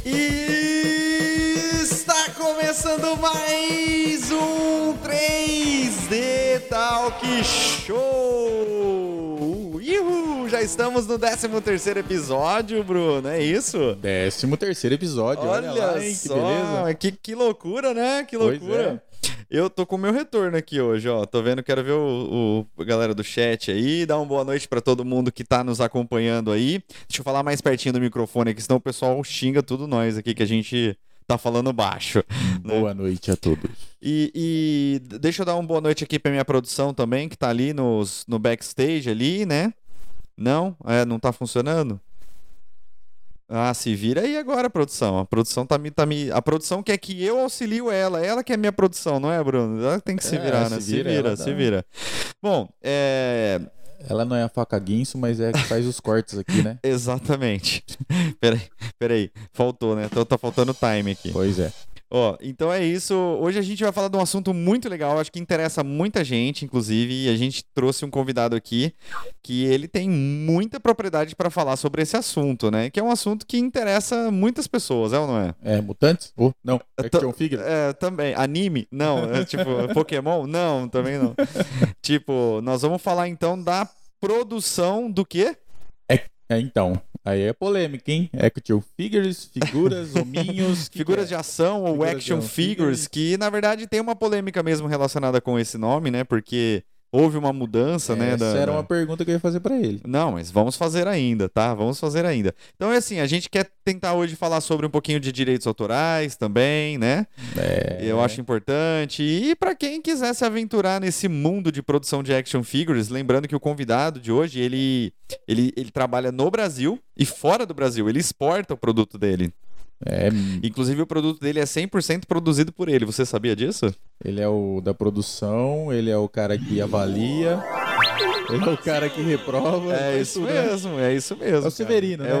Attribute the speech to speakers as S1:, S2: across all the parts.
S1: E está começando mais um 3D Talk Show! Ihu! Já estamos no 13º episódio, Bruno, é isso?
S2: 13º episódio, olha lá, hein,
S1: só,
S2: que beleza.
S1: que loucura, né? Que
S2: Pois
S1: loucura. Eu tô com o meu retorno aqui hoje, ó. Tô vendo, quero ver a galera do chat aí. Dar uma boa noite pra todo mundo que tá nos acompanhando aí. Deixa eu falar mais pertinho do microfone aqui, senão o pessoal xinga tudo nós aqui, que a gente tá falando baixo.
S2: Boa noite a todos.
S1: E deixa eu dar uma boa noite aqui pra minha produção também, que tá ali no backstage ali, né? Não? Não tá funcionando? Ah, se vira aí agora, produção. A produção a produção quer que eu auxilio ela. Ela que é minha produção, não é, Bruno? Ela tem que se virar, né? Se vira. Bom,
S2: Ela não é a faca guinso, mas é a que faz os cortes aqui, né?
S1: Exatamente. Peraí. Faltou, né? Tá faltando time aqui.
S2: Pois é.
S1: Ó, então é isso. Hoje a gente vai falar de um assunto muito legal, acho que interessa muita gente, inclusive, e a gente trouxe um convidado aqui que ele tem muita propriedade para falar sobre esse assunto, né? Que é um assunto que interessa muitas pessoas, é ou não é?
S2: Mutantes? Não, Action Figure?
S1: Também. Anime? Não. Tipo, Pokémon? Não, também não. Tipo, nós vamos falar então da produção do quê?
S2: Então, aí é polêmica, hein? Action Figures, figuras, hominhos...
S1: Figuras de ação ou Action Figures, que na verdade tem uma polêmica mesmo relacionada com esse nome, né? Porque houve uma mudança, né?
S2: Essa era uma pergunta que eu ia fazer pra ele.
S1: Não, mas vamos fazer ainda, tá? Vamos fazer ainda. Então é assim, a gente quer tentar hoje falar sobre um pouquinho de direitos autorais também, né? Eu acho importante. E pra quem quiser se aventurar nesse mundo de produção de action figures, lembrando que o convidado de hoje, ele trabalha no Brasil e fora do Brasil. Ele exporta o produto dele. Inclusive o produto dele é 100% produzido por ele. Você sabia disso?
S2: Ele é o da produção, ele é o cara que avalia, ele é o cara que reprova.
S1: É isso mesmo. É o
S2: Severino, né?
S1: É o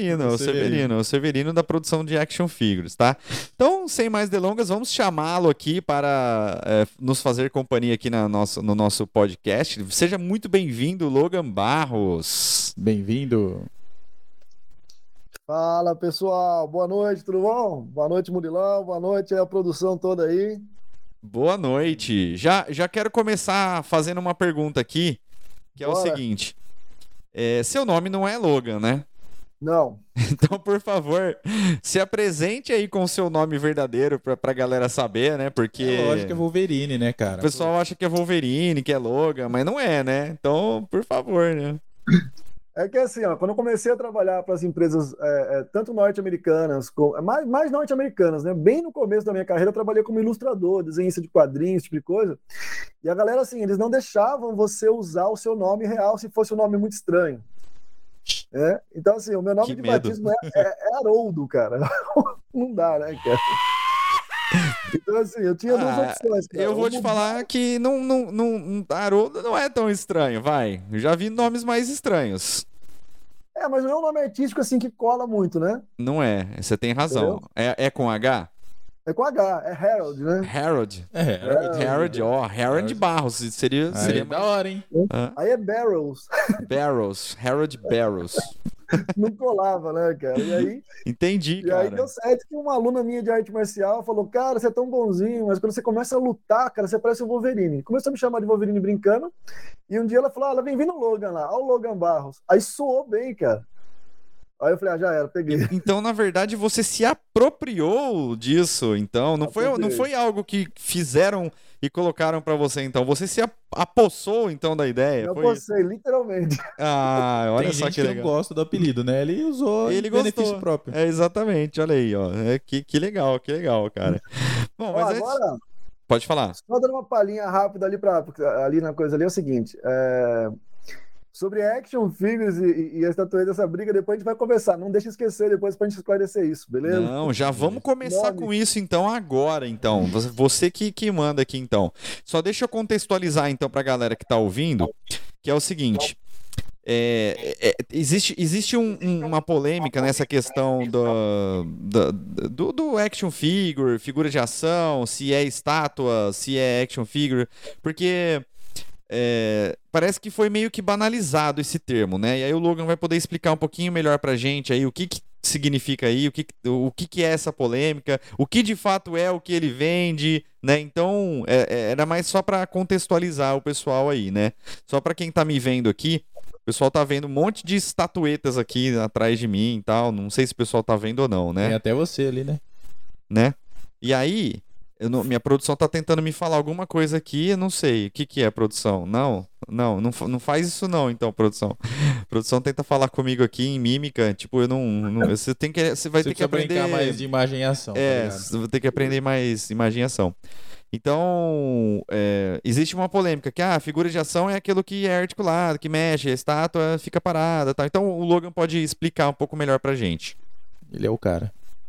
S1: Severino da produção de action figures, tá? Então, sem mais delongas, vamos chamá-lo aqui para nos fazer companhia aqui no nosso podcast. Seja muito bem-vindo, Logan Barros.
S2: Bem-vindo.
S3: Fala, pessoal, boa noite, tudo bom? Boa noite, Murilão, boa noite a produção toda aí.
S1: Boa noite. Já quero começar fazendo uma pergunta aqui, que é o seguinte. Seu nome não é Logan, né?
S3: Não.
S1: Então, por favor, se apresente aí com o seu nome verdadeiro pra galera saber, né? Porque...
S2: lógico que é Wolverine, né, cara?
S1: O pessoal acha que é Wolverine, que é Logan, mas não é, né? Então, por favor, né?
S3: É que assim, ó, quando eu comecei a trabalhar para as empresas tanto norte-americanas, mais norte-americanas, né? Bem no começo da minha carreira eu trabalhei como ilustrador, desenhista de quadrinhos, esse tipo de coisa. E a galera, assim, eles não deixavam você usar o seu nome real se fosse um nome muito estranho. Então, assim, o meu nome de batismo é Haroldo, cara. Não dá, né, cara? Então, assim, eu tinha duas opções. Cara.
S1: Eu vou te falar que Haroldo não é tão estranho, vai. Eu já vi nomes mais estranhos.
S3: Mas não é um nome artístico, assim, que cola muito, né?
S1: Não é, você tem razão. É com H?
S3: É com H, é Harold, né?
S1: Harold. Harold Barros. Seria
S2: da hora, hein?
S3: Aí é Barrows.
S1: Harold Barrows.
S3: Não colava, né, cara? E aí...
S1: Entendi, cara.
S3: E aí deu certo que uma aluna minha de arte marcial falou, cara, você é tão bonzinho, mas quando você começa a lutar, cara, você parece o Wolverine. Começou a me chamar de Wolverine brincando, e um dia ela falou, ela vem vindo o Logan lá, olha o Logan Barros. Aí soou bem, cara. Aí eu falei, já era, peguei.
S1: Então, na verdade, você se apropriou disso, então. Não foi algo que fizeram e colocaram pra você, então. Você se apossou, então, da ideia.
S3: Eu apossei, literalmente.
S1: Olha
S2: Tem
S1: só
S2: gente
S1: que legal.
S2: não gosta do apelido, né? Ele usou em benefício próprio.
S1: Exatamente, olha aí, ó. Que legal, cara. Bom, mas
S3: agora...
S1: Pode falar.
S3: Só dando uma palhinha rápida ali na coisa ali, é o seguinte... Sobre action figures e a estatueta dessa briga, depois a gente vai conversar. Não deixa esquecer depois pra gente esclarecer isso, beleza?
S1: Não, já vamos começar com isso então agora, então. Você que manda aqui, então. Só deixa eu contextualizar então pra galera que tá ouvindo, que é o seguinte. Existe uma polêmica nessa questão do action figure, figura de ação, se é estátua, se é action figure, porque... parece que foi meio que banalizado esse termo, né? E aí o Logan vai poder explicar um pouquinho melhor pra gente aí o que significa aí, o que é essa polêmica, o que de fato é o que ele vende, né? Então, era mais só para contextualizar o pessoal aí, né? Só para quem tá me vendo aqui, o pessoal tá vendo um monte de estatuetas aqui atrás de mim e tal, não sei se o pessoal tá vendo ou não, né?
S2: Tem até você ali,
S1: né? E aí, minha produção tá tentando me falar alguma coisa aqui, eu não sei. O que é produção? Não faz isso não, então, produção. A produção tenta falar comigo aqui em mímica, tipo, você vai ter que aprender
S2: brincar mais de imaginação, tá ligado?
S1: Você vai ter que aprender mais imaginação. Então, existe uma polêmica que a figura de ação é aquilo que é articulado, que mexe, a estátua fica parada, tá? Então, o Logan pode explicar um pouco melhor pra gente.
S2: Ele é o cara.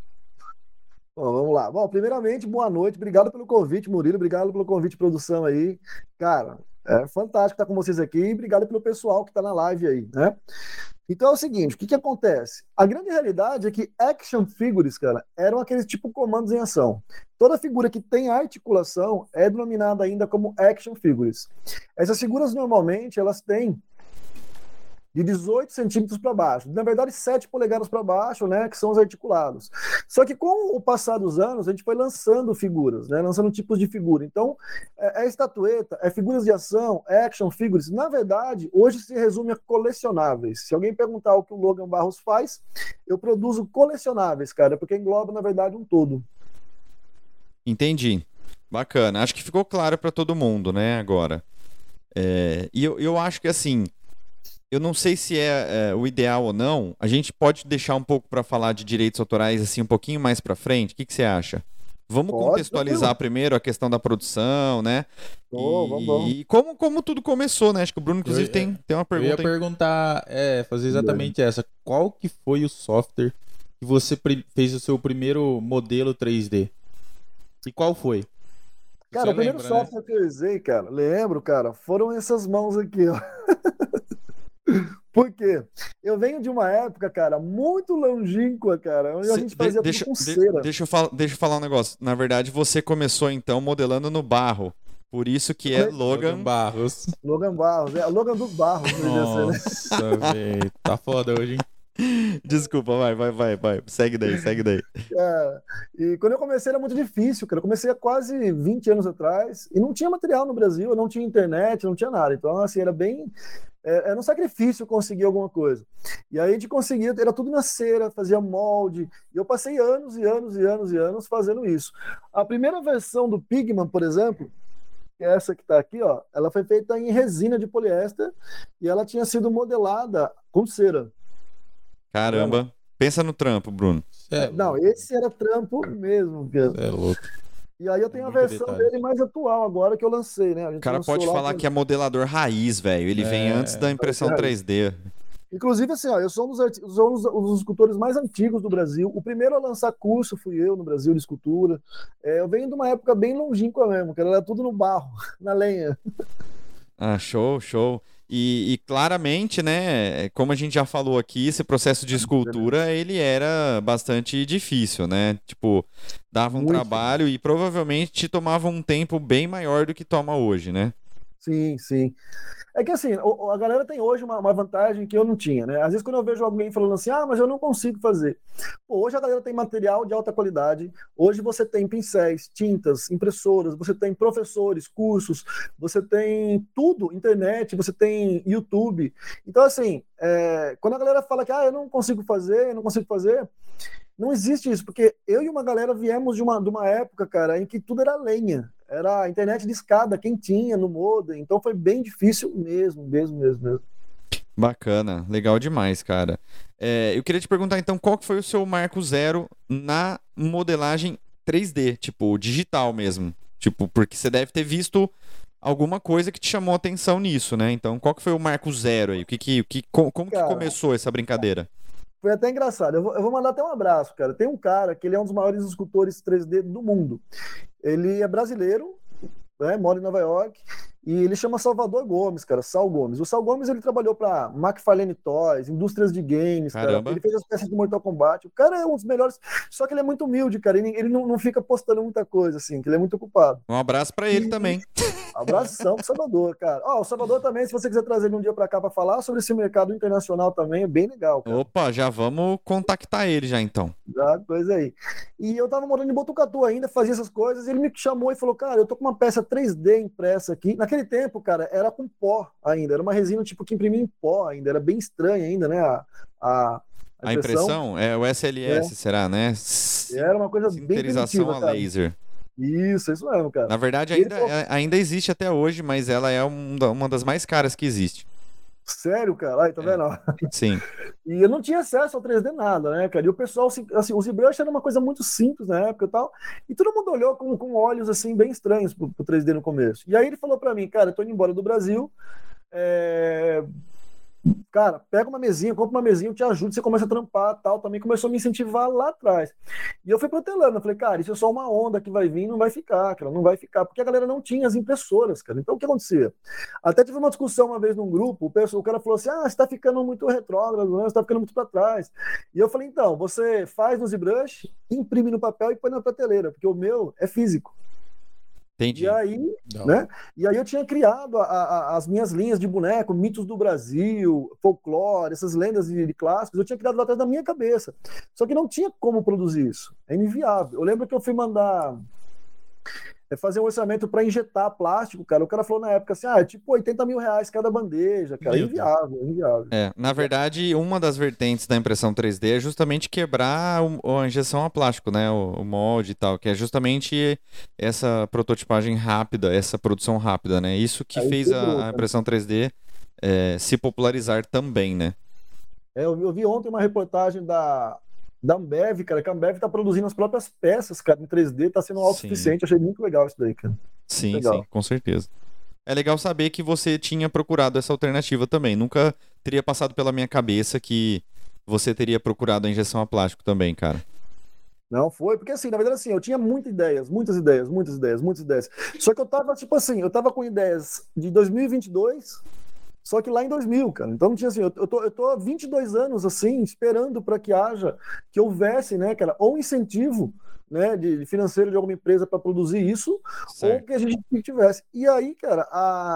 S3: Bom, vamos lá. Bom, primeiramente, boa noite. Obrigado pelo convite, Murilo. Obrigado pelo convite, produção aí. Cara, é fantástico estar com vocês aqui. E obrigado pelo pessoal que está na live aí, né? Então é o seguinte, o que acontece? A grande realidade é que action figures, cara, eram aqueles tipo comandos em ação. Toda figura que tem articulação é denominada ainda como action figures. Essas figuras, normalmente, elas têm de 18 centímetros para baixo. Na verdade, 7 polegadas para baixo, né, que são os articulados. Só que com o passar dos anos, a gente foi lançando figuras, né, lançando tipos de figura. Então, estatueta, figuras de ação, action figures. Na verdade, hoje se resume a colecionáveis. Se alguém perguntar o que o Logan Barros faz, eu produzo colecionáveis, cara, porque engloba, na verdade, um todo.
S1: Entendi. Bacana. Acho que ficou claro para todo mundo, né, agora. E eu acho que, assim, eu não sei se é o ideal ou não. A gente pode deixar um pouco para falar de direitos autorais assim um pouquinho mais para frente. O que você acha? Vamos contextualizar primeiro a questão da produção, né?
S3: Vamos.
S1: E como tudo começou, né? Acho que o Bruno, inclusive, tem uma pergunta.
S2: Eu ia perguntar, fazer exatamente essa. Qual que foi o software que você fez o seu primeiro modelo 3D? E qual foi?
S3: Cara, o primeiro software que eu usei, cara, lembro, cara, foram essas mãos aqui, ó. Por quê? Eu venho de uma época, cara, muito longínqua, cara, onde a gente fazia tudo com cera.
S1: Deixa eu falar um negócio. Na verdade, você começou, então, modelando no barro. Por isso que é Logan Barros.
S3: Logan Barros, Logan dos Barros.
S2: Nossa, velho, tá foda hoje, hein?
S1: Desculpa, vai. Segue daí.
S3: E quando eu comecei era muito difícil, cara. Eu comecei há quase 20 anos atrás e não tinha material no Brasil, não tinha internet, não tinha nada. Então, assim, era bem... Era um sacrifício conseguir alguma coisa. E aí a gente conseguia, era tudo na cera, fazia molde. E eu passei anos e anos fazendo isso. A primeira versão do Pigman, por exemplo, que é essa que está aqui, ó, ela foi feita em resina de poliéster e ela tinha sido modelada com cera.
S1: Caramba. Pensa no trampo, Bruno.
S3: Não, esse era trampo mesmo.
S2: É louco.
S3: E aí eu tenho a versão dele mais atual agora que eu lancei, né?
S1: O cara pode falar que é modelador raiz, velho. Ele vem antes da impressão 3D.
S3: Inclusive, assim, ó, eu sou um dos escultores mais antigos do Brasil. O primeiro a lançar curso fui eu no Brasil de escultura. Eu venho de uma época bem longínqua mesmo, que era tudo no barro, na lenha.
S1: Ah, show. E claramente, né, como a gente já falou aqui, esse processo de escultura, ele era bastante difícil, né? Tipo, dava um trabalho e provavelmente te tomava um tempo bem maior do que toma hoje, né?
S3: Sim. É que assim, a galera tem hoje uma vantagem que eu não tinha, né? Às vezes quando eu vejo alguém falando assim, mas eu não consigo fazer. Pô, hoje a galera tem material de alta qualidade, hoje você tem pincéis, tintas, impressoras, você tem professores, cursos, você tem tudo, internet, você tem YouTube. Então assim, quando a galera fala que eu não consigo fazer, não existe isso, porque eu e uma galera viemos de uma época, cara, em que tudo era lenha. Era a internet de escada, quem tinha no modem. Então foi bem difícil mesmo.
S1: Bacana, legal demais, cara. Eu queria te perguntar, então, qual que foi o seu marco zero na modelagem 3D, tipo, digital mesmo? Tipo, porque você deve ter visto alguma coisa que te chamou a atenção nisso, né? Então, qual que foi o marco zero aí? Como que começou essa brincadeira?
S3: Foi até engraçado. Eu vou mandar até um abraço, cara. Tem um cara que ele é um dos maiores escultores 3D do mundo. Ele é brasileiro, né, mora em Nova York, E ele chama Salvador Gomes, cara, Sal Gomes. O Sal Gomes, ele trabalhou pra McFarlane Toys, indústrias de games,
S1: Caramba.
S3: cara. Ele fez as peças de Mortal Kombat. O cara é um dos melhores, só que ele é muito humilde, cara. Ele não fica postando muita coisa, assim, que ele é muito ocupado.
S1: Um abraço pra ele também.
S3: Abração pro Salvador, cara. Ó, o Salvador também, se você quiser trazer ele um dia pra cá pra falar sobre esse mercado internacional também, é bem legal, cara.
S1: Opa, já vamos contactar ele já então.
S3: Já, coisa aí. E eu tava morando em Botucatu ainda, fazia essas coisas, e ele me chamou e falou, cara, eu tô com uma peça 3D impressa aqui. Naquele tempo, cara, era com pó ainda, era uma resina tipo que imprimia em pó ainda, era bem estranha ainda, né,
S1: A impressão é o SLS, será, né?
S3: Era uma coisa bem
S1: Sinterização
S3: primitiva,
S1: a
S3: cara.
S1: laser.
S3: Isso mesmo, cara.
S1: Na verdade, ainda existe até hoje, mas ela é uma das mais caras que existe.
S3: Sério, cara? Aí, tá vendo?
S1: Sim.
S3: E eu não tinha acesso ao 3D nada, né, cara? E o pessoal, assim, o ZBrush era uma coisa muito simples na época e tal, e todo mundo olhou com olhos, assim, bem estranhos pro 3D no começo. E aí ele falou pra mim, cara, eu tô indo embora do Brasil, cara, pega uma mesinha, compra uma mesinha, eu te ajudo, você começa a trampar, tal, também começou a me incentivar lá atrás. E eu fui protelando, eu falei, cara, isso é só uma onda que vai vir, não vai ficar, cara, não vai ficar, porque a galera não tinha as impressoras, cara. Então o que acontecia? Até tive uma discussão uma vez num grupo, o cara falou assim, você tá ficando muito retrógrado, né? Você tá ficando muito pra trás. E eu falei, então, você faz no ZBrush, imprime no papel e põe na prateleira, porque o meu é físico.
S1: Entendi.
S3: E aí, né? E aí eu tinha criado as minhas linhas de boneco, mitos do Brasil, folclore, essas lendas de clássicos, eu tinha criado lá atrás da minha cabeça. Só que não tinha como produzir isso. É inviável. Eu lembro que eu fui mandar fazer um orçamento para injetar plástico, cara. O cara falou na época assim, é tipo R$80 mil cada bandeja, cara. Inviável.
S1: Na verdade, uma das vertentes da impressão 3D é justamente quebrar a injeção a plástico, né? O molde e tal, que é justamente essa prototipagem rápida, essa produção rápida, né? Isso que fez a impressão 3D se popularizar também, né?
S3: Eu vi ontem uma reportagem da Ambev, cara, que a Ambev tá produzindo as próprias peças, cara, em 3D, tá sendo autossuficiente. Achei muito legal isso daí, cara.
S1: Sim, com certeza. É legal saber que você tinha procurado essa alternativa também. Nunca teria passado pela minha cabeça que você teria procurado a injeção a plástico também, cara.
S3: Não foi, porque assim, na verdade assim, eu tinha muitas ideias. Só que eu tava, tipo assim, eu tava com ideias de 2022... Só que lá em 2000, cara. Então não tinha assim, eu tô há 22 anos assim, esperando para que houvesse, né, cara, ou incentivo, né, de financeiro de alguma empresa para produzir isso, certo, ou que a gente tivesse. E aí, cara,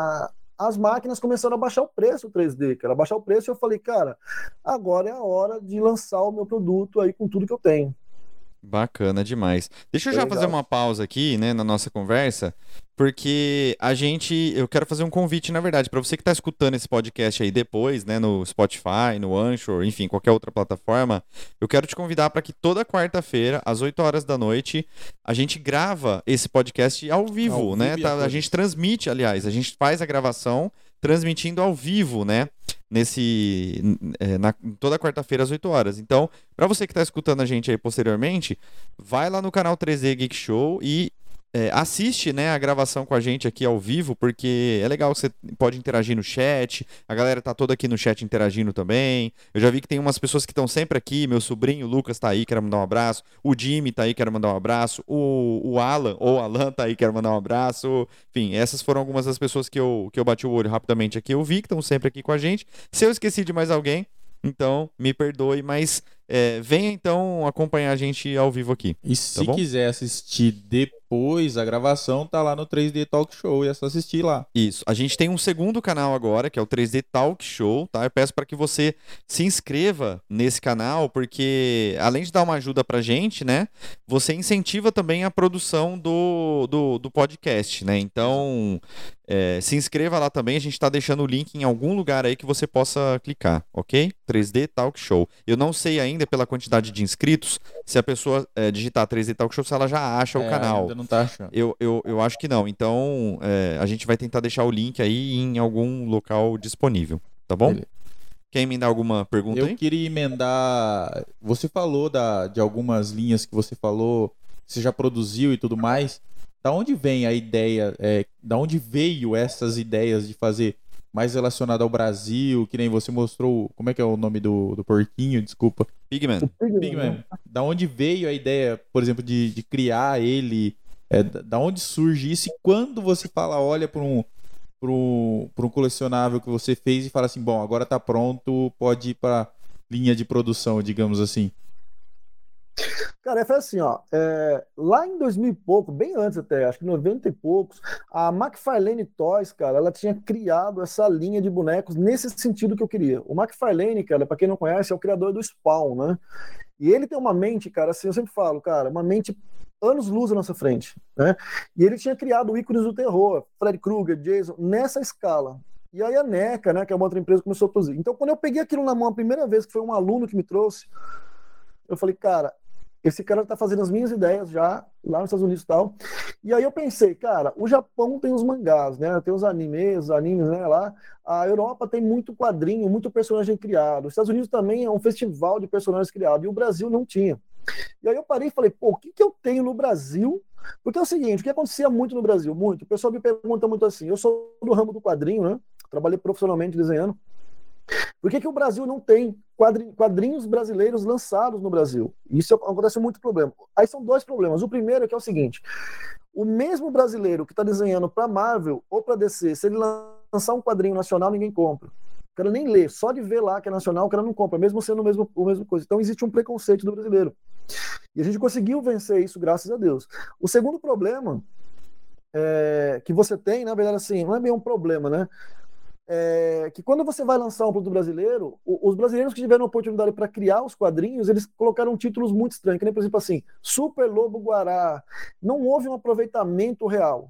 S3: as máquinas começaram a baixar o preço 3D, cara, baixar o preço, e eu falei, cara, agora é a hora de lançar o meu produto aí com tudo que eu tenho.
S1: Bacana demais. Deixa eu já fazer uma pausa aqui, né, na nossa conversa, porque eu quero fazer um convite, na verdade, para você que está escutando esse podcast aí depois, né, no Spotify, no Anchor, enfim, qualquer outra plataforma, eu quero te convidar para que toda quarta-feira, às 8 horas da noite, a gente grava esse podcast ao vivo, né? A gente transmite, aliás, a gente faz a gravação transmitindo ao vivo, né? Toda quarta-feira às 8 horas. Então, para você que está escutando a gente aí posteriormente, vai lá no canal 3D Geek Show e assiste, né, a gravação com a gente aqui ao vivo, porque é legal, você pode interagir no chat, a galera tá toda aqui no chat interagindo também. Eu já vi que tem umas pessoas que estão sempre aqui, meu sobrinho Lucas tá aí, quero mandar um abraço, o Jimmy tá aí, quero mandar um abraço, o Alan tá aí, quero mandar um abraço. Enfim, essas foram algumas das pessoas que eu bati o olho rapidamente aqui, eu vi que estão sempre aqui com a gente. Se eu esqueci de mais alguém, então me perdoe, mas venha então acompanhar a gente ao vivo aqui.
S2: E se quiser assistir depois a gravação, tá lá no 3D Talk Show, e é só assistir lá.
S1: Isso. A gente tem um segundo canal agora, que é o 3D Talk Show, tá? Eu peço para que você se inscreva nesse canal, porque além de dar uma ajuda pra gente, né? Você incentiva também a produção do podcast, né? Então, se inscreva lá também. A gente tá deixando o link em algum lugar aí que você possa clicar, ok? 3D Talk Show. Eu não sei ainda, pela quantidade de inscritos, se a pessoa digitar 3D Talk Show, se ela já acha o canal.
S2: Ainda não tá achando.
S1: Eu acho que não. Então, a gente vai tentar deixar o link aí em algum local disponível, tá bom? Beleza. Quer emendar alguma pergunta aí?
S2: Eu queria emendar... Você falou de algumas linhas que você falou, você já produziu e tudo mais. Da onde vem a ideia, da onde veio essas ideias de fazer mais relacionado ao Brasil, que nem você mostrou, como é que é o nome do porquinho, desculpa?
S1: Pigman.
S2: Da onde veio a ideia, por exemplo, de criar ele, da onde surge isso, e quando você fala, olha para para um colecionável que você fez e fala assim, bom, agora tá pronto, pode ir para linha de produção, digamos assim?
S3: Cara, foi assim, ó. Lá em 2000 e pouco, bem antes até, acho que 90 e poucos, a McFarlane Toys, cara, ela tinha criado essa linha de bonecos nesse sentido que eu queria. O McFarlane, cara, pra quem não conhece, é o criador do Spawn, né? E ele tem uma mente, cara, assim, eu sempre falo, cara, uma mente anos-luz à nossa frente, né? E ele tinha criado ícones do terror, Freddy Krueger, Jason, nessa escala. E aí a NECA, né, que é uma outra empresa, começou a produzir. Então, quando eu peguei aquilo na mão a primeira vez, que foi um aluno que me trouxe, eu falei, cara, esse cara tá fazendo as minhas ideias já, lá nos Estados Unidos e tal. E aí eu pensei, cara, o Japão tem os mangás, né? Tem os animes, né, lá. A Europa tem muito quadrinho, muito personagem criado. Os Estados Unidos também é um festival de personagens criados. E o Brasil não tinha. E aí eu parei e falei, pô, o que eu tenho no Brasil? Porque é o seguinte, o que acontecia muito no Brasil? Muito. O pessoal me pergunta muito assim, eu sou do ramo do quadrinho, né? Trabalhei profissionalmente desenhando. Por que o Brasil não tem quadrinhos brasileiros lançados no Brasil? Isso acontece muito problema. Aí são dois problemas. O primeiro é que é o seguinte: o mesmo brasileiro que está desenhando para Marvel ou para DC, se ele lançar um quadrinho nacional, ninguém compra. O cara nem lê, só de ver lá que é nacional, o cara não compra, mesmo sendo o mesmo coisa. Então existe um preconceito do brasileiro. E a gente conseguiu vencer isso, graças a Deus. O segundo problema que você tem, na verdade, assim, não é bem um problema, né? Que quando você vai lançar um produto brasileiro, os brasileiros que tiveram a oportunidade para criar os quadrinhos, eles colocaram títulos muito estranhos, que nem, por exemplo, assim, Super Lobo Guará. Não houve um aproveitamento real.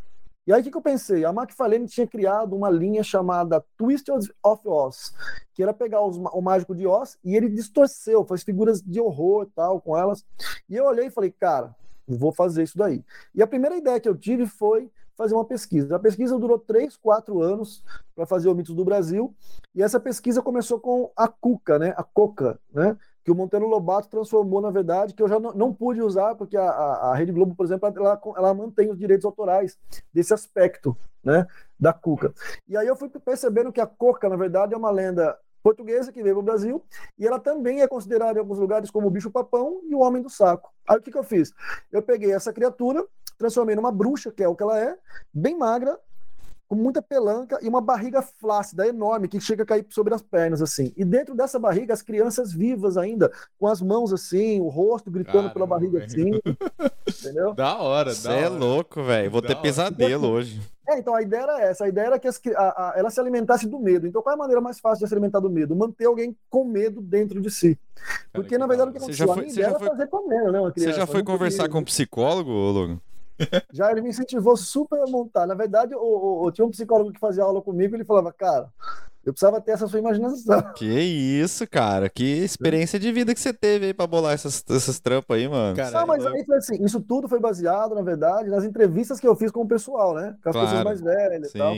S3: E aí o que eu pensei? A McFarlane tinha criado uma linha chamada Twisted of Oz, que era pegar o Mágico de Oz e ele distorceu, faz figuras de horror e tal com elas. E eu olhei e falei, cara, vou fazer isso daí. E a primeira ideia que eu tive foi fazer uma pesquisa. A pesquisa durou 3, 4 anos para fazer o Mitos do Brasil, e essa pesquisa começou com a Cuca, né? A Coca, né? Que o Monteiro Lobato transformou, na verdade, que eu já não pude usar, porque a Rede Globo, por exemplo, ela mantém os direitos autorais desse aspecto, né? Da Cuca. E aí eu fui percebendo que a Coca, na verdade, é uma lenda portuguesa que veio para o Brasil, e ela também é considerada em alguns lugares como o bicho-papão e o homem do saco. Aí o que eu fiz? Eu peguei essa criatura, transformei numa bruxa, que é o que ela é, bem magra, com muita pelanca e uma barriga flácida, enorme, que chega a cair sobre as pernas, assim. E dentro dessa barriga, as crianças vivas ainda, com as mãos assim, o rosto gritando pela barriga assim. Entendeu?
S2: Da hora,
S1: Você é louco, velho. Vou ter pesadelo hoje.
S3: Então a ideia era essa. A ideia era que ela se alimentasse do medo. Então qual é a maneira mais fácil de se alimentar do medo? Manter alguém com medo dentro de si. Porque, na verdade, o que aconteceu? A minha ideia era fazer comendo, né, uma criança.
S1: Você já foi conversar com um psicólogo, Logan?
S3: Já ele me incentivou super a montar. Na verdade, eu tinha um psicólogo que fazia aula comigo e ele falava, cara, eu precisava ter essa sua imaginação.
S1: Que isso, cara. Que experiência de vida que você teve aí pra bolar essas trampas aí, mano.
S3: Não, mas aí foi assim, isso tudo foi baseado, na verdade, nas entrevistas que eu fiz com o pessoal, né? Com as pessoas mais velhas e tal.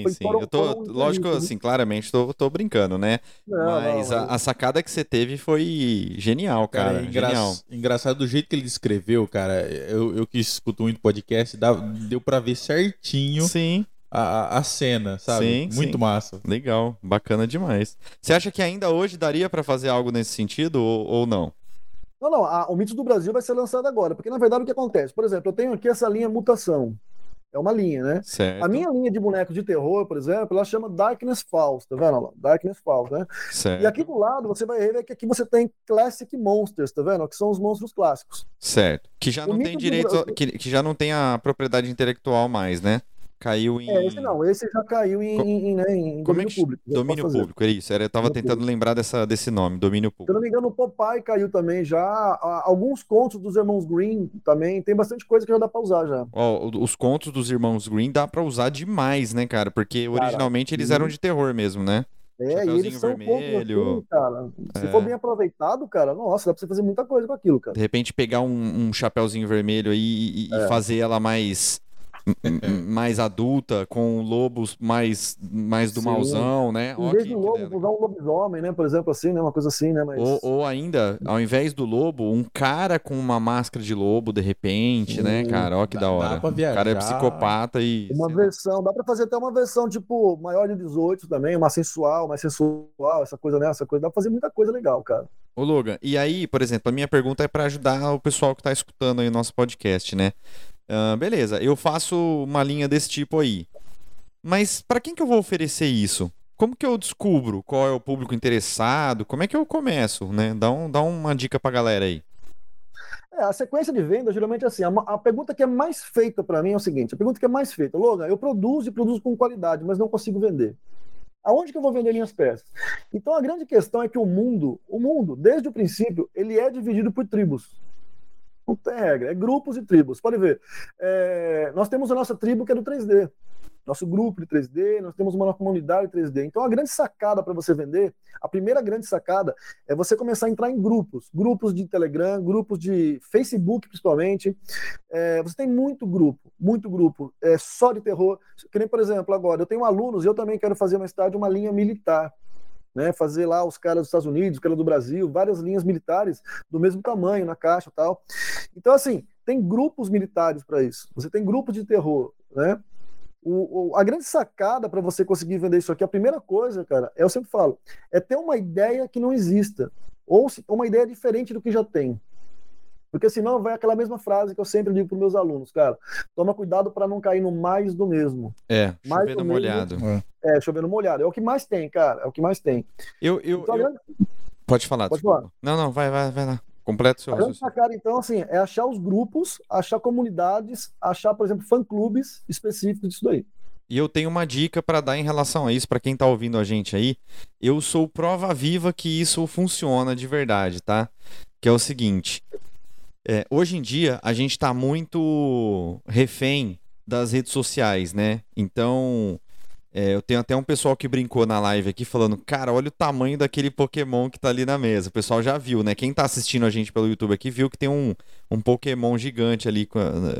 S1: Lógico, assim, claramente tô brincando, né? Mas a sacada que você teve foi genial, cara. Genial.
S2: Engraçado do jeito que ele descreveu, cara. Eu que escuto muito podcast, deu pra ver certinho.
S1: Sim.
S2: A cena, sabe? Muito massa.
S1: Legal, bacana demais. Você acha que ainda hoje daria pra fazer algo nesse sentido ou não?
S3: Não, o Mitos do Brasil vai ser lançado agora, porque na verdade o que acontece? Por exemplo, eu tenho aqui essa linha Mutação. É uma linha, né?
S1: Certo.
S3: A minha linha de bonecos de terror, por exemplo, ela chama Darkness Falls, tá vendo lá? Darkness Falls, né?
S1: Certo.
S3: E aqui do lado você vai ver que aqui você tem Classic Monsters, tá vendo? Que são os monstros clássicos.
S1: Certo. Que já não tem direitos, que já não tem a propriedade intelectual mais, né? Caiu em...
S3: Esse já caiu em domínio público.
S1: Domínio público, é isso. Eu tava tentando lembrar desse nome, domínio público.
S3: Se eu não me engano, o Popeye caiu também já. Alguns contos dos irmãos Green também. Tem bastante coisa que já dá pra usar já.
S1: Os contos dos irmãos Green dá pra usar demais, né, cara? Porque originalmente eles eram de terror mesmo, né?
S3: E eles são vermelho. Assim, cara. Se for bem aproveitado, cara, nossa, dá pra você fazer muita coisa com aquilo, cara.
S1: De repente pegar um chapeuzinho vermelho aí e fazer ela mais adulta, com lobos mais do malzão, né?
S3: Em vez do lobo, usar um lobisomem, né? Por exemplo, assim, né? Uma coisa assim, né? Mas...
S1: Ou ainda, ao invés do lobo, um cara com uma máscara de lobo, de repente, né, cara? Ó que da hora.
S2: Dá pra viajar.
S1: O cara é psicopata e...
S3: Uma versão, dá pra fazer até uma versão, tipo, maior de 18 também, mais sensual, essa coisa, né? Essa coisa, dá pra fazer muita coisa legal, cara.
S1: Ô, Logan, e aí, por exemplo, a minha pergunta é pra ajudar o pessoal que tá escutando aí o nosso podcast, né? Beleza, eu faço uma linha desse tipo aí. Mas para quem que eu vou oferecer isso? Como que eu descubro qual é o público interessado? Como é que eu começo, né? Dá uma dica pra galera aí.
S3: A sequência de venda, geralmente, assim, a pergunta que é mais feita para mim é o seguinte: a pergunta que é mais feita, Logan, eu produzo e produzo com qualidade, mas não consigo vender. Aonde que eu vou vender minhas peças? Então, a grande questão é que o mundo, desde o princípio, ele é dividido por tribos. Não tem regra, é grupos e tribos. Pode ver, nós temos a nossa tribo que é do 3D. Nosso grupo de 3D, nós temos uma comunidade 3D. Então, a grande sacada para você vender, a primeira grande sacada é você começar a entrar em grupos de Telegram, grupos de Facebook, principalmente. Você tem muito grupo, só de terror. Que nem, por exemplo, agora, eu tenho alunos e eu também quero fazer mais tarde uma linha militar. Né, fazer lá os caras dos Estados Unidos, os caras do Brasil, várias linhas militares do mesmo tamanho na caixa e tal. Então, assim, tem grupos militares para isso. Você tem grupos de terror, né? A grande sacada para você conseguir vender isso aqui, a primeira coisa, cara, eu sempre falo, é ter uma ideia que não exista, ou uma ideia diferente do que já tem. Porque senão vai aquela mesma frase que eu sempre digo para os meus alunos, cara, toma cuidado para não cair no mais do mesmo.
S1: Chover no molhado.
S3: Chover no molhado. É o que mais tem, cara, é o que mais tem.
S1: Pode falar, desculpa. Não, vai lá. Completo o seu raciocínio.
S3: A grande sacada, então, assim, é achar os grupos, achar comunidades, achar, por exemplo, fã-clubes específicos disso daí.
S1: E eu tenho uma dica para dar em relação a isso, para quem tá ouvindo a gente aí. Eu sou prova viva que isso funciona de verdade, tá? Que é o seguinte, hoje em dia a gente tá muito refém das redes sociais, né? Então, eu tenho até um pessoal que brincou na live aqui falando, cara, olha o tamanho daquele Pokémon que tá ali na mesa. O pessoal já viu, né? Quem tá assistindo a gente pelo YouTube aqui viu que tem um Pokémon gigante ali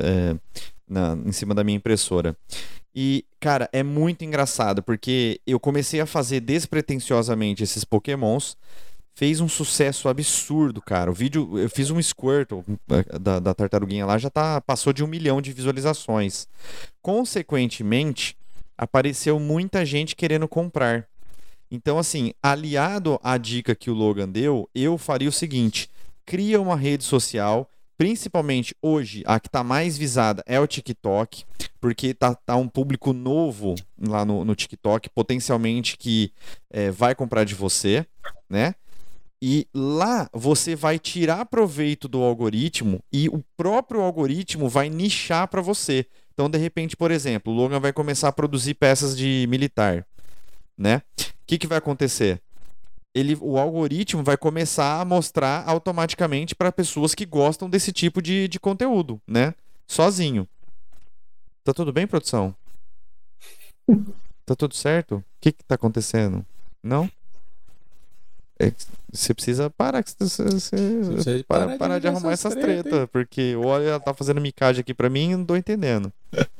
S1: em cima da minha impressora. E, cara, é muito engraçado, porque eu comecei a fazer despretensiosamente esses Pokémons, fez um sucesso absurdo, cara. O vídeo, eu fiz um Squirtle da tartaruguinha lá, passou de 1 milhão de visualizações. Consequentemente, apareceu muita gente querendo comprar. Então, assim, aliado à dica que o Logan deu, eu faria o seguinte: cria uma rede social, principalmente hoje, a que está mais visada é o TikTok, porque tá um público novo lá no TikTok, potencialmente que vai comprar de você, né? E lá você vai tirar proveito do algoritmo e o próprio algoritmo vai nichar para você. Então, de repente, por exemplo, o Logan vai começar a produzir peças de militar, né? O que vai acontecer? O algoritmo vai começar a mostrar automaticamente para pessoas que gostam desse tipo de conteúdo, né? Sozinho. Tá tudo bem, produção? Tá tudo certo? O que tá acontecendo? Não? Você precisa parar, parar de arrumar essas tretas, porque olha, ela tá fazendo micagem aqui pra mim e não tô entendendo.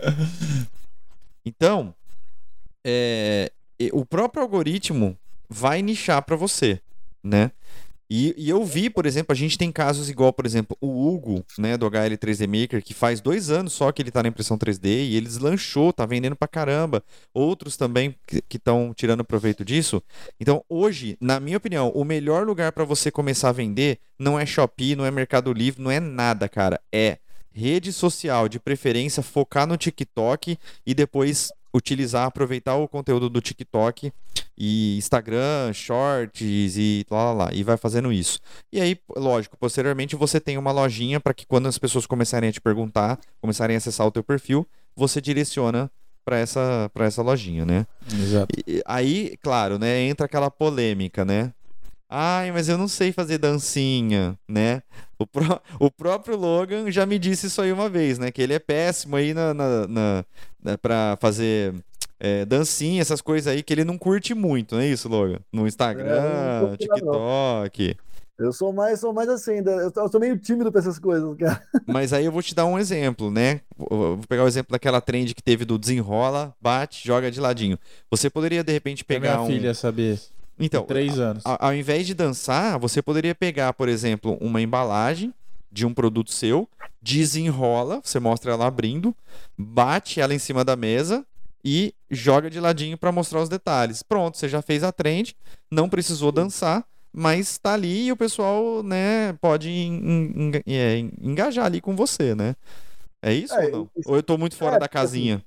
S1: Então, o próprio algoritmo vai nichar pra você, né? E eu vi, por exemplo, a gente tem casos igual, por exemplo, o Hugo, né, do HL 3D Maker, que faz 2 anos só que ele tá na impressão 3D e ele deslanchou, tá vendendo pra caramba. Outros também que estão tirando proveito disso. Então, hoje, na minha opinião, o melhor lugar para você começar a vender não é Shopee, não é Mercado Livre, não é nada, cara. É rede social, de preferência, focar no TikTok e depois aproveitar o conteúdo do TikTok e Instagram, Shorts e lá, e vai fazendo isso. E aí, lógico, posteriormente você tem uma lojinha para que quando as pessoas começarem a te perguntar, começarem a acessar o teu perfil, você direciona para essa lojinha, né?
S2: Exato.
S1: E aí, claro, né, entra aquela polêmica, né? Ai, mas eu não sei fazer dancinha, né? O próprio Logan já me disse isso aí uma vez, né? Que ele é péssimo aí pra fazer dancinha, essas coisas aí, que ele não curte muito, não é isso, Logan? No Instagram, TikTok.
S3: Eu sou mais assim, eu sou meio tímido pra essas coisas, cara.
S1: Mas aí eu vou te dar um exemplo, né? Vou pegar o exemplo daquela trend que teve do desenrola, bate, joga de ladinho. Você poderia, de repente, pegar
S2: minha filha sabia.
S1: Então,
S2: 3 anos.
S1: Ao invés de dançar, você poderia pegar, por exemplo, uma embalagem de um produto seu, desenrola, você mostra ela abrindo, bate ela em cima da mesa e joga de ladinho para mostrar os detalhes. Pronto, você já fez a trend, não precisou dançar, mas tá ali e o pessoal, né, pode engajar ali com você, né? É isso ou não? Ou eu tô muito fora da casinha?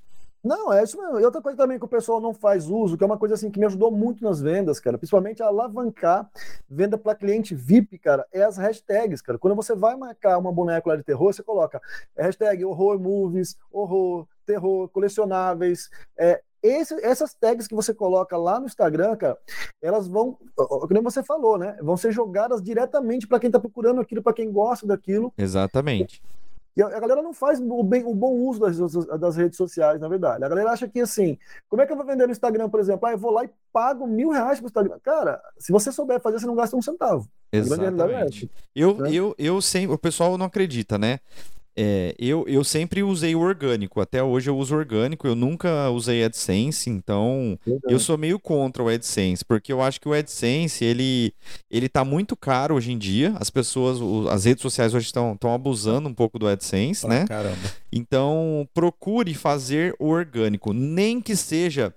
S3: Não, é isso mesmo. E outra coisa também que o pessoal não faz uso, que é uma coisa assim que me ajudou muito nas vendas, cara, principalmente a alavancar venda para cliente VIP, cara, é as hashtags, cara. Quando você vai marcar uma boneca lá de terror, você coloca hashtag horror movies, horror, terror, colecionáveis. Essas tags que você coloca lá no Instagram, cara, elas vão, como você falou, né? Vão ser jogadas diretamente para quem está procurando aquilo, para quem gosta daquilo.
S1: Exatamente.
S3: E a galera não faz o bom uso das redes sociais, na verdade. A galera acha que, assim, como é que eu vou vender no Instagram, por exemplo? Eu vou lá e pago R$ 1.000 pro Instagram. Cara, se você souber fazer, você não gasta um centavo.
S1: Exatamente. Eu sempre, o pessoal não acredita, né? Eu sempre usei o orgânico, até hoje eu uso orgânico, eu nunca usei AdSense, então eu sou meio contra o AdSense, porque eu acho que o AdSense, ele tá muito caro hoje em dia, as pessoas, as redes sociais hoje estão abusando um pouco do AdSense, né?
S2: Caramba.
S1: Então procure fazer o orgânico, nem que seja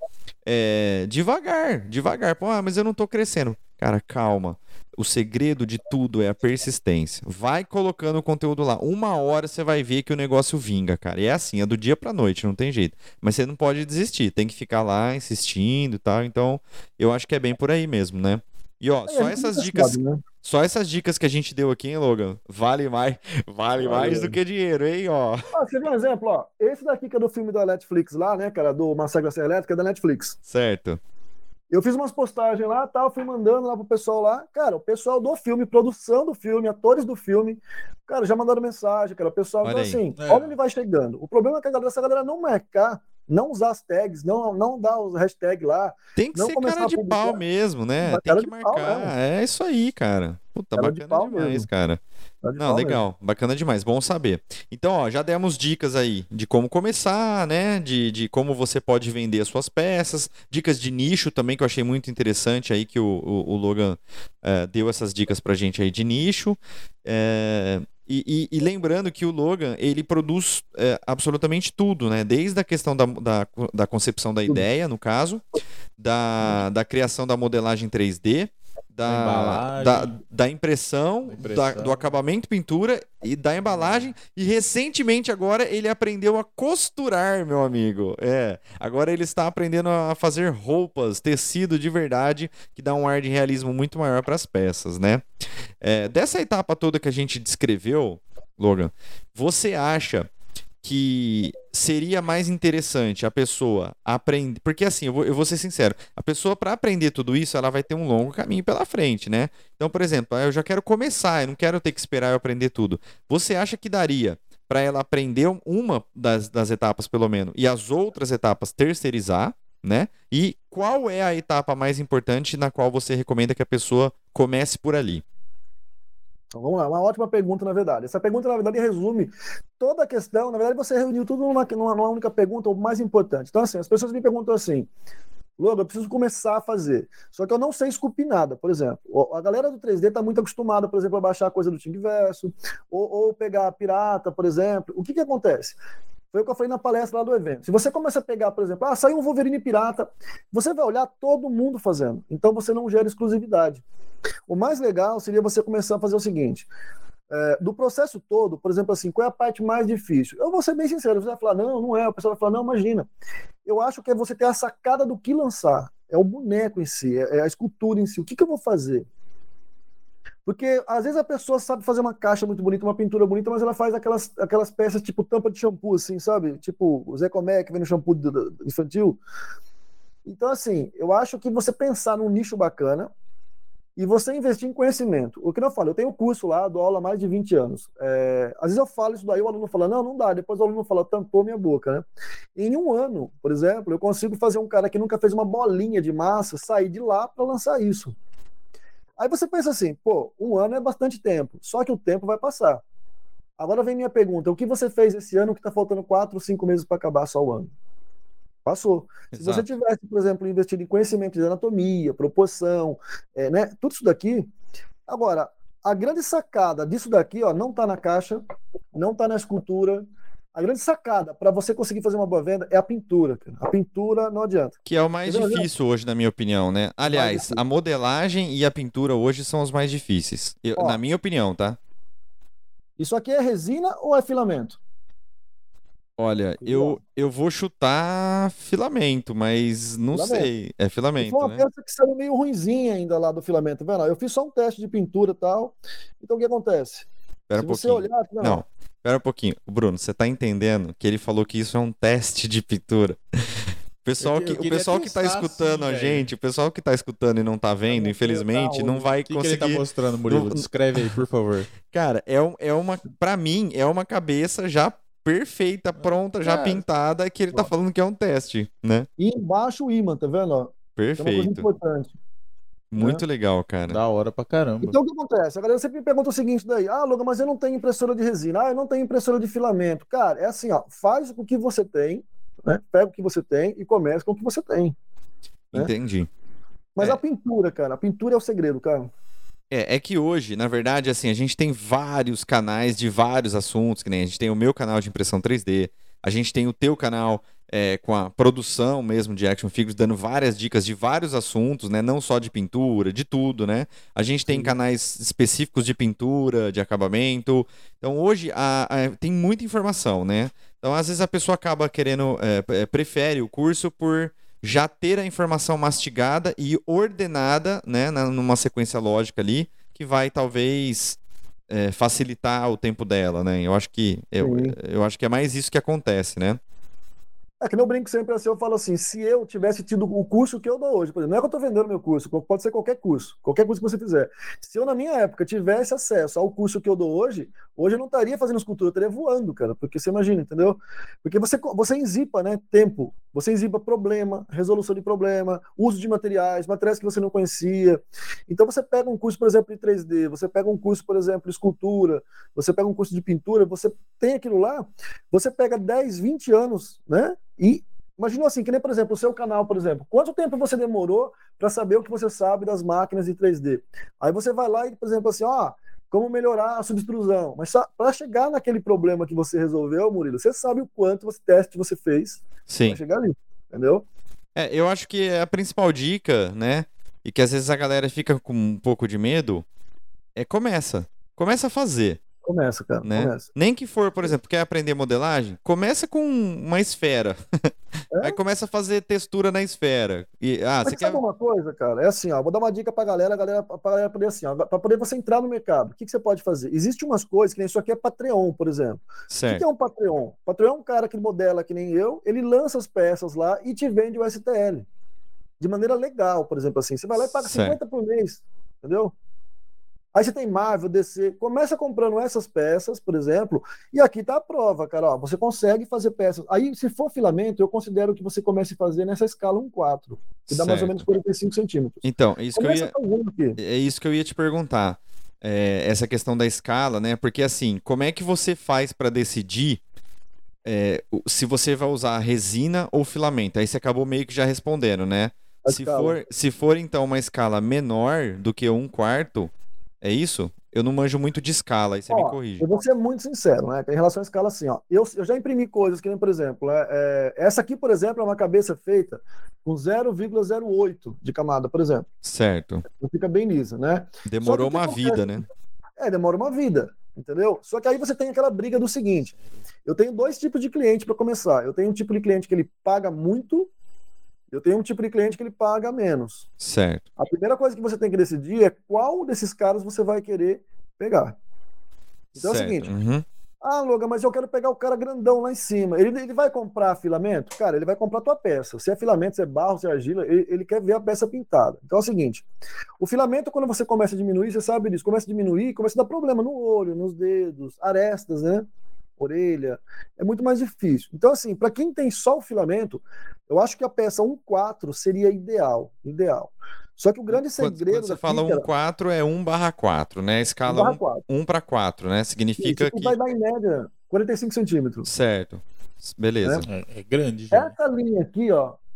S1: devagar, pô, mas eu não tô crescendo. Cara, calma. O segredo de tudo é a persistência. Vai colocando o conteúdo lá. Uma hora você vai ver que o negócio vinga, cara. E é assim, é do dia pra noite, não tem jeito. Mas você não pode desistir, tem que ficar lá insistindo e tal. Então, eu acho que é bem por aí mesmo, né? E ó, só essas dicas,
S3: né?
S1: só essas dicas que a gente deu aqui, hein, Logan? Vale mais do que dinheiro, hein, ó.
S3: Você vê um exemplo, ó. Esse daqui que é do filme da Netflix lá, né, cara, do Massacre da Serra Elétrica, é da Netflix.
S1: Certo.
S3: Eu fiz umas postagens lá, tal, fui mandando lá pro pessoal lá. Cara, o pessoal do filme, produção do filme, atores do filme, cara, já mandaram mensagem, cara. O pessoal, então assim, olha onde vai chegando. O problema é que essa galera não marcar, não usar as tags, não dar os hashtags lá.
S1: Tem que
S3: não
S1: ser
S3: começar
S1: cara de pau mesmo, né? Tem que marcar. É isso aí, cara. Puta, bacana demais, cara. Não, legal, bacana demais, bom saber. Então, ó, já demos dicas aí de como começar, né? De como você pode vender as suas peças, dicas de nicho também, que eu achei muito interessante aí que o Logan deu essas dicas pra gente aí de nicho. E lembrando que o Logan, ele produz absolutamente tudo, né? Desde a questão da concepção da ideia, no caso, da criação da modelagem 3D, da impressão, do acabamento pintura e da embalagem. E recentemente agora ele aprendeu a costurar, meu amigo. Agora ele está aprendendo a fazer roupas, tecido de verdade, que dá um ar de realismo muito maior para as peças, né? Dessa etapa toda que a gente descreveu, Logan, você acha que seria mais interessante a pessoa aprender... Porque assim, eu vou ser sincero, a pessoa para aprender tudo isso, ela vai ter um longo caminho pela frente, né? Então, por exemplo, eu já quero começar, eu não quero ter que esperar eu aprender tudo. Você acha que daria para ela aprender uma das etapas, pelo menos, e as outras etapas terceirizar, né? E qual é a etapa mais importante na qual você recomenda que a pessoa comece por ali?
S3: Então, vamos lá, uma ótima pergunta, na verdade. Essa pergunta, na verdade, resume toda a questão. Na verdade, você reuniu tudo numa única pergunta, o mais importante. Então, assim, as pessoas me perguntam assim, Logan, eu preciso começar a fazer. Só que eu não sei esculpir nada, por exemplo. A galera do 3D está muito acostumada, por exemplo, a baixar coisa do Thingiverso, ou pegar pirata, por exemplo. O que acontece? Foi o que eu falei na palestra lá do evento. Se você começa a pegar, por exemplo, saiu um Wolverine pirata, você vai olhar todo mundo fazendo. Então, você não gera exclusividade. O mais legal seria você começar a fazer o seguinte, do processo todo, por exemplo assim, qual é a parte mais difícil? Eu vou ser bem sincero, você vai falar, não é, o pessoal vai falar, não, imagina. Eu acho que é você ter a sacada do que lançar, é o boneco em si, é a escultura em si, o que eu vou fazer? Porque às vezes a pessoa sabe fazer uma caixa muito bonita, uma pintura bonita, mas ela faz aquelas peças tipo tampa de shampoo, assim, sabe? Tipo o Zé Comé que vem no shampoo infantil. Então assim, eu acho que você pensar num nicho bacana, e você investir em conhecimento. O que eu falo, eu tenho curso lá, dou aula há mais de 20 anos. Às vezes eu falo isso daí, o aluno fala, não dá. Depois o aluno fala, tampou minha boca, né? Em um ano, por exemplo, eu consigo fazer um cara que nunca fez uma bolinha de massa sair de lá para lançar isso. Aí você pensa assim, pô, um ano é bastante tempo, só que o tempo vai passar. Agora vem minha pergunta, o que você fez esse ano que está faltando 4 ou 5 meses para acabar só o ano? Passou. Exato. Se você tivesse, por exemplo, investido em conhecimento de anatomia, proporção, né, tudo isso daqui. Agora, a grande sacada disso daqui, ó, não está na caixa, não está na escultura. A grande sacada para você conseguir fazer uma boa venda é a pintura. A pintura não adianta.
S1: Que é o mais difícil hoje, na minha opinião, né? Aliás, a modelagem e a pintura hoje são os mais difíceis. Na minha opinião, tá?
S3: Isso aqui é resina ou é filamento?
S1: Olha, eu vou chutar filamento, mas não sei. É
S3: Foi
S1: filamento,
S3: uma
S1: né?
S3: peça que saiu meio ruinzinha ainda lá do filamento, tá vendo? Eu fiz só um teste de pintura e tal. Então o que acontece?
S1: Espera um
S3: Se você
S1: pouquinho.
S3: olhar, tá vendo?
S1: Não, espera um pouquinho. Bruno, você tá entendendo que ele falou que isso é um teste de pintura.
S2: Eu
S1: O
S2: queria
S1: pessoal que tá
S2: testar
S1: escutando
S2: assim,
S1: a
S2: velho.
S1: gente, o pessoal que tá escutando e não tá vendo, infelizmente, não vai
S2: O que ele tá
S1: conseguir.
S2: mostrando, Murilo?
S1: não-
S2: Descreve aí, por favor.
S1: Cara, pra mim, é uma cabeça já perfeita, pronta, já
S2: Cara,
S1: pintada, que ele tá
S3: ó.
S1: falando que é um teste, né?
S3: E embaixo o ímã, tá vendo? Ó? Que é uma coisa
S1: Perfeito.
S3: importante.
S1: Muito legal, cara.
S2: da hora pra caramba.
S3: Então o que acontece? A galera sempre me pergunta o seguinte daí: ah, Logan, mas eu não tenho impressora de resina, ah, eu não tenho impressora de filamento. Cara, é assim, ó, faz com o que você tem, né? Pega o que você tem e começa com o que você tem. né?
S1: Entendi.
S3: Mas
S1: É.
S3: a pintura, cara, a pintura é o segredo, cara.
S1: É que hoje, na verdade, assim, a gente tem vários canais de vários assuntos, que nem a gente tem o meu canal de impressão 3D, a gente tem o teu canal com a produção mesmo de action figures, dando várias dicas de vários assuntos, né? Não só de pintura, de tudo, né? A gente tem
S3: Sim.
S1: canais específicos de pintura, de acabamento. Então, hoje tem muita informação, né? Então, às vezes a pessoa acaba querendo, prefere o curso por já ter a informação mastigada e ordenada, né, numa sequência lógica ali, que vai talvez facilitar o tempo dela, né? Eu acho que
S3: Sim.
S1: eu acho que é mais isso que acontece, né?
S3: É que eu brinco sempre assim, eu falo assim, se eu tivesse tido o curso que eu dou hoje, por exemplo, não é que eu estou vendendo meu curso, pode ser qualquer curso que você fizer. Se eu, na minha época, tivesse acesso ao curso que eu dou hoje eu não estaria fazendo escultura, eu estaria voando, cara, porque você imagina, entendeu? Porque você enzipa, né, tempo, você enzipa problema, resolução de problema, uso de materiais que você não conhecia. Então você pega um curso, por exemplo, de 3D, você pega um curso, por exemplo, de escultura, você pega um curso de pintura, você tem aquilo lá, você pega 10, 20 anos, né? E imagina assim, que nem, por exemplo, o seu canal, por exemplo, quanto tempo você demorou para saber o que você sabe das máquinas de 3D? Aí você vai lá e, por exemplo, assim, ó, como melhorar a subextrusão. Mas para chegar naquele problema que você resolveu, Murilo, você sabe o quanto teste você fez
S1: Sim.
S3: para chegar ali, entendeu?
S1: Eu acho que a principal dica, né, e que às vezes a galera fica com um pouco de medo, começa a fazer.
S3: Começa, cara,
S1: né?
S3: começa.
S1: Nem que for, por exemplo, quer aprender modelagem, começa com uma esfera. Aí começa a fazer textura na esfera.
S3: Mas
S1: você
S3: sabe uma coisa, cara? É assim, ó, vou dar uma dica pra galera poder assim, ó, pra poder você entrar no mercado. O que você pode fazer? Existem umas coisas, que nem isso aqui é Patreon, por exemplo.
S1: Certo.
S3: O que é um Patreon? Patreon é um cara que modela que nem eu, ele lança as peças lá e te vende o STL. De maneira legal, por exemplo, assim. Você vai lá e paga 50 por mês, entendeu? Aí você tem Marvel, DC, começa comprando essas peças, por exemplo, e aqui tá a prova, cara, ó, você consegue fazer peças. Aí, se for filamento, eu considero que você comece a fazer nessa escala 1/4, que dá mais ou menos 45 centímetros.
S1: Então, é isso que eu ia te perguntar, essa questão da escala, né? Porque assim, como é que você faz para decidir se você vai usar resina ou filamento? Aí você acabou meio que já respondendo, né? Se for então uma escala menor do que 1/4, é isso? Eu não manjo muito de escala, aí você me corrige.
S3: Eu vou ser muito sincero, né? Em relação à escala, assim, ó. Eu já imprimi coisas que nem, por exemplo, essa aqui, por exemplo, é uma cabeça feita com 0,08 de camada, por exemplo.
S1: Certo.
S3: Fica bem lisa, né?
S1: Demorou uma vida, né?
S3: Demora uma vida, entendeu? Só que aí você tem aquela briga do seguinte: eu tenho dois tipos de cliente para começar. Eu tenho um tipo de cliente que ele paga muito. Eu tenho um tipo de cliente que ele paga menos.
S1: Certo.
S3: A primeira coisa que você tem que decidir é qual desses caras você vai querer pegar. Então
S1: certo.
S3: É o seguinte. Logan, mas eu quero pegar o cara grandão lá em cima. Ele vai comprar filamento? Cara, ele vai comprar a tua peça. Se é filamento, se é barro, se é argila, ele quer ver a peça pintada. Então é o seguinte. O filamento, quando você começa a diminuir, você sabe disso, começa a diminuir, começa a dar problema no olho, nos dedos, arestas, né? Orelha, é muito mais difícil. Então, assim, para quem tem só o filamento, eu acho que a peça 1/4 seria ideal. Só que o grande segredo...
S1: Quando você fala 1/4, é 1/4, né? Escala 1/4, né? Significa que...
S3: vai dar, em média, 45 centímetros.
S1: Certo. Beleza.
S2: É grande já.
S3: Essa linha aqui,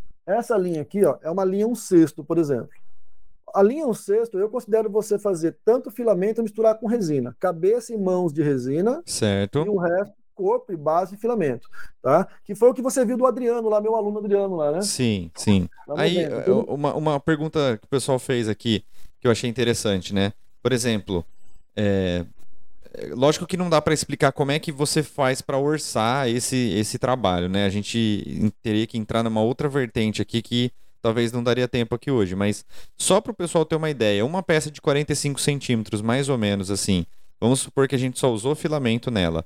S3: ó, é uma linha 1/6, por exemplo. A linha 1/6, eu considero você fazer tanto filamento misturar com resina. Cabeça e mãos de resina.
S1: Certo.
S3: E o resto, corpo e base de filamento. Tá? Que foi o que você viu do Adriano lá, meu aluno Adriano lá, né?
S1: Sim. Aí, uma pergunta que o pessoal fez aqui, que eu achei interessante, né? Por exemplo, lógico que não dá para explicar como é que você faz para orçar esse trabalho, né? A gente teria que entrar numa outra vertente aqui que talvez não daria tempo aqui hoje, mas só para o pessoal ter uma ideia, uma peça de 45 centímetros, mais ou menos assim, vamos supor que a gente só usou filamento nela.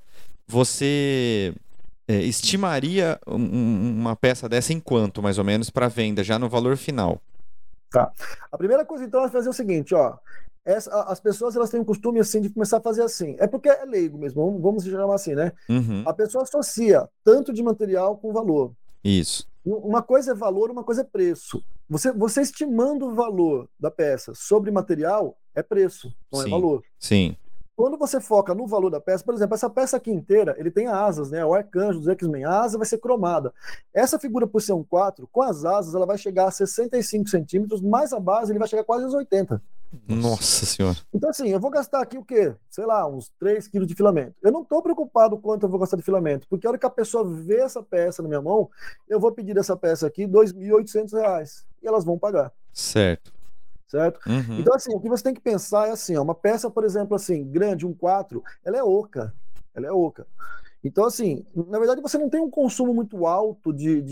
S1: Você estimaria uma peça dessa em quanto, mais ou menos, para venda, já no valor final?
S3: Tá. A primeira coisa, então, é fazer o seguinte, ó. As pessoas, elas têm o costume, assim, de começar a fazer assim. É porque é leigo mesmo, vamos chamar assim, né?
S1: Uhum.
S3: A pessoa associa tanto de material com valor.
S1: Isso.
S3: Uma coisa é valor, uma coisa é preço. Você estimando o valor da peça sobre material, é preço, não é valor.
S1: Sim.
S3: Quando você foca no valor da peça, por exemplo, essa peça aqui inteira, ele tem asas, né? O Arcanjo dos X-Men, a asa vai ser cromada. Essa figura, por ser um 4, com as asas, ela vai chegar a 65 centímetros, mais a base, ele vai chegar quase aos 80.
S1: Nossa Senhora.
S3: Então, assim, eu vou gastar aqui o quê? Sei lá, uns 3 quilos de filamento. Eu não estou preocupado quanto eu vou gastar de filamento, porque a hora que a pessoa vê essa peça na minha mão, eu vou pedir essa peça aqui R$2.800 e elas vão pagar.
S1: Certo.
S3: Certo?
S1: Uhum.
S3: Então, assim, o que você tem que pensar é assim, ó, uma peça, por exemplo, assim, grande, um 4, ela é oca. Ela é oca. Então, assim, na verdade, você não tem um consumo muito alto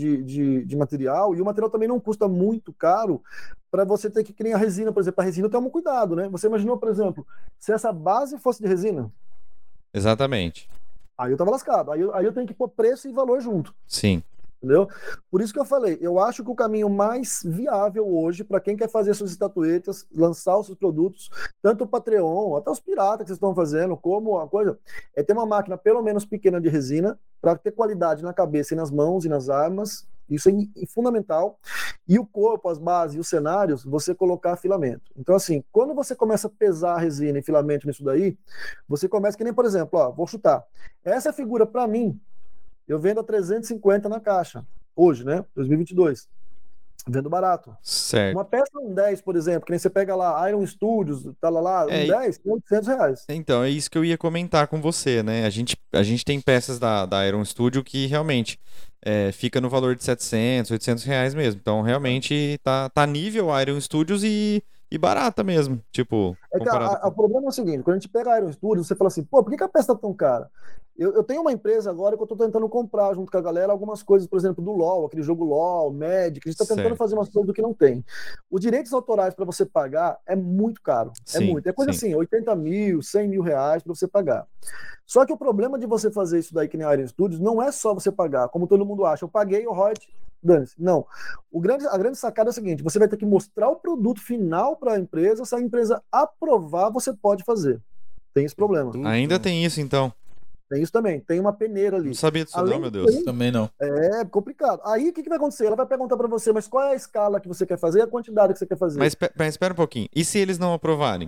S3: de material, e o material também não custa muito caro para você ter que criar resina, por exemplo. A resina tem um cuidado, né? Você imaginou, por exemplo, se essa base fosse de resina?
S1: Exatamente.
S3: Aí eu tava lascado. Aí eu tenho que pôr preço e valor junto.
S1: Sim.
S3: Entendeu? Por isso que eu falei, eu acho que o caminho mais viável hoje, para quem quer fazer suas estatuetas, lançar os seus produtos, tanto o Patreon, até os piratas que vocês estão fazendo, como a coisa, é ter uma máquina pelo menos pequena de resina, para ter qualidade na cabeça e nas mãos e nas armas. Isso é fundamental. E o corpo, as bases e os cenários, você colocar filamento. Então, assim, quando você começa a pesar a resina e filamento nisso daí, você começa que nem, por exemplo, ó, vou chutar. Essa figura, para mim, eu vendo a 350 na caixa, hoje, né? 2022. Vendo barato.
S1: Certo.
S3: Uma peça 1.10, por exemplo, que nem você pega lá, Iron Studios, tá lá, 1.10, R$800.
S1: Então, é isso que eu ia comentar com você, né? A gente tem peças da Iron Studio que realmente fica no valor de R$700, R$800 mesmo. Então, realmente, tá nível Iron Studios e barata mesmo. Tipo,
S3: o problema é o seguinte, quando a gente pega a Iron Studios, você fala assim, pô, por que a peça tá tão cara? Eu tenho uma empresa agora que eu tô tentando comprar junto com a galera algumas coisas, por exemplo, do LoL, aquele jogo LoL, Magic, a gente tá tentando fazer umas coisas do que não tem. Os direitos autorais para você pagar é muito caro.
S1: Sim,
S3: muito. É coisa assim, 80 mil, 100 mil reais para você pagar. Só que o problema de você fazer isso daí que nem a Iron Studios não é só você pagar, como todo mundo acha. Eu paguei o royalty, dane-se. Não. A grande sacada é a seguinte, você vai ter que mostrar o produto final para a empresa, se a empresa aprovar, você pode fazer. Tem esse problema.
S1: Ainda tem isso, então?
S3: Tem isso também, tem uma peneira ali.
S1: Não sabia disso não, meu Deus.
S2: Também não.
S3: É complicado. Aí o que vai acontecer? Ela vai perguntar para você, mas qual é a escala que você quer fazer e a quantidade que você quer fazer?
S1: Mas espera um pouquinho. E se eles não aprovarem?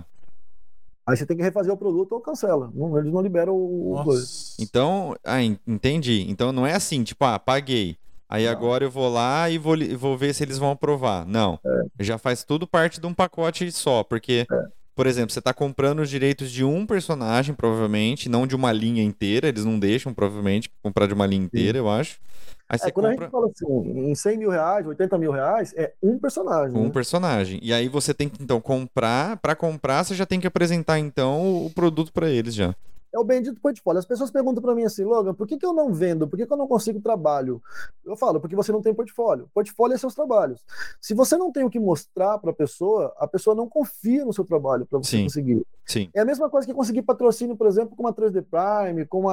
S3: Aí você tem que refazer o produto ou cancela. Não, eles não liberam o coisa.
S1: Então, entendi. Então não é assim, tipo, paguei. Aí agora eu vou lá e vou ver se eles vão aprovar. Não. Já faz tudo parte de um pacote só, porque... Por exemplo, você está comprando os direitos de um personagem, provavelmente, não de uma linha inteira. Eles não deixam, provavelmente, comprar de uma linha inteira, eu acho. Aí você
S3: quando a gente fala assim, em 100 mil reais, 80 mil reais, é um personagem.
S1: Um personagem. E aí você tem que, então, comprar. Para comprar, você já tem que apresentar, então, o produto para eles já.
S3: É o bendito portfólio. As pessoas perguntam para mim assim, Logan, por que eu não vendo? Por que eu não consigo trabalho? Eu falo, porque você não tem portfólio. Portfólio é seus trabalhos. Se você não tem o que mostrar para a pessoa não confia no seu trabalho para você conseguir.
S1: Sim.
S3: É a mesma coisa que conseguir patrocínio, por exemplo, com uma 3D Prime, com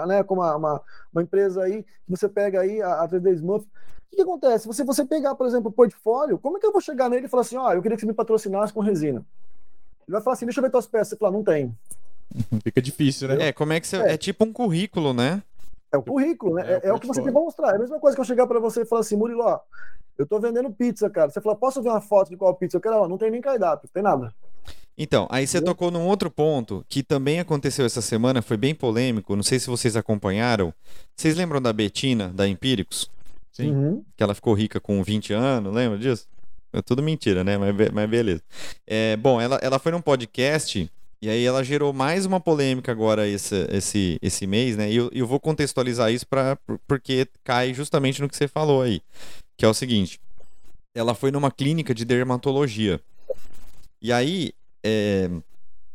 S3: uma empresa aí, que você pega aí a 3D Smurf. O que acontece? Se você pegar, por exemplo, o portfólio, como é que eu vou chegar nele e falar assim, eu queria que você me patrocinasse com resina? Ele vai falar assim, deixa eu ver tuas peças. Você fala, não tem.
S2: Fica difícil, né?
S1: Como é que você... É tipo um currículo, né?
S3: É o currículo, né? É o que você tem que mostrar. É a mesma coisa que eu chegar pra você e falar assim, Murilo, eu tô vendendo pizza, cara. Você fala, posso ver uma foto de qual pizza eu quero? Não tem nem cardápio, não tem nada.
S1: Então, aí você tocou num outro ponto que também aconteceu essa semana, foi bem polêmico, não sei se vocês acompanharam. Vocês lembram da Betina, da Empíricos?
S2: Sim.
S3: Uhum.
S1: Que ela ficou rica com 20 anos, lembra disso? É tudo mentira, né? Mas beleza. Bom, ela foi num podcast... E aí ela gerou mais uma polêmica agora esse mês, né? E eu vou contextualizar isso porque cai justamente no que você falou aí. Que é o seguinte. Ela foi numa clínica de dermatologia. E aí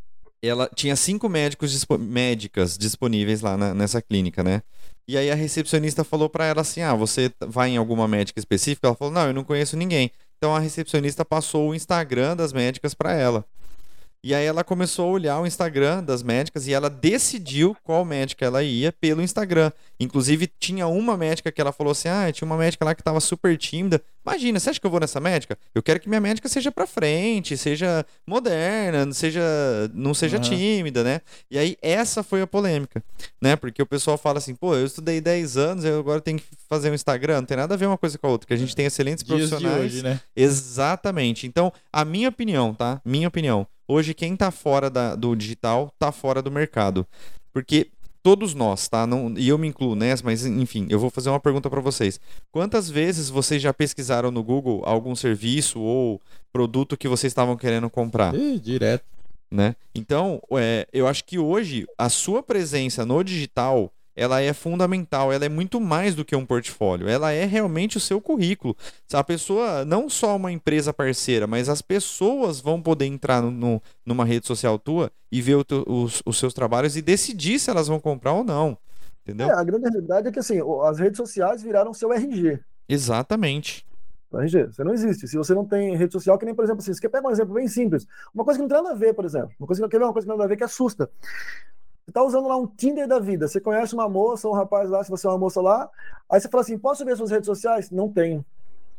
S1: ela tinha 5 médicas disponíveis lá nessa clínica, né? E aí a recepcionista falou pra ela assim, você vai em alguma médica específica? Ela falou, não, eu não conheço ninguém. Então a recepcionista passou o Instagram das médicas pra ela. E aí ela começou a olhar o Instagram das médicas e ela decidiu qual médica ela ia pelo Instagram. Inclusive, tinha uma médica que ela falou assim, tinha uma médica lá que tava super tímida. Imagina, você acha que eu vou nessa médica? Eu quero que minha médica seja pra frente, seja moderna, não seja tímida, né? E aí, essa foi a polêmica, né? Porque o pessoal fala assim, pô, eu estudei 10 anos, eu agora tenho que fazer um Instagram. Não tem nada a ver uma coisa com a outra, que a gente tem excelentes profissionais.
S2: Dias de hoje, né?
S1: Exatamente. Então, a minha opinião, tá? Minha opinião. Hoje, quem tá fora do digital, tá fora do mercado. Porque todos nós, tá? Não, e eu me incluo nessa, mas enfim, eu vou fazer uma pergunta para vocês. Quantas vezes vocês já pesquisaram no Google algum serviço ou produto que vocês estavam querendo comprar?
S2: Direto.
S1: Né? Então, eu acho que hoje a sua presença no digital ela é fundamental, ela é muito mais do que um portfólio, ela é realmente o seu currículo. A pessoa, não só uma empresa parceira, mas as pessoas vão poder entrar numa rede social tua e ver os seus trabalhos e decidir se elas vão comprar ou não, entendeu?
S3: A grande realidade é que assim, as redes sociais viraram seu RG.
S1: Exatamente.
S3: RG, você não existe. Se você não tem rede social, que nem, por exemplo, assim, você quer pegar um exemplo bem simples, uma coisa que não tem nada a ver, por exemplo, uma coisa que não tem nada a ver que assusta. Você tá usando lá um Tinder da vida, você conhece uma moça, um rapaz lá, se você é uma moça lá, aí você fala assim, posso ver suas redes sociais? Não tenho.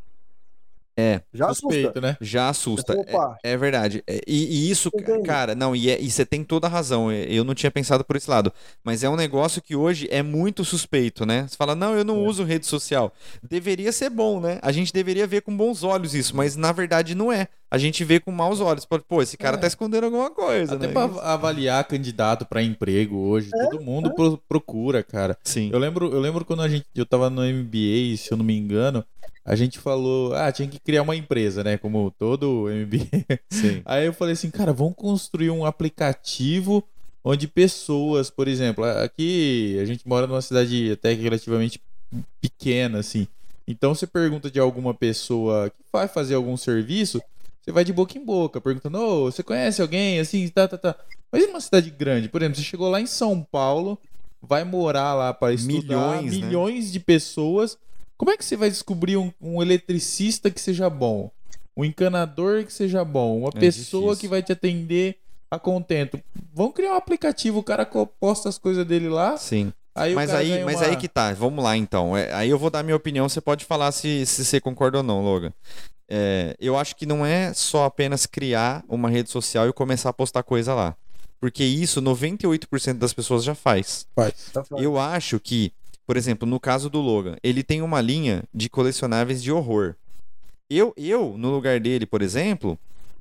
S3: Já
S2: suspeito,
S3: assusta,
S2: né?
S1: Já assusta. É verdade. E isso, cara, não, e você tem toda a razão. Eu não tinha pensado por esse lado. Mas é um negócio que hoje é muito suspeito, né? Você fala, não, eu não uso rede social. Deveria ser bom, né? A gente deveria ver com bons olhos isso, mas na verdade não é. A gente vê com maus olhos. Pô, esse cara tá escondendo alguma coisa,
S2: Até
S1: né?
S2: pra avaliar candidato pra emprego hoje, todo mundo procura, cara.
S1: Sim.
S2: Eu lembro quando eu tava no MBA, se eu não me engano, a gente falou, tinha que criar uma empresa, né? Como todo MBA.
S1: Sim.
S2: Aí eu falei assim, cara, vamos construir um aplicativo onde pessoas, por exemplo, aqui a gente mora numa cidade até que relativamente pequena, assim. Então você pergunta de alguma pessoa que vai fazer algum serviço, você vai de boca em boca, perguntando, você conhece alguém, assim, tá. Mas em uma cidade grande, por exemplo, você chegou lá em São Paulo, vai morar lá para estudar, milhões de pessoas. Como é que você vai descobrir um eletricista que seja bom? Um encanador que seja bom? Uma pessoa que vai te atender a contento? Vamos criar um aplicativo, o cara posta as coisas dele lá.
S1: Sim. Mas aí que tá, vamos lá então. Aí eu vou dar minha opinião, você pode falar se você concorda ou não, Logan. Eu acho que não é só apenas criar uma rede social e começar a postar coisa lá. Porque isso 98% das pessoas já faz. Eu acho que, por exemplo, no caso do Logan, ele tem uma linha de colecionáveis de horror. Eu no lugar dele, por exemplo,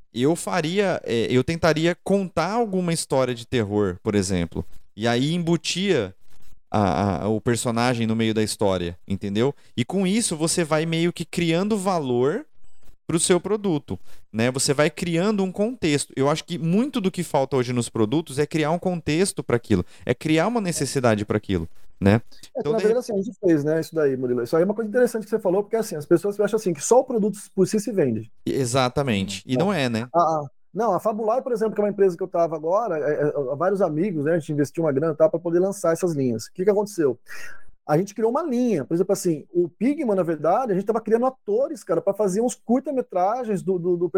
S1: eu tentaria contar alguma história de terror, por exemplo. E aí embutia o personagem no meio da história, entendeu? E com isso você vai meio que criando valor para o seu produto, né? Você vai criando um contexto. Eu acho que muito do que falta hoje nos produtos é criar um contexto para aquilo, é criar uma necessidade para aquilo, né?
S3: Então, na verdade, assim, a gente fez, né, isso daí, Murilo. Isso aí é uma coisa interessante que você falou, porque assim, as pessoas acham assim, que só o produto por si se vende.
S1: Exatamente. E não é, né?
S3: Não, a Fabular, por exemplo, que é uma empresa que eu estava agora, vários amigos, né, a gente investiu uma grana para poder lançar essas linhas. O que aconteceu? A gente criou uma linha, por exemplo, assim, o Pigman, na verdade, a gente estava criando atores, cara, para fazer uns curta-metragens do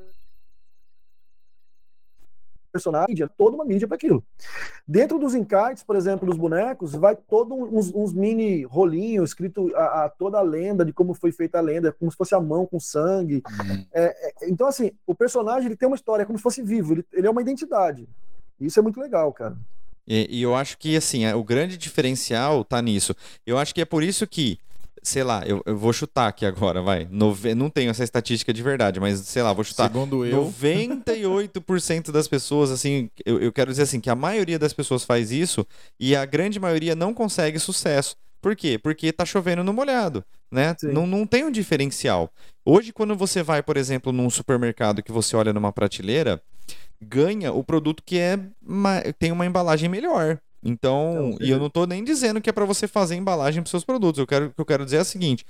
S3: personagem, toda uma mídia para aquilo. Dentro dos encartes, por exemplo, dos bonecos, vai todos uns mini rolinhos escrito toda a lenda de como foi feita a lenda, como se fosse a mão com sangue. Então, assim, o personagem ele tem uma história, como se fosse vivo, ele é uma identidade. Isso é muito legal, cara.
S1: E eu acho que, assim, o grande diferencial tá nisso. Eu acho que é por isso que, sei lá, eu vou chutar aqui agora, vai. Não tenho essa estatística de verdade, mas, sei lá, vou chutar.
S2: Segundo eu.
S1: 98% das pessoas, assim, eu quero dizer assim, que a maioria das pessoas faz isso e a grande maioria não consegue sucesso. Por quê? Porque tá chovendo no molhado, né? Não tem um diferencial. Hoje, quando você vai, por exemplo, num supermercado que você olha numa prateleira, ganha o produto que tem uma embalagem melhor. Então, e eu não estou nem dizendo que é para você fazer embalagem para seus produtos. O que eu quero dizer é o seguinte: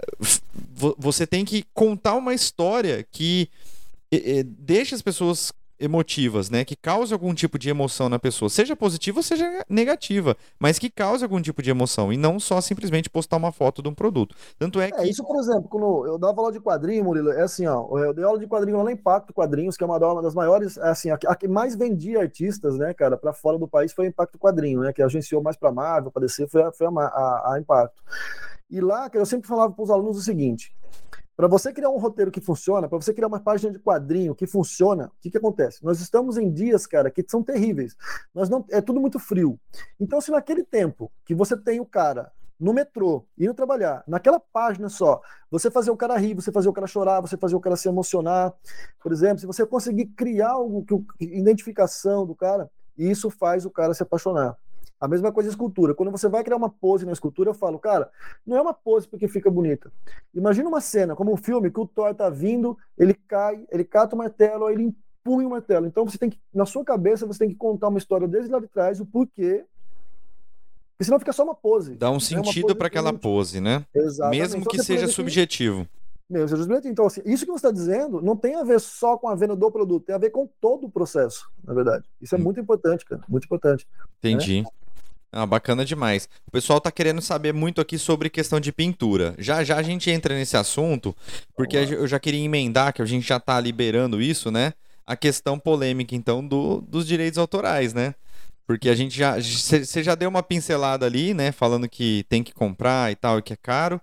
S1: você tem que contar uma história que deixe as pessoas emotivas, né? Que cause algum tipo de emoção na pessoa, seja positiva ou seja negativa, mas que cause algum tipo de emoção e não só simplesmente postar uma foto de um produto. Tanto é que
S3: Isso, por exemplo, quando eu dava aula de quadrinho, Murilo, é assim, ó, eu dei aula de quadrinho lá na Impacto Quadrinhos, que é uma das maiores, assim, a que mais vendia artistas, né, cara, para fora do país foi a Impacto Quadrinho, né, que agenciou mais para Marvel, para DC, foi a Impacto. E lá, cara, eu sempre falava para os alunos o seguinte: para você criar um roteiro que funciona, para você criar uma página de quadrinho que funciona, o que acontece? Nós estamos em dias, cara, que são terríveis. É tudo muito frio. Então, se naquele tempo que você tem o cara no metrô, indo trabalhar, naquela página só, você fazer o cara rir, você fazer o cara chorar, você fazer o cara se emocionar, por exemplo, se você conseguir criar algo, identificação do cara, isso faz o cara se apaixonar. A mesma coisa em escultura. Quando você vai criar uma pose na escultura, eu falo, cara, não é uma pose porque fica bonita. Imagina uma cena, como um filme, que o Thor tá vindo, ele cai, ele cata o martelo, ele empunha o martelo. Então você tem que, na sua cabeça, você tem que contar uma história desde lá de trás, o porquê. Porque senão fica só uma pose.
S1: Dá um sentido para aquela pose, né?
S3: Exatamente.
S1: Mesmo
S3: Então,
S1: que seja subjetivo.
S3: Então, assim, isso que você está dizendo não tem a ver só com a venda do produto, tem a ver com todo o processo, na verdade. Isso é muito importante, cara. Muito importante.
S1: Entendi. Né? Ah, bacana demais. O pessoal tá querendo saber muito aqui sobre questão de pintura. Já já a gente entra nesse assunto, porque eu já queria emendar, que a gente já tá liberando isso, né? A questão polêmica, então, dos direitos autorais, né? Porque a gente você já deu uma pincelada ali, né? Falando que tem que comprar e tal, e que é caro.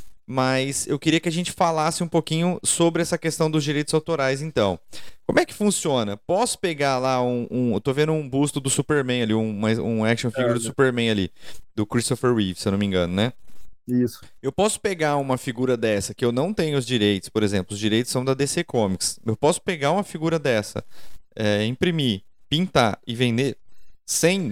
S1: Mas eu queria que a gente falasse um pouquinho sobre essa questão dos direitos autorais, então. Como é que funciona? Posso pegar lá eu tô vendo um busto do Superman ali, um action figure do Superman ali, do Christopher Reeve, se eu não me engano, né?
S3: Isso.
S1: Eu posso pegar uma figura dessa, que eu não tenho os direitos, por exemplo, os direitos são da DC Comics. Eu posso pegar uma figura dessa, imprimir, pintar e vender sem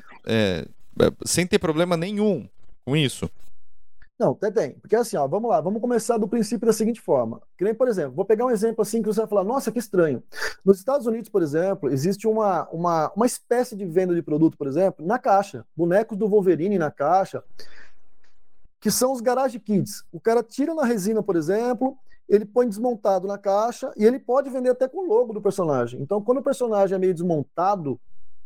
S1: ter problema nenhum com isso?
S3: Não, tem. Porque assim, ó, vamos lá, vamos começar do princípio da seguinte forma. Que nem, por exemplo, vou pegar um exemplo assim que você vai falar, nossa, que estranho. Nos Estados Unidos, por exemplo, existe uma espécie de venda de produto, por exemplo, na caixa. Bonecos do Wolverine na caixa, que são os Garage Kids. O cara tira na resina, por exemplo, ele põe desmontado na caixa e ele pode vender até com o logo do personagem. Então, quando o personagem é meio desmontado,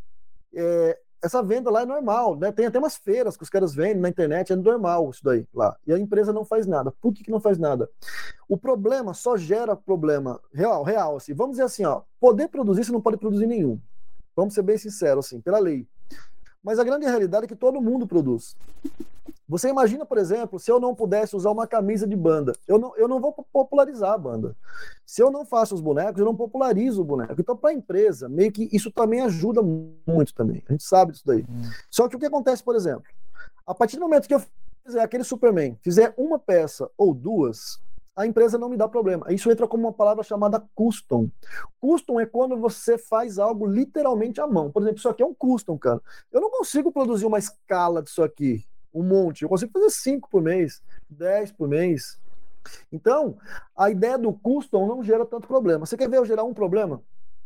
S3: essa venda lá é normal, né? Tem até umas feiras que os caras vendem na internet, é normal isso daí lá. E a empresa não faz nada. Por que não faz nada? O problema só gera problema real, assim. Vamos dizer assim, ó, poder produzir, você não pode produzir nenhum. Vamos ser bem sinceros, assim, pela lei. Mas a grande realidade é que todo mundo produz. Você imagina, por exemplo, se eu não pudesse usar uma camisa de banda, eu não vou popularizar a banda. Se eu não faço os bonecos, eu não popularizo o boneco. Então, para a empresa, meio que isso também ajuda muito também. A gente sabe disso daí. Só que o que acontece, por exemplo, a partir do momento que eu fizer aquele Superman, fizer uma peça ou duas, a empresa não me dá problema. Isso entra como uma palavra chamada custom. Custom é quando você faz algo literalmente à mão. Por exemplo, isso aqui é um custom, cara. Eu não consigo produzir uma escala disso aqui. Um monte. Eu consigo fazer 5 por mês, 10 por mês. Então, a ideia do custom não gera tanto problema. Você quer ver eu gerar um problema?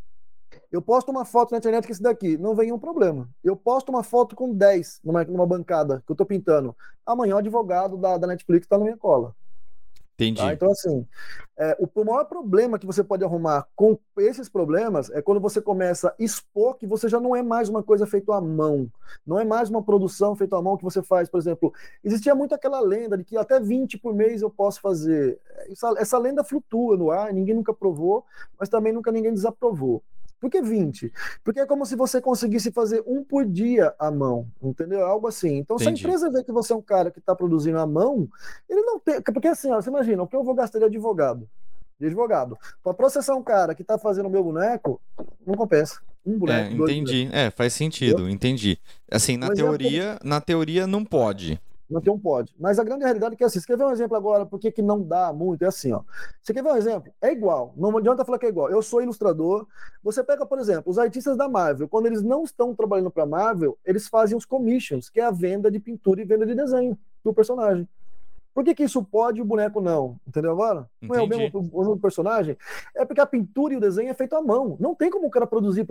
S3: Eu posto uma foto na internet que esse daqui, não vem um problema. Eu posto uma foto com 10 numa bancada que eu tô pintando. Amanhã o advogado da Netflix tá na minha cola.
S1: Entendi.
S3: Tá? Então, assim, o maior problema que você pode arrumar com esses problemas é quando você começa a expor que você já não é mais uma coisa feita à mão. Não é mais uma produção feita à mão que você faz. Por exemplo, existia muito aquela lenda de que até 20 por mês eu posso fazer. Essa lenda flutua no ar, ninguém nunca provou, mas também nunca ninguém desaprovou. Por que 20? Porque é como se você conseguisse fazer um por dia à mão, entendeu? Algo assim. Então,
S1: Entendi.
S3: Se a empresa vê que você é um cara que está produzindo à mão, ele não tem... Porque assim, ó, você imagina, o que eu vou gastar de advogado? Para processar um cara que está fazendo o meu boneco, não compensa. Um boneco,
S1: entendi. Faz sentido, entendi. Assim, na teoria não pode.
S3: Não pode. Mas a grande realidade é que assim, você quer ver um exemplo agora, por que não dá muito? É assim, ó. Você quer ver um exemplo? É igual. Não adianta falar que é igual. Eu sou ilustrador. Você pega, por exemplo, os artistas da Marvel. Quando eles não estão trabalhando para Marvel, eles fazem os commissions, que é a venda de pintura e venda de desenho do personagem. Por que isso pode e o boneco não? Entendeu agora? Não é o mesmo personagem? É porque a pintura e o desenho é feito à mão. Não tem como o cara produzir.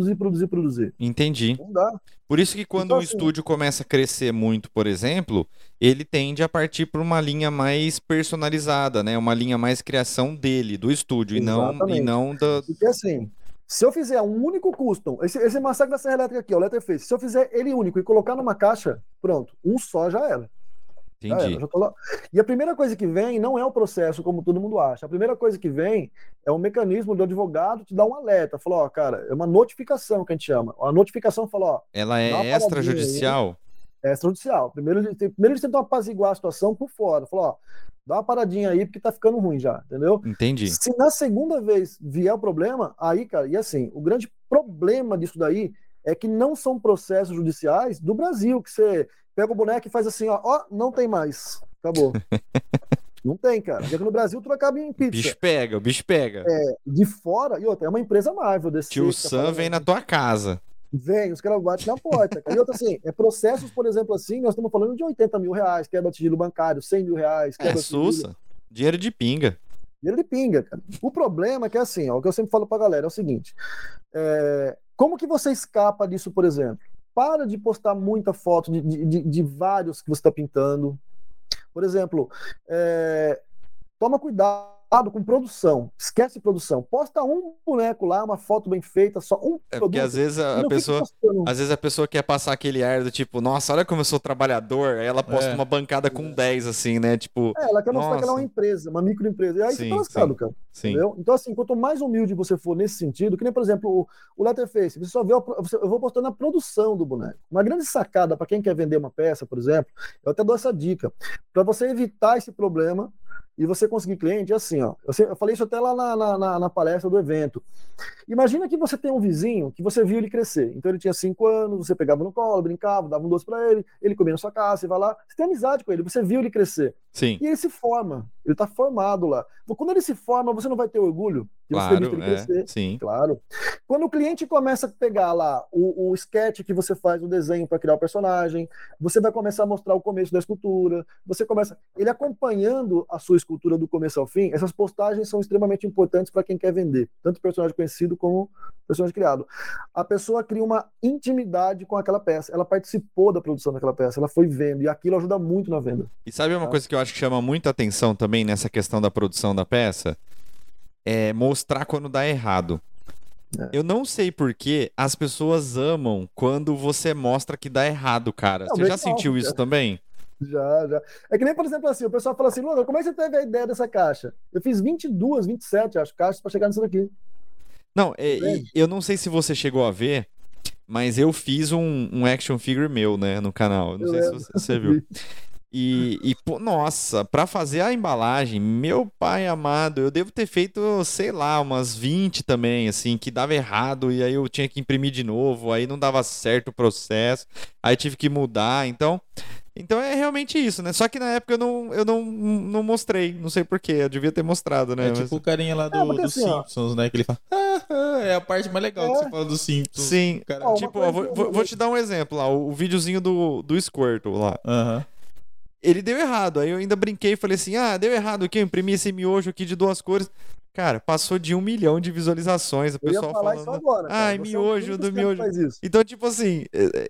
S1: Entendi.
S3: Não dá.
S1: Por isso que quando o estúdio começa a crescer muito, por exemplo, ele tende a partir para uma linha mais personalizada, né? Uma linha mais criação dele, do estúdio, e não da...
S3: Porque assim, Se eu fizer um único custom, esse massacre da Serra Elétrica aqui, ó, o Letterface, se eu fizer ele único e colocar numa caixa, pronto, um só já era.
S1: Entendi.
S3: Já tô lá. E a primeira coisa que vem não é o processo, como todo mundo acha. A primeira coisa que vem é um mecanismo do advogado te dar um alerta. Falou, ó, cara, é uma notificação que a gente chama. A notificação fala, ó...
S1: Ela é extrajudicial?
S3: É extrajudicial. Primeiro eles tentam apaziguar a situação por fora. Falou, ó, dá uma paradinha aí porque tá ficando ruim já, entendeu?
S1: Entendi.
S3: Se na segunda vez vier o problema, aí, cara, e assim, o grande problema disso daí é que não são processos judiciais do Brasil, que você pega o boneco e faz assim, ó, não tem mais, acabou. Não tem, cara. Já que no Brasil tudo acaba em pizza.
S1: O bicho pega.
S3: De fora, e outra, é uma empresa Marvel.
S1: Tio Sam vem na tua casa.
S3: Vem, os caras batem na porta. Cara. E outra, assim, processos, por exemplo, assim, nós estamos falando de 80 mil reais, quebra de sigilo bancário, 100 mil reais, quebra de sigilo.
S1: Sussa. Dinheiro de pinga.
S3: Dinheiro de pinga, cara. O problema é que, assim, ó, o que eu sempre falo pra galera é o seguinte, como que você escapa disso, por exemplo? Para de postar muita foto de vários que você está pintando. Por exemplo, toma cuidado com produção. Esquece produção. Posta um boneco lá, uma foto bem feita, só um produto.
S1: Porque às vezes a pessoa quer passar aquele ar do tipo, nossa, olha como eu sou trabalhador. Aí ela posta uma bancada com 10, assim, né? Tipo,
S3: ela quer mostrar que ela é uma empresa, uma microempresa. E aí você tá lascado, cara.
S1: Sim.
S3: Entendeu? Então, assim, quanto mais humilde você for nesse sentido, que nem, por exemplo, o Letterface, você só vê, eu vou postando a produção do boneco. Uma grande sacada para quem quer vender uma peça, por exemplo, eu até dou essa dica. Para você evitar esse problema e você conseguir cliente, é assim, ó. Eu falei isso até lá na palestra do evento. Imagina que você tem um vizinho que você viu ele crescer. Então ele tinha 5 anos, você pegava no colo, brincava, dava um doce para ele comia na sua casa, você vai lá, você tem amizade com ele, você viu ele crescer.
S1: Sim.
S3: E ele se forma, ele tá formado lá. Quando ele se forma, você não vai ter orgulho de você ter visto ele crescer.
S1: Sim.
S3: Claro. Quando o cliente começa a pegar lá o sketch que você faz, o desenho para criar o personagem, você vai começar a mostrar o começo da escultura, ele acompanhando a sua escultura do começo ao fim, essas postagens são extremamente importantes para quem quer vender, tanto personagem conhecido como personagem criado. A pessoa cria uma intimidade com aquela peça, ela participou da produção daquela peça, ela foi vendo, e aquilo ajuda muito na venda.
S1: E sabe uma coisa que eu acho que chama muita atenção também nessa questão da produção da peça? É mostrar quando dá errado. Eu não sei por que as pessoas amam quando você mostra que dá errado, cara. Você já sentiu isso também?
S3: Já. É que nem, por exemplo, assim, o pessoal fala assim, Lucas, como é que você teve a ideia dessa caixa? Eu fiz 22, 27, acho, caixas para chegar nisso daqui.
S1: Não, eu não sei se você chegou a ver, mas eu fiz um action figure meu, né, no canal. Não sei se você viu. E pô, nossa, pra fazer a embalagem, meu pai amado, eu devo ter feito, sei lá, umas 20 também, assim, que dava errado, e aí eu tinha que imprimir de novo, aí não dava certo o processo, aí tive que mudar, então é realmente isso, né? Só que na época eu não mostrei, não sei porquê, eu devia ter mostrado, né?
S2: É tipo o carinha lá do
S3: assim,
S2: Simpsons, né? Que ele fala, é a parte mais legal que você fala do Simpsons.
S1: Sim, cara, tipo, vou te dar um exemplo lá, o videozinho do Squirtle lá. Ele deu errado, aí eu ainda brinquei e falei assim, deu errado aqui, eu imprimi esse miojo aqui de 2 cores. Cara, passou de 1 milhão de visualizações, o pessoal falando,
S3: isso agora, cara.
S1: miojo do miojo. Então, tipo assim,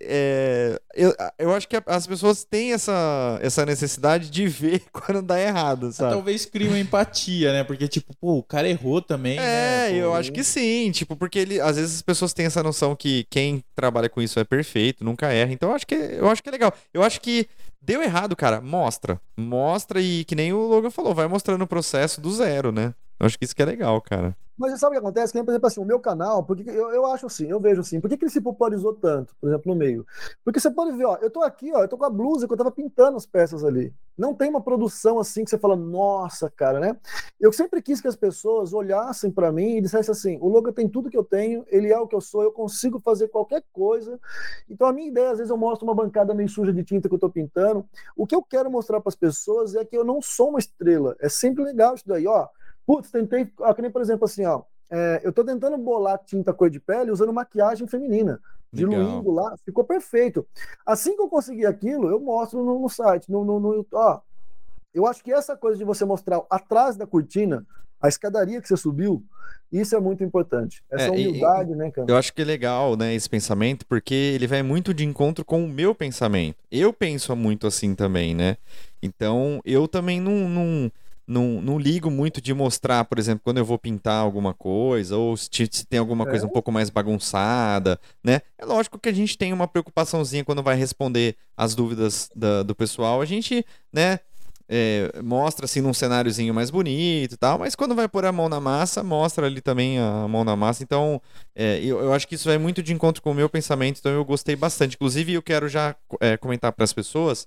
S1: eu acho que as pessoas têm essa necessidade de ver quando dá errado, sabe?
S2: Talvez crie uma empatia, né? Porque, tipo, pô, o cara errou também, né?
S1: Eu acho que sim, tipo, porque às vezes as pessoas têm essa noção que quem trabalha com isso é perfeito, nunca erra. Então, eu acho que é legal. Eu acho que deu errado, cara, mostra e que nem o Logan falou, vai mostrando o processo do zero, né? Eu acho que isso que é legal, cara.
S3: Mas você sabe o que acontece? Que, por exemplo, assim, o meu canal, porque eu acho assim, eu vejo assim, por que ele se popularizou tanto, por exemplo, no meio? Porque você pode ver, ó, eu tô aqui, ó, eu tô com a blusa que eu tava pintando as peças ali. Não tem uma produção assim que você fala, nossa, cara, né? Eu sempre quis que as pessoas olhassem pra mim e dissessem assim, o Logan tem tudo que eu tenho, ele é o que eu sou, eu consigo fazer qualquer coisa. Então a minha ideia, às vezes eu mostro uma bancada meio suja de tinta que eu tô pintando. O que eu quero mostrar pras pessoas é que eu não sou uma estrela. É sempre legal isso daí, ó. Putz, tentei, que nem, por exemplo, assim, ó, eu tô tentando bolar tinta cor de pele usando maquiagem feminina, diluindo lá, ficou perfeito. Assim que eu conseguir aquilo, eu mostro no site, no ó. Eu acho que essa coisa de você mostrar atrás da cortina, a escadaria que você subiu, isso é muito importante. Essa humildade, né, cara?
S1: Eu acho que é legal, né, esse pensamento, porque ele vai muito de encontro com o meu pensamento. Eu penso muito assim também, né? Então, eu também não não ligo muito de mostrar, por exemplo, quando eu vou pintar alguma coisa, ou se tem alguma coisa um pouco mais bagunçada, né? É lógico que a gente tem uma preocupaçãozinha quando vai responder as dúvidas do pessoal, a gente, né, mostra assim num cenáriozinho mais bonito e tal, mas quando vai pôr a mão na massa, mostra ali também a mão na massa. Então, eu acho que isso vai muito de encontro com o meu pensamento, então eu gostei bastante. Inclusive, eu quero já comentar para as pessoas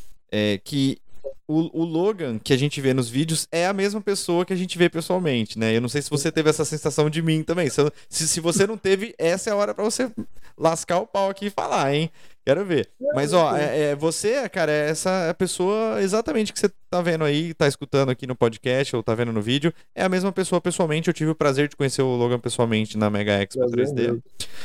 S1: que o Logan que a gente vê nos vídeos é a mesma pessoa que a gente vê pessoalmente, né? Eu não sei se você teve essa sensação de mim também. Se você não teve, essa é a hora pra você lascar o pau aqui e falar, hein? Quero ver. Mas, ó, você, cara, é essa pessoa exatamente que você tá vendo aí, tá escutando aqui no podcast ou tá vendo no vídeo, é a mesma pessoa pessoalmente. Eu tive o prazer de conhecer o Logan pessoalmente na Mega Expo 3D.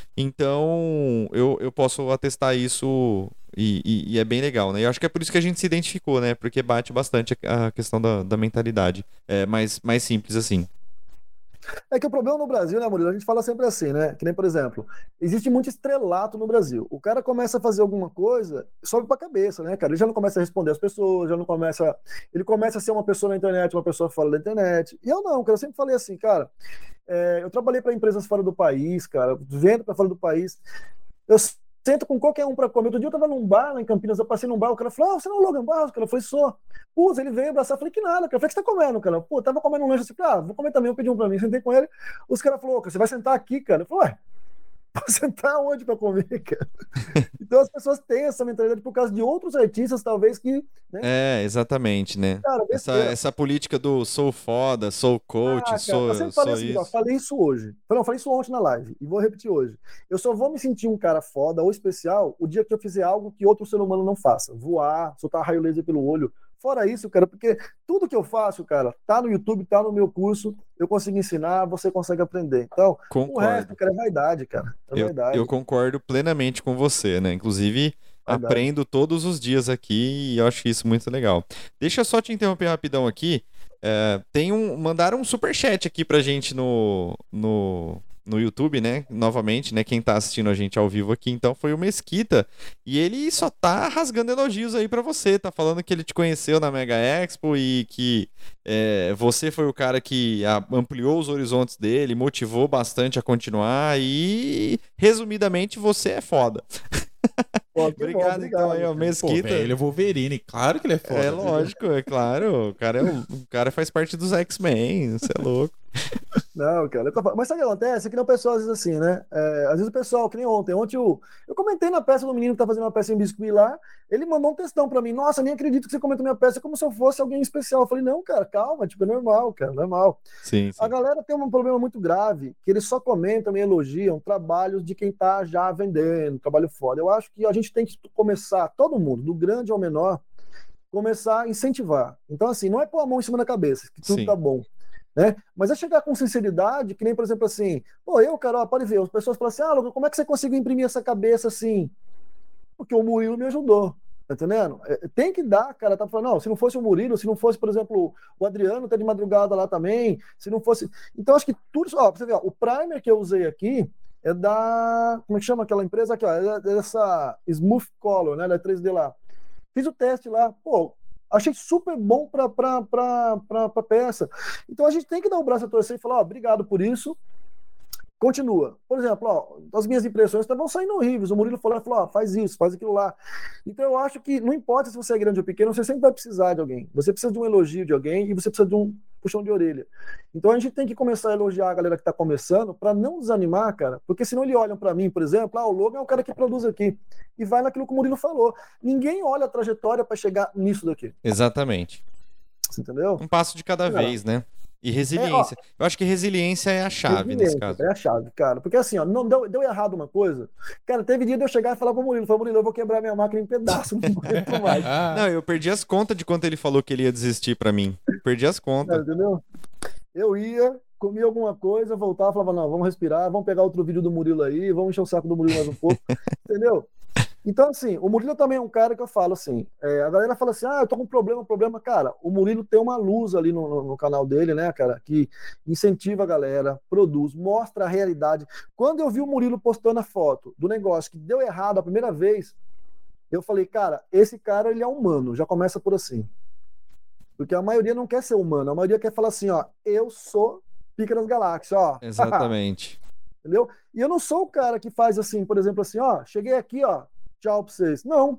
S1: Então, eu posso atestar isso e é bem legal, né? Eu acho que é por isso que a gente se identificou, né? Porque bate bastante a questão da mentalidade. É mais simples assim.
S3: É que o problema no Brasil, né, Murilo? A gente fala sempre assim, né? Que nem, por exemplo, existe muito estrelato no Brasil. O cara começa a fazer alguma coisa, sobe pra cabeça, né, cara? Ele já não começa a responder as pessoas, já não começa. Ele começa a ser uma pessoa na internet, uma pessoa fora da internet. E eu não, cara. Eu sempre falei assim, cara. Eu trabalhei para empresas fora do país, cara, vendo para fora do país. Eu sento com qualquer um para comer. Outro dia eu tava num bar lá em Campinas, eu passei num bar, o cara falou: você não é o Logan Barros? O cara falou: sou. Putz, ele veio abraçar, eu falei: que nada, cara. Eu falei: o que você tá comendo, cara? Pô, tava comendo um lanche assim, vou comer também, eu pedi um pra mim, sentei com ele. Os caras falaram: você vai sentar aqui, cara? Eu falei: ué, vou sentar onde pra comer, cara? Então as pessoas têm essa mentalidade por causa de outros artistas, talvez, que. Né?
S1: Exatamente, né?
S3: Cara,
S1: essa política do sou foda, sou coach,
S3: cara, eu sempre falei assim, ó, falei isso hoje. Não, falei isso ontem na live e vou repetir hoje. Eu só vou me sentir um cara foda ou especial o dia que eu fizer algo que outro ser humano não faça. Voar, soltar raio laser pelo olho. Fora isso, cara, porque tudo que eu faço, cara, tá no YouTube, tá no meu curso, eu consigo ensinar, você consegue aprender. Então,
S1: concordo.
S3: O resto, cara, é vaidade, cara. Vaidade.
S1: Eu concordo plenamente com você, né? Inclusive, aprendo todos os dias aqui e eu acho isso muito legal. Deixa eu só te interromper rapidão aqui. Mandaram um superchat aqui pra gente no YouTube, né? Novamente, né? Quem tá assistindo a gente ao vivo aqui, então, foi o Mesquita. E ele só tá rasgando elogios aí pra você. Tá falando que ele te conheceu na Mega Expo e que você foi o cara que ampliou os horizontes dele, motivou bastante a continuar e, resumidamente, você é foda. Obrigado, então, aí, ó, Mesquita.
S2: Pô, ele é Wolverine, claro que ele é foda.
S1: É lógico, é claro. O cara faz parte dos X-Men, você é louco.
S3: Não, cara. Mas sabe o que acontece? É que não o pessoal às vezes assim, né? Às vezes o pessoal, que nem ontem. Ontem eu comentei na peça do menino que tá fazendo uma peça em biscuit lá. Ele mandou um textão pra mim. Nossa, nem acredito que você comentou minha peça como se eu fosse alguém especial. Eu falei: não, cara, calma, tipo, é normal, cara, normal.
S1: Sim.
S3: A galera tem um problema muito grave, que eles só comentam e elogiam trabalhos de quem tá já vendendo, trabalho foda. Eu acho que a gente tem que começar, todo mundo, do grande ao menor, começar a incentivar. Então, assim, não é pôr a mão em cima da cabeça, que tudo tá bom. Né? Mas é chegar com sinceridade, que nem, por exemplo, assim, cara, pode ver, as pessoas falam assim: Logan, como é que você conseguiu imprimir essa cabeça assim? Porque o Murilo me ajudou, tá entendendo? Tem que dar, cara, tá falando, não, se não fosse o Murilo, se não fosse, por exemplo, o Adriano tá de madrugada lá também, se não fosse. Então, acho que tudo, pra você ver, o primer que eu usei aqui é da, como é que chama aquela empresa aqui, ó, é dessa Smooth Color, né, da 3D lá. Fiz o teste lá, achei super bom para peça. Então a gente tem que dar o braço a torcer e falar: obrigado por isso. Continua. Por exemplo, as minhas impressões estavam saindo horríveis. O Murilo falou: faz isso, faz aquilo lá. Então eu acho que não importa se você é grande ou pequeno, você sempre vai precisar de alguém. Você precisa de um elogio de alguém e você precisa de um puxão de orelha. Então a gente tem que começar a elogiar a galera que está começando para não desanimar, cara, porque senão eles olham para mim, por exemplo: o Logan é o cara que produz aqui. E vai naquilo que o Murilo falou. Ninguém olha a trajetória para chegar nisso daqui.
S1: Exatamente.
S3: Você entendeu?
S1: Um passo de cada vez, né? E resiliência. Eu acho que resiliência é a chave nesse caso.
S3: É a chave, cara. Porque assim, não deu errado uma coisa. Cara, teve dia de eu chegar e falar pro Murilo: Murilo, eu vou quebrar minha máquina em pedaços, não aguento mais.
S1: Não, eu perdi as contas de quanto ele falou que ele ia desistir pra mim. Perdi as contas.
S3: Entendeu? Eu ia, comia alguma coisa, voltava, falava: não, vamos respirar, vamos pegar outro vídeo do Murilo aí, vamos encher o saco do Murilo mais um pouco. Entendeu? Então, assim, o Murilo também é um cara que eu falo assim, a galera fala assim: eu tô com um problema, cara, o Murilo tem uma luz ali no canal dele, né, cara, que incentiva a galera, produz, mostra a realidade. Quando eu vi o Murilo postando a foto do negócio que deu errado a primeira vez, eu falei: cara, esse cara, ele é humano, já começa por assim. Porque a maioria não quer ser humano, a maioria quer falar assim, ó, eu sou pica das galáxias, ó.
S1: Exatamente.
S3: Entendeu? E eu não sou o cara que faz assim, por exemplo, assim, ó, cheguei aqui, ó, tchau pra vocês. Não.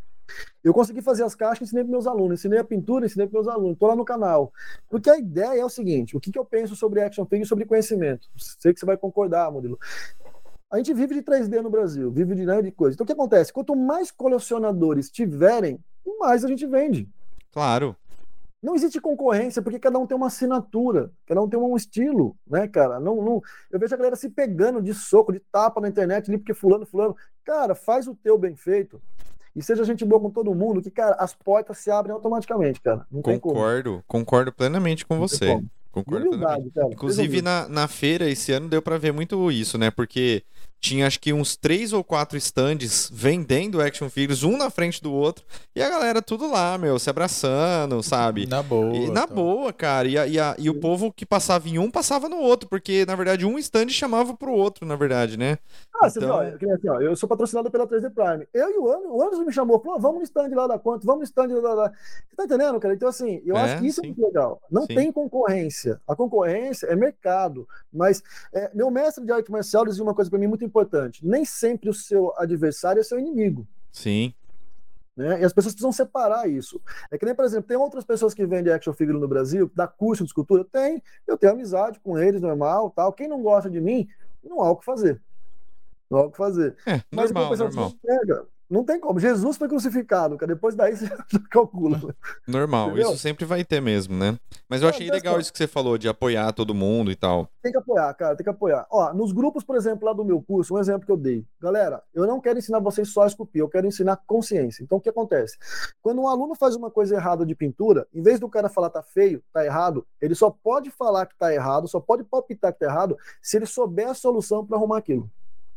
S3: Eu consegui fazer as caixas, ensinei para meus alunos, ensinei a pintura, ensinei para meus alunos, tô lá no canal. Porque a ideia é o seguinte, o que eu penso sobre action figure e sobre conhecimento? Sei que você vai concordar, Murilo. A gente vive de 3D no Brasil, vive de coisa. Então o que acontece? Quanto mais colecionadores tiverem, mais a gente vende.
S1: Claro.
S3: Não existe concorrência, porque cada um tem uma assinatura, cada um tem um estilo, né, cara? Eu vejo a galera se pegando de soco, de tapa na internet, ali porque fulano. Cara, faz o teu bem feito e seja gente boa com todo mundo, que, cara, as portas se abrem automaticamente, cara. Não tem como.
S1: Concordo plenamente com você. Concordo
S3: humildade, cara.
S1: Inclusive, na feira, esse ano, deu pra ver muito isso, né? Porque tinha, acho que, uns 3 ou 4 stands vendendo action figures, um na frente do outro, e a galera tudo lá, meu, se abraçando, sabe?
S2: Na boa.
S1: E, na boa, cara. E o povo que passava em um, passava no outro, porque, na verdade, um stand chamava pro outro, na verdade, né?
S3: Você viu, ó, eu sou patrocinado pela 3D Prime. Eu e o Anderson me chamou, falou, vamos no stand lá da Quanto, vamos no stand lá. Você tá entendendo, cara? Então, assim, eu acho que isso é muito legal. Não tem concorrência. A concorrência é mercado. Mas meu mestre de arte marcial dizia uma coisa pra mim muito importante. Nem sempre o seu adversário é seu inimigo.
S1: Sim.
S3: Né? E as pessoas precisam separar isso. É que nem, por exemplo, tem outras pessoas que vendem action figure no Brasil, dá curso de escultura? Eu tenho amizade com eles, normal, tal. Quem não gosta de mim, não há o que fazer. Não há o que fazer. Mas
S1: normal.
S3: Não tem como. Jesus foi crucificado, cara. Depois daí você calcula.
S1: Normal. Entendeu? Isso sempre vai ter mesmo, né? Mas eu achei legal isso que você falou, de apoiar todo mundo e tal.
S3: Tem que apoiar, cara. Tem que apoiar. Ó, nos grupos, por exemplo, lá do meu curso, um exemplo que eu dei. Galera, eu não quero ensinar vocês só a esculpir, eu quero ensinar consciência. Então, o que acontece? Quando um aluno faz uma coisa errada de pintura, em vez do cara falar tá feio, tá errado, ele só pode falar que tá errado, só pode palpitar que tá errado, se ele souber a solução para arrumar aquilo.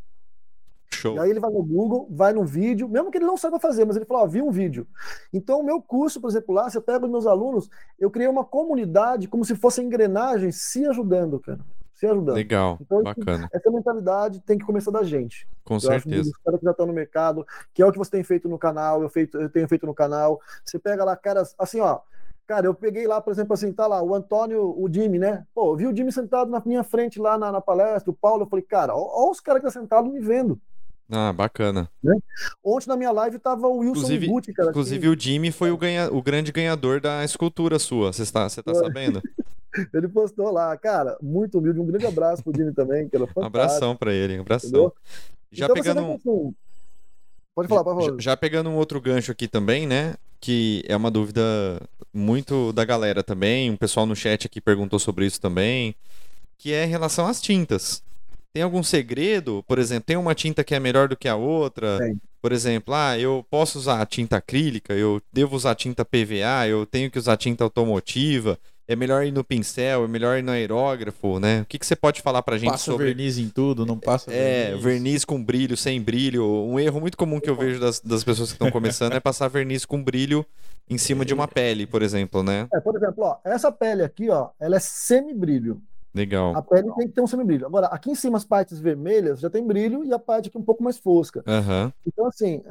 S1: Show.
S3: E aí ele vai no Google, vai no vídeo, mesmo que ele não saiba fazer, mas ele fala, ó, vi um vídeo. Então, o meu curso, por exemplo, lá, você pega os meus alunos, eu criei uma comunidade como se fossem engrenagens se ajudando, cara. Se ajudando.
S1: Legal,
S3: então,
S1: bacana.
S3: Essa mentalidade tem que começar da gente.
S1: Com certeza.
S3: Os caras que já estão no mercado, que é o que você tem feito no canal, eu tenho feito no canal. Você pega lá, caras, assim, ó. Cara, eu peguei lá, por exemplo, assim, tá lá, o Antônio, o Jimmy, né? Pô, eu vi o Jimmy sentado na minha frente lá na palestra, o Paulo, eu falei, cara, ó os caras que estão sentados me vendo.
S1: Ah, bacana.
S3: Né? Ontem na minha live tava o Wilson Gucci, cara.
S1: Inclusive o Jimmy foi o grande ganhador da escultura sua. Você tá sabendo?
S3: Ele postou lá, cara, muito humilde. Um grande abraço pro Jimmy também, que era fantástico.
S1: Um abração pra ele, um abração.
S3: Entendeu?
S1: Já
S3: então,
S1: pegando
S3: Pode falar, por favor.
S1: Já pegando um outro gancho aqui também, né? Que é uma dúvida muito da galera também. Um pessoal no chat aqui perguntou sobre isso também. Que é em relação às tintas. Tem algum segredo? Por exemplo, tem uma tinta que é melhor do que a outra?
S3: Tem.
S1: Por exemplo, eu posso usar tinta acrílica, eu devo usar tinta PVA, eu tenho que usar tinta automotiva, é melhor ir no pincel, é melhor ir no aerógrafo, né? O que você pode falar pra gente
S2: passa
S1: sobre...
S2: verniz em tudo, não passa verniz?
S1: Verniz com brilho, sem brilho. Um erro muito comum que eu vejo das pessoas que estão começando é passar verniz com brilho em cima de uma pele, por exemplo, né?
S3: Por exemplo, ó, essa pele aqui, ó, ela é semi-brilho.
S1: Legal.
S3: A pele tem que ter um semibrilho. Agora, aqui em cima as partes vermelhas já tem brilho e a parte aqui um pouco mais fosca.
S1: Uhum.
S3: Então, assim,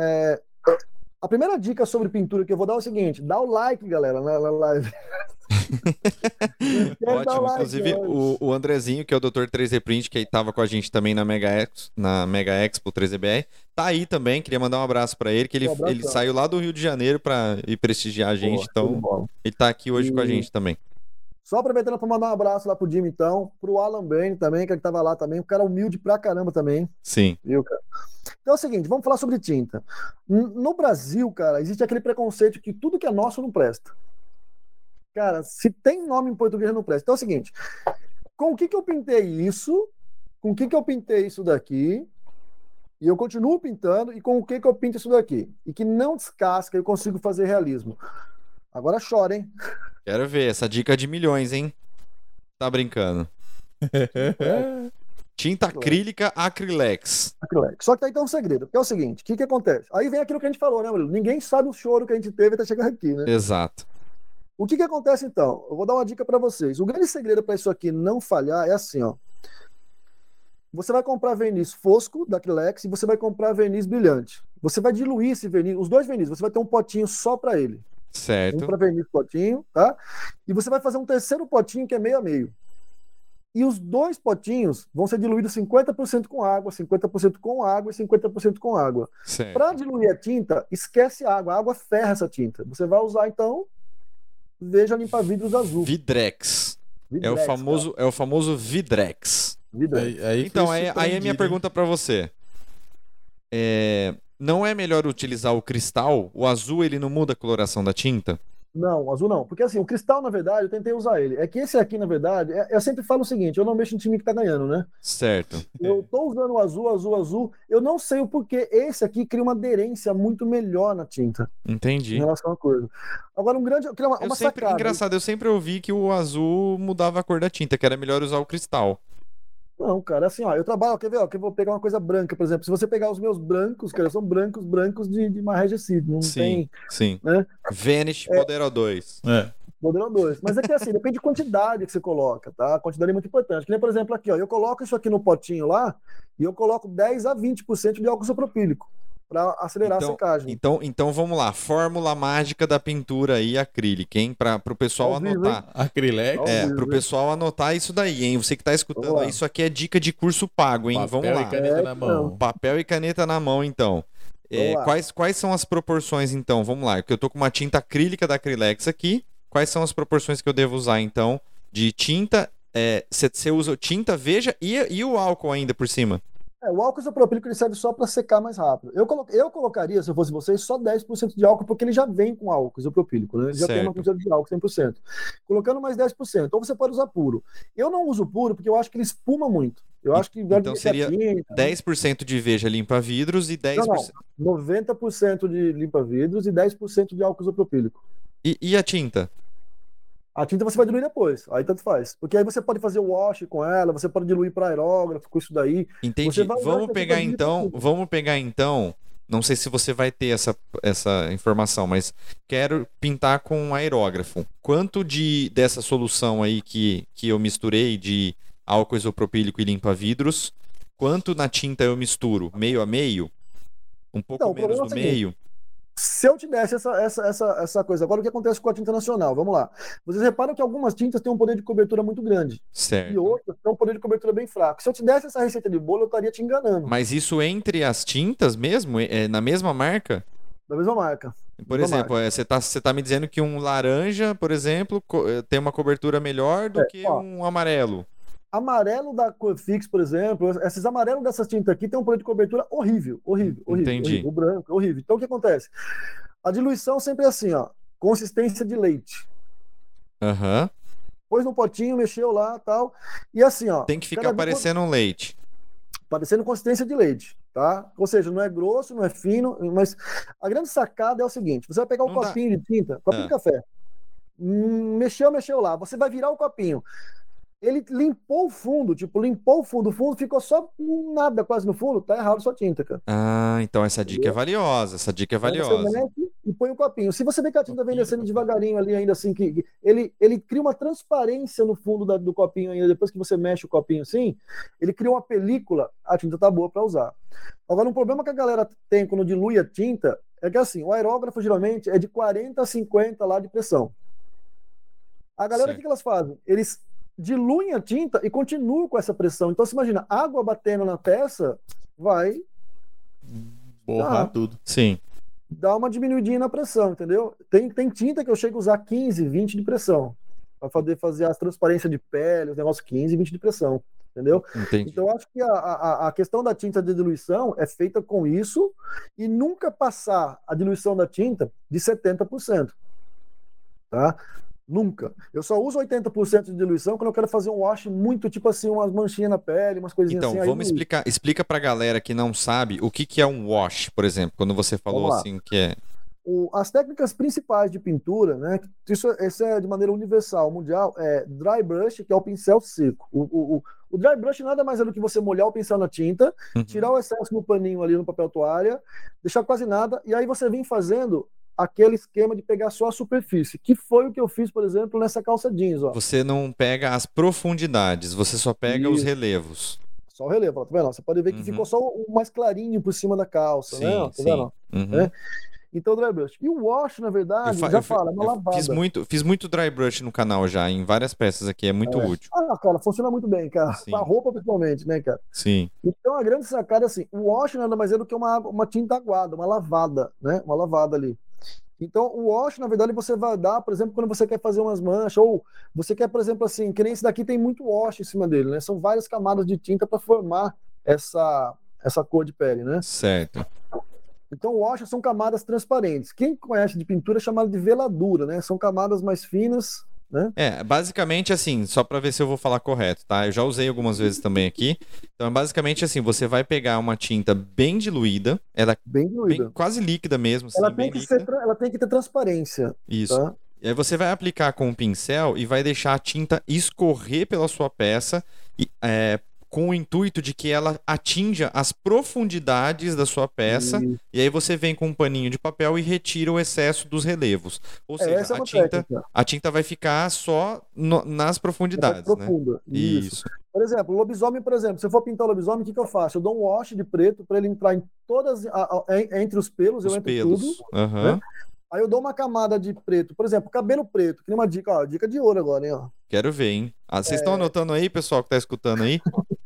S3: a primeira dica sobre pintura que eu vou dar é o seguinte: dá o like, galera, na live.
S1: Ótimo. Inclusive, o Andrezinho, que é o Dr. 3D Print, que estava com a gente também na Mega Expo 3DBR, tá aí também. Queria mandar um abraço para ele, que ele saiu lá do Rio de Janeiro para ir prestigiar a gente. Então, ele tá aqui hoje com a gente também.
S3: Só aproveitando para mandar um abraço lá pro Jimmy, então, pro Alan Bain também, que ele tava lá também, um cara humilde pra caramba também.
S1: Sim.
S3: Viu, cara? Então é o seguinte, vamos falar sobre tinta. No Brasil, cara, existe aquele preconceito que tudo que é nosso não presta. Cara, se tem nome em português não presta. Então é o seguinte, com o que eu pintei isso, com o que eu pintei isso daqui, e eu continuo pintando, e com o que eu pinto isso daqui, e que não descasca, eu consigo fazer realismo. Agora chora, hein?
S1: Quero ver, essa dica de milhões, hein? Tá brincando. Tinta acrílica Acrylex.
S3: Só que aí tem um segredo, que é o seguinte, o que acontece? Aí vem aquilo que a gente falou, né, Murilo? Ninguém sabe o choro que a gente teve até chegar aqui, né?
S1: Exato.
S3: O que acontece, então? Eu vou dar uma dica para vocês. O grande segredo para isso aqui não falhar é assim, ó. Você vai comprar verniz fosco da Acrylex e você vai comprar verniz brilhante. Você vai diluir esse verniz, os dois verniz, você vai ter um potinho só para ele.
S1: Certo.
S3: Um para verniz potinho, tá? E você vai fazer um terceiro potinho que é meio a meio. E os 2 potinhos vão ser diluídos 50% com água, 50% com água e 50% com água.
S1: Certo.
S3: Para diluir a tinta, esquece a água ferra essa tinta. Você vai usar, então, Veja limpa vidros azul.
S1: Vidrex. É o famoso Vidrex.
S3: Vidrex.
S1: Então, aí é a minha pergunta para você. Não é melhor utilizar o cristal? O azul, ele não muda a coloração da tinta?
S3: Não, o azul não. Porque assim, o cristal, na verdade, eu tentei usar ele. É que esse aqui, na verdade, eu sempre falo o seguinte, eu não mexo no time que tá ganhando, né?
S1: Certo.
S3: Eu tô usando o azul. Eu não sei o porquê. Esse aqui cria uma aderência muito melhor na tinta.
S1: Entendi.
S3: Em relação à cor. Agora, uma sacada.
S1: Engraçado, eu sempre ouvi que o azul mudava a cor da tinta, que era melhor usar o cristal.
S3: Não, cara, assim, ó, eu trabalho, quer ver, ó, que eu vou pegar uma coisa branca, por exemplo, se você pegar os meus brancos, cara, são brancos de marregecida, não tem...
S1: Sim,
S3: né?
S1: Vanish Modelo 2.
S3: Modelo 2. Mas é que assim, depende de quantidade que você coloca, tá? A quantidade é muito importante. Que nem, por exemplo, aqui, ó, eu coloco isso aqui no potinho lá e eu coloco 10 a 20% de álcool isopropílico para acelerar a secagem.
S1: Então vamos lá, fórmula mágica da pintura aí acrílica, hein? Para o pessoal anotar.
S2: Acrylex?
S1: Para o pessoal anotar isso daí, hein? Você que tá escutando aí, isso aqui é dica de curso pago, hein? Vamos lá.
S2: Papel e caneta na mão.
S1: Papel e caneta na mão, então. Quais são as proporções, então? Vamos lá, que eu tô com uma tinta acrílica da Acrylex aqui. Quais são as proporções que eu devo usar, então, de tinta? Você usa tinta, veja, e o álcool ainda por cima?
S3: O álcool isopropílico ele serve só para secar mais rápido. Eu colocaria, se eu fosse vocês, só 10% de álcool, porque ele já vem com álcool isopropílico, né? Ele já tem uma quantidade de álcool 100%. Colocando mais 10%. Ou você pode usar puro. Eu não uso puro porque eu acho que ele espuma muito. Eu acho que
S1: então seria 10% de veja limpa-vidros e 10%...
S3: Não, 90% de limpa-vidros e 10% de álcool isopropílico.
S1: E a tinta?
S3: A tinta você vai diluir depois, aí tanto faz. Porque aí você pode fazer o wash com ela, você pode diluir para aerógrafo com isso daí.
S1: Entendi. Vamos pegar então, não sei se você vai ter essa informação, mas quero pintar com aerógrafo. Quanto dessa solução aí que eu misturei de álcool isopropílico e limpa-vidros, quanto na tinta eu misturo? Meio a meio? Um pouco menos do meio?
S3: Se eu te desse essa coisa, agora o que acontece com a tinta nacional? Vamos lá. Vocês reparam que algumas tintas têm um poder de cobertura muito grande.
S1: Certo.
S3: E outras têm um poder de cobertura bem fraco. Se eu te desse essa receita de bolo, eu estaria te enganando.
S1: Mas isso entre as tintas mesmo? Na mesma marca?
S3: Da mesma marca.
S1: Por exemplo, você tá me dizendo que um laranja, por exemplo, tem uma cobertura melhor do que um amarelo.
S3: Amarelo da Corfix, por exemplo, esses amarelos dessas tintas aqui tem um poder de cobertura horrível.
S1: Entendi.
S3: Horrível. O branco, horrível. Então, o que acontece? A diluição sempre é assim, ó, consistência de leite. Pôs no potinho, mexeu lá, tal, e assim, ó...
S1: Tem que ficar parecendo um leite.
S3: Parecendo consistência de leite, tá? Ou seja, não é grosso, não é fino, mas a grande sacada é o seguinte, você vai pegar um copinho de tinta, copinho de café, mexeu lá, você vai virar o copinho. Ele limpou o fundo, o fundo ficou só nada quase no fundo, tá errado sua tinta, cara.
S1: Então essa dica é valiosa, Você
S3: mete e põe o copinho. Se você vê que a tinta vem descendo devagarinho ali, ainda assim, que ele cria uma transparência no fundo do copinho ainda, depois que você mexe o copinho assim, ele cria uma película, a tinta tá boa para usar. Agora, um problema que a galera tem quando dilui a tinta é que assim, o aerógrafo geralmente é de 40 a 50 lá de pressão. A galera, o que elas fazem? Eles diluem a tinta e continuam com essa pressão. Então, você imagina, água batendo na peça vai
S2: borrar tudo.
S1: Sim.
S3: Dá uma diminuidinha na pressão, entendeu? Tem tinta que eu chego a usar 15, 20 de pressão. Para fazer as transparências de pele, os negócios 15, 20 de pressão. Entendeu?
S1: Entendi.
S3: Então, eu acho que a questão da tinta de diluição é feita com isso e nunca passar a diluição da tinta de 70%. Tá? Nunca. Eu só uso 80% de diluição quando eu quero fazer um wash muito, tipo assim, umas manchinhas na pele, umas coisinhas assim.
S1: Então, vamos explica pra galera que não sabe o que é um wash, por exemplo, quando você falou assim que é...
S3: As técnicas principais de pintura, né? Isso é de maneira universal, mundial, é dry brush, que é o pincel seco. O dry brush nada mais é do que você molhar o pincel na tinta, tirar o excesso no paninho ali no papel toalha, deixar quase nada, e aí você vem fazendo aquele esquema de pegar só a superfície, que foi o que eu fiz, por exemplo, nessa calça jeans, ó.
S1: Você não pega as profundidades, você só pega os relevos.
S3: Só o relevo, tá vendo? Você pode ver que ficou só o mais clarinho por cima da calça, né? Tá vendo? Então, dry brush. E o wash, na verdade, é uma lavada.
S1: Fiz muito dry brush no canal já, em várias peças aqui, é muito útil.
S3: Cara, funciona muito bem, cara.
S1: Sim.
S3: Com a roupa, principalmente, né, cara?
S1: Sim.
S3: Então, a grande sacada é assim, o wash nada mais é do que uma tinta aguada, uma lavada, né? Uma lavada ali. Então, o wash, na verdade, você vai dar, por exemplo, quando você quer fazer umas manchas, ou você quer, por exemplo, assim, que nem esse daqui tem muito wash em cima dele, né? São várias camadas de tinta para formar essa cor de pele, né?
S1: Certo.
S3: Então, o wash são camadas transparentes. Quem conhece de pintura é chamado de veladura, né? São camadas mais finas, né?
S1: Basicamente assim, só para ver se eu vou falar correto, tá? Eu já usei algumas vezes também aqui. Então, é basicamente assim, você vai pegar uma tinta bem diluída, ela
S3: bem diluída,
S1: quase líquida mesmo, assim,
S3: ela tem que ter transparência.
S1: Isso.
S3: Tá?
S1: E aí você vai aplicar com um pincel e vai deixar a tinta escorrer pela sua peça com o intuito de que ela atinja as profundidades da sua peça, e aí você vem com um paninho de papel e retira o excesso dos relevos. Ou seja, a tinta vai ficar só nas profundidades,
S3: profunda.
S1: Né? Isso.
S3: Por exemplo, lobisomem, se eu for pintar o lobisomem, o que eu faço? Eu dou um wash de preto para ele entrar em todas, entre os pelos, eu entro tudo. Né? Aí eu dou uma camada de preto. Por exemplo, cabelo preto, que nem uma dica, ó, dica de ouro agora, hein? Ó.
S1: Quero ver, hein? Vocês estão anotando aí, pessoal que tá escutando aí?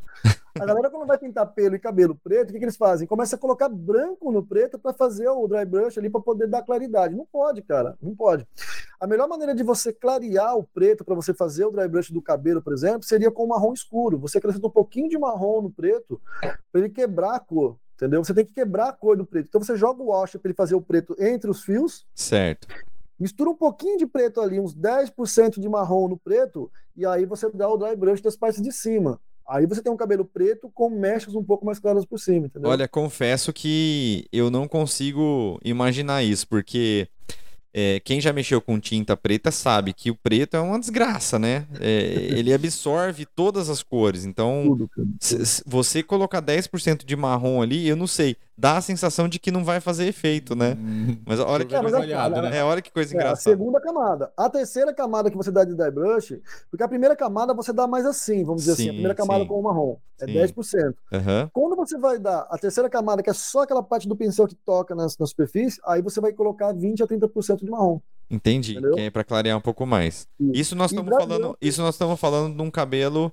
S3: A galera, quando vai pintar pelo e cabelo preto, o que eles fazem? Começa a colocar branco no preto para fazer o dry brush ali para poder dar claridade. Não pode, cara, não pode. A melhor maneira de você clarear o preto para você fazer o dry brush do cabelo, por exemplo, seria com marrom escuro. Você acrescenta um pouquinho de marrom no preto para ele quebrar a cor. Entendeu? Você tem que quebrar a cor do preto. Então você joga o wash para ele fazer o preto entre os fios.
S1: Certo.
S3: Mistura um pouquinho de preto ali, uns 10% de marrom no preto, e aí você dá o dry brush das partes de cima. Aí você tem um cabelo preto com mechas um pouco mais claras por cima, entendeu?
S1: Olha, confesso que eu não consigo imaginar isso, porque quem já mexeu com tinta preta sabe que o preto é uma desgraça, né? Ele absorve todas as cores. Então, você colocar 10% de marrom ali, eu não sei, dá a sensação de que não vai fazer efeito, né? Mas olha que coisa olha que coisa engraçada.
S3: A segunda camada. A terceira camada que você dá de dry brush, porque a primeira camada você dá mais assim, vamos dizer assim, a primeira camada com o marrom, é 10%. Quando você vai dar a terceira camada, que é só aquela parte do pincel que toca na superfície, aí você vai colocar 20 a 30% de marrom.
S1: Entendi, que é para clarear um pouco mais. Isso nós estamos falando de um cabelo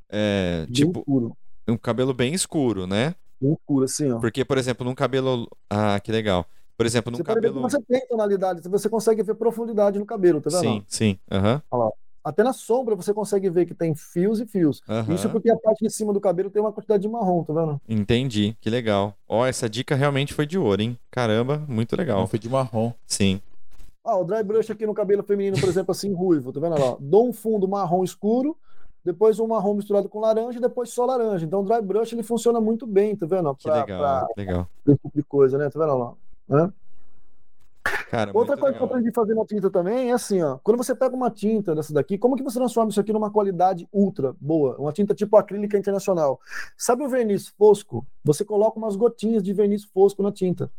S1: tipo escuro. Um cabelo bem escuro, né?
S3: Bem escuro, assim, ó.
S1: Porque, por exemplo, num cabelo... Ah, que legal. Por exemplo, num cabelo...
S3: Você tem tonalidade, você consegue ver profundidade no cabelo, tá vendo?
S1: Sim.
S3: Olha lá. Até na sombra você consegue ver que tem fios e fios. Isso porque a parte de cima do cabelo tem uma quantidade de marrom, tá vendo?
S1: Entendi, que legal. Essa dica realmente foi de ouro, hein? Caramba, muito legal.
S2: Não, foi de marrom.
S1: Sim.
S3: O dry brush aqui no cabelo feminino, por exemplo, assim, ruivo, tá vendo? Olha lá. Dou um fundo marrom escuro, depois um marrom misturado com laranja e depois só laranja. Então o dry brush ele funciona muito bem, tá vendo?
S1: Que legal.
S3: Esse tipo de coisa, né? Tá vendo lá?
S1: Cara,
S3: outra coisa que eu aprendi a fazer na tinta também é assim, ó. Quando você pega uma tinta dessa daqui, como que você transforma isso aqui numa qualidade ultra boa? Uma tinta tipo acrílica internacional. Sabe o verniz fosco? Você coloca umas gotinhas de verniz fosco na tinta.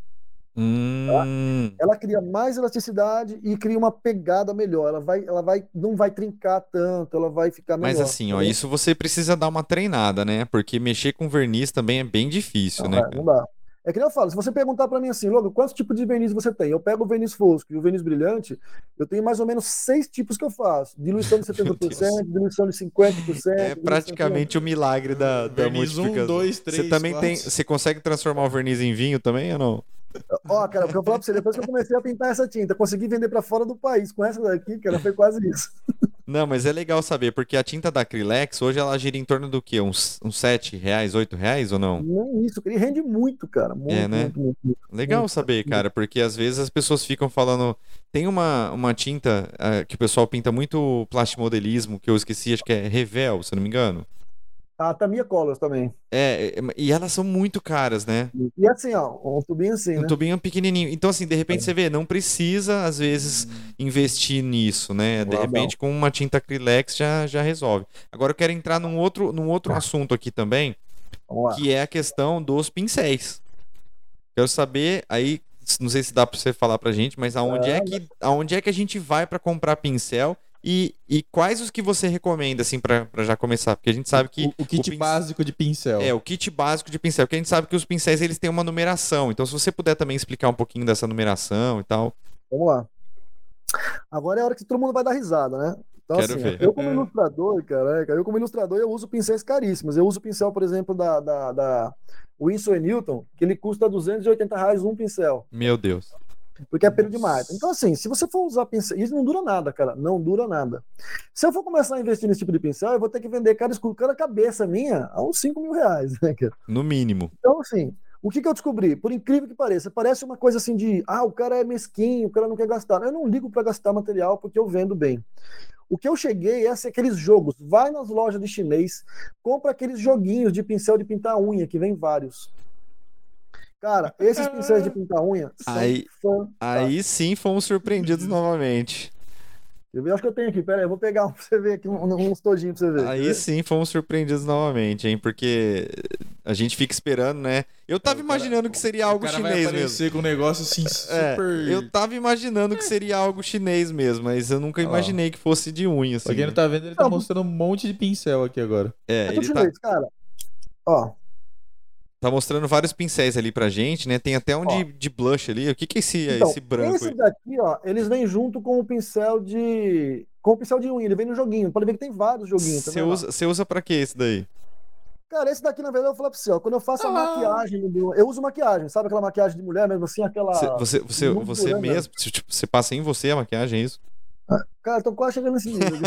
S3: Tá? Ela cria mais elasticidade e cria uma pegada melhor. Não vai trincar tanto, ela vai ficar melhor.
S1: Mas assim, ó, isso você precisa dar uma treinada, né? Porque mexer com verniz também é bem difícil, né?
S3: Não dá. É que nem eu falo, se você perguntar para mim assim, Logo, quantos tipos de verniz você tem? Eu pego o verniz fosco e o verniz brilhante, eu tenho mais ou menos 6 tipos que eu faço. Diluição de 70%, diluição de 50%.
S1: É praticamente o milagre da multiplicação.
S2: 1, 2, 3,
S1: você também 4. Você consegue transformar o verniz em vinho também ou não?
S3: Cara, porque eu falo pra você, depois que eu comecei a pintar essa tinta, consegui vender para fora do país. Com essa daqui, cara, foi quase isso.
S1: Não, mas é legal saber, porque a tinta da Acrylex, hoje ela gira em torno do quê? Uns R$7, R$8 ou não?
S3: Não, isso, ele rende muito, cara. Muito.
S1: Legal saber, cara, porque às vezes as pessoas ficam falando... Tem uma tinta que o pessoal pinta muito plastimodelismo, que eu esqueci, acho que é Revel, se eu não me engano.
S3: A Tamiya Colors também.
S1: E elas são muito caras, né?
S3: E assim, ó, um tubinho assim,
S1: Um tubinho pequenininho. Então, assim, de repente você vê, não precisa, às vezes, investir nisso, né? De repente, com uma tinta Acrylex já resolve. Agora, eu quero entrar num outro assunto aqui também, que é a questão dos pincéis. Quero saber, aí, não sei se dá pra você falar pra gente, mas aonde é que a gente vai pra comprar pincel E quais os que você recomenda, assim, pra já começar? Porque a gente sabe que...
S2: O kit básico de pincel.
S1: O kit básico de pincel. Porque a gente sabe que os pincéis, eles têm uma numeração. Então, se você puder também explicar um pouquinho dessa numeração e tal.
S3: Vamos lá. Agora é a hora que todo mundo vai dar risada, né? Então,
S1: Quero
S3: assim,
S1: ver.
S3: eu como ilustrador, eu uso pincéis caríssimos. Eu uso o pincel, por exemplo, da Winsor & Newton, que ele custa R$280 um pincel.
S1: Meu Deus.
S3: Porque é pelo de marca. Então, assim, se você for usar pincel, isso não dura nada, cara. Não dura nada. Se eu for começar a investir nesse tipo de pincel, eu vou ter que vender cada cabeça minha a uns R$5.000, né, cara?
S1: No mínimo.
S3: Então, assim, o que eu descobri? Por incrível que pareça, parece uma coisa assim de, o cara é mesquinho, o cara não quer gastar. Eu não ligo para gastar material porque eu vendo bem. O que eu cheguei é aqueles jogos. Vai nas lojas de chinês, compra aqueles joguinhos de pincel de pintar unha, que vem vários. Cara, esses pincéis de pintar unha são fantásticos.
S1: Aí sim fomos surpreendidos novamente.
S3: Eu acho que eu tenho aqui, pera aí, eu vou pegar um pra você ver aqui, uns tojinhos pra você ver.
S1: Aí sim fomos surpreendidos novamente, hein? Porque a gente fica esperando, né? Eu tava imaginando que seria algo chinês mesmo.
S2: Vai aparecer com um negócio assim super...
S1: Eu tava imaginando que seria algo chinês mesmo, mas eu nunca imaginei que fosse de unha, assim.
S2: Pra quem não tá vendo, ele tá mostrando um monte de pincel aqui agora.
S3: Ele chinês, cara. Ó.
S1: Tá mostrando vários pincéis ali pra gente, né? Tem até um de blush ali. O que é esse branco?
S3: Esse daqui, ó, eles vêm junto com o pincel de... Com o pincel de unha, ele vem no joguinho. Pode ver que tem vários joguinhos.
S1: Você usa pra quê esse daí?
S3: Cara, esse daqui, na verdade, eu vou falar pra você, ó. Quando eu faço a maquiagem... Eu uso maquiagem, sabe aquela maquiagem de mulher mesmo, assim, aquela...
S1: Você mesmo? Tipo, você passa em você a maquiagem, é isso?
S3: Cara, tô quase chegando nesse nível.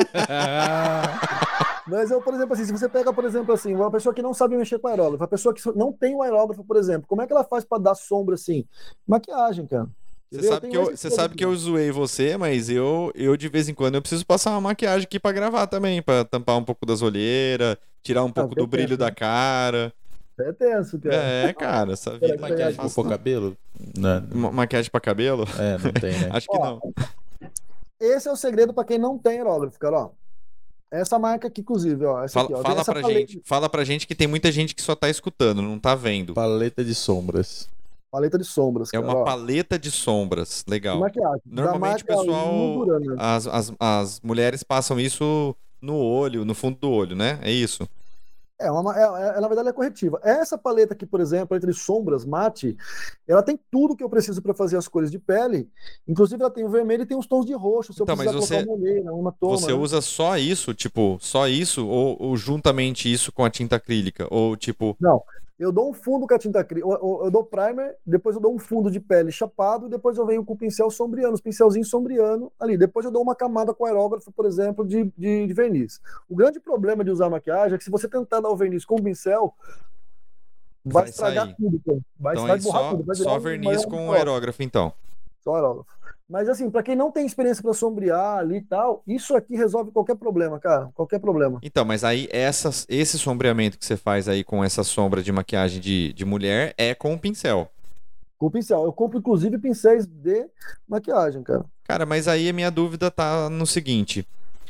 S3: Mas eu, por exemplo, assim, se você pega, por exemplo, assim, uma pessoa que não sabe mexer com aerógrafo, a pessoa que não tem um aerógrafo, por exemplo, como é que ela faz pra dar sombra assim? Maquiagem, cara.
S1: Você sabe que eu zoei você, mas eu de vez em quando eu preciso passar uma maquiagem aqui pra gravar também, pra tampar um pouco das olheiras, tirar um pouco do brilho da cara.
S3: É tenso, cara.
S1: Cara, essa vida.
S2: Maquiagem pro cabelo?
S1: Não. Maquiagem pra cabelo?
S2: Não tem, né?
S1: Acho que não.
S3: Esse é o segredo pra quem não tem aerógrafo, cara, ó. Essa marca aqui, inclusive, ó.
S1: Fala pra gente que tem muita gente que só tá escutando, não tá vendo.
S2: Paleta de sombras.
S3: Paleta de sombras, cara.
S1: É uma paleta de sombras. Legal.
S3: Maquiagem.
S1: Normalmente o pessoal, as mulheres passam isso no olho, no fundo do olho, né? É isso.
S3: Na verdade, ela é corretiva. Essa paleta aqui, por exemplo, paleta de sombras mate, ela tem tudo que eu preciso para fazer as cores de pele. Inclusive, ela tem o vermelho e tem os tons de roxo. Se eu precisar colocar uma olheira, uma toma.
S1: Você usa só isso, tipo, só isso? Ou juntamente isso com a tinta acrílica? Ou tipo...
S3: Não. Eu dou um fundo com a tinta acrílica, eu dou primer, depois eu dou um fundo de pele chapado, depois eu venho com o pincel sombreando, os pincelzinhos sombreando ali. Depois eu dou uma camada com aerógrafo, por exemplo, de verniz. O grande problema de usar maquiagem é que se você tentar dar o verniz com o pincel, vai estragar
S1: sair.
S3: Tudo. Vai borrar tudo. Vai
S1: só verniz com aerógrafo, então.
S3: Só aerógrafo. Mas assim, para quem não tem experiência para sombrear ali e tal, isso aqui resolve qualquer problema, cara. Qualquer problema.
S1: Então, mas aí esse sombreamento que você faz aí com essa sombra de maquiagem de mulher é com o pincel.
S3: Com o pincel. Eu compro, inclusive, pincéis de maquiagem, cara.
S1: Cara, mas aí a minha dúvida tá no seguinte.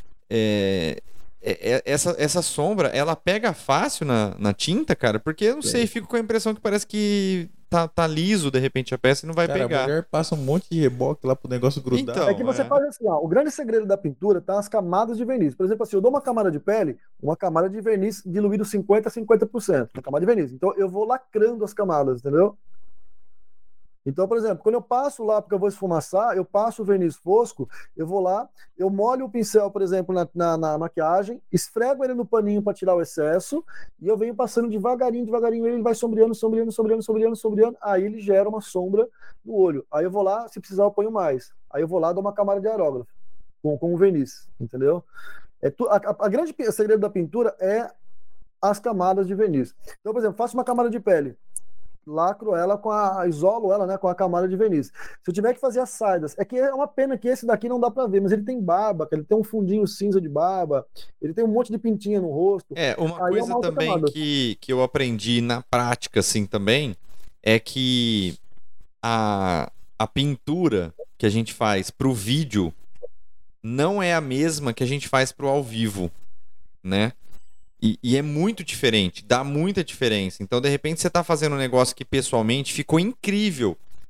S1: Essa sombra, ela pega fácil na tinta, cara? Porque eu não sei, fico com a impressão que parece que tá liso, de repente, a peça e não vai pegar.
S2: A mulher passa um monte de reboque lá pro negócio grudar.
S3: Então, é que você faz assim, ó, o grande segredo da pintura tá as camadas de verniz. Por exemplo, assim, eu dou uma camada de pele, uma camada de verniz diluído 50% a 50%, uma camada de verniz. Então, eu vou lacrando as camadas, entendeu? Então, por exemplo, quando eu passo lá, porque eu vou esfumaçar, eu passo o verniz fosco, eu vou lá, eu molho o pincel, por exemplo, na maquiagem, esfrego ele no paninho para tirar o excesso, e eu venho passando devagarinho, ele vai sombreando, aí ele gera uma sombra no olho. Aí eu vou lá, se precisar eu ponho mais. Aí eu vou lá, dou uma camada de aerógrafo, com o verniz, entendeu? A grande segredo da pintura é as camadas de verniz. Então, por exemplo, faço uma camada de pele, lacro ela isolo ela, né, com a camada de verniz. Se eu tiver que fazer as saidas, é que é uma pena que esse daqui não dá pra ver, mas ele tem barba, ele tem um fundinho cinza de barba, ele tem um monte de pintinha no rosto.
S1: Uma coisa também que eu aprendi na prática, assim, também, é que a pintura que a gente faz pro vídeo não é a mesma que a gente faz pro ao vivo, né? E é muito diferente, dá muita diferença. Então, de repente, você tá fazendo um negócio que pessoalmente ficou incrível.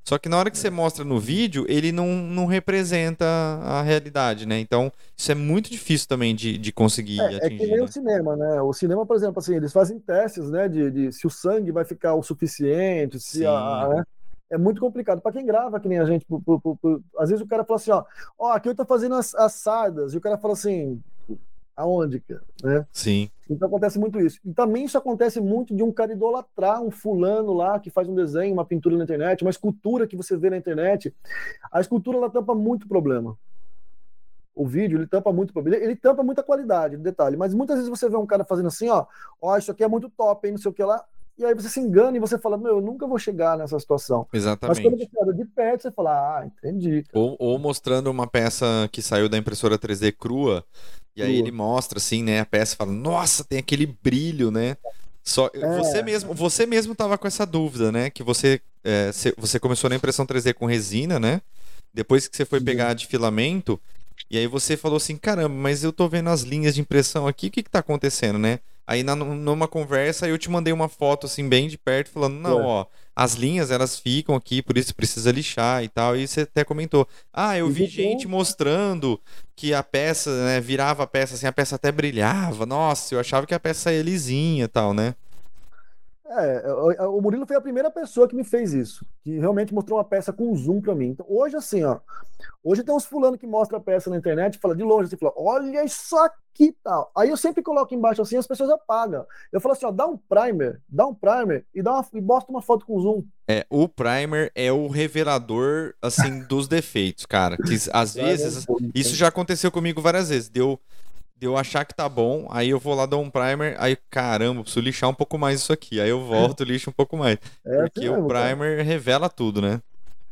S1: Só que na hora que você mostra no vídeo, ele não representa a realidade, né? Então, isso é muito difícil também de conseguir
S3: É que
S1: atingir,
S3: nem
S1: né?
S3: o cinema, né? O cinema, por exemplo, assim, eles fazem testes, né? De se o sangue vai ficar o suficiente, se
S1: Sim.
S3: né? É muito complicado. Para quem grava, que nem a gente, às vezes o cara fala assim, ó, aqui eu tô fazendo as sardas, e o cara fala assim, aonde, cara? Né?
S1: Sim.
S3: Então acontece muito isso. E também isso acontece muito de um cara idolatrar um fulano lá que faz um desenho, uma pintura na internet, uma escultura que você vê na internet. A escultura, ela tampa muito problema. O vídeo, ele tampa muito problema. Ele tampa muita qualidade, detalhe. Mas muitas vezes você vê um cara fazendo assim, ó, isso aqui é muito top, hein, não sei o que lá. E aí você se engana e você fala, meu, eu nunca vou chegar nessa situação. Mas quando
S1: Exatamente.
S3: você olha de perto, você fala, ah, entendi.
S1: Ou mostrando uma peça que saiu da impressora 3D crua, e aí ele mostra, assim, né, a peça e fala, nossa, tem aquele brilho, né? Você mesmo tava com essa dúvida, né? Que você começou na impressão 3D com resina, né? Depois que você foi pegar de filamento, e aí você falou assim, caramba, mas eu tô vendo as linhas de impressão aqui, o que que tá acontecendo, né? Aí numa conversa eu te mandei uma foto assim bem de perto falando, não, ó, as linhas elas ficam aqui, por isso precisa lixar e tal. E você até comentou, eu vi gente mostrando que a peça, né, virava a peça assim, a peça até brilhava. Nossa, eu achava que a peça saía lisinha e tal, né?
S3: O Murilo foi a primeira pessoa que me fez isso, que realmente mostrou uma peça com zoom para mim. Então, hoje assim, ó, hoje tem uns fulano que mostra a peça na internet, fala de longe, assim, fala, olha isso aqui, tal. Aí eu sempre coloco embaixo assim, as pessoas apagam. Eu falo assim, ó, dá um primer e mostra uma foto com zoom.
S1: O primer é o revelador, assim, dos defeitos, cara. Que às vezes, isso já aconteceu comigo várias vezes. Deu achar que tá bom, aí eu vou lá dar um primer, aí caramba, preciso lixar um pouco mais isso aqui. Aí eu volto, lixo um pouco mais. Porque
S3: assim mesmo,
S1: o primer revela tudo, né?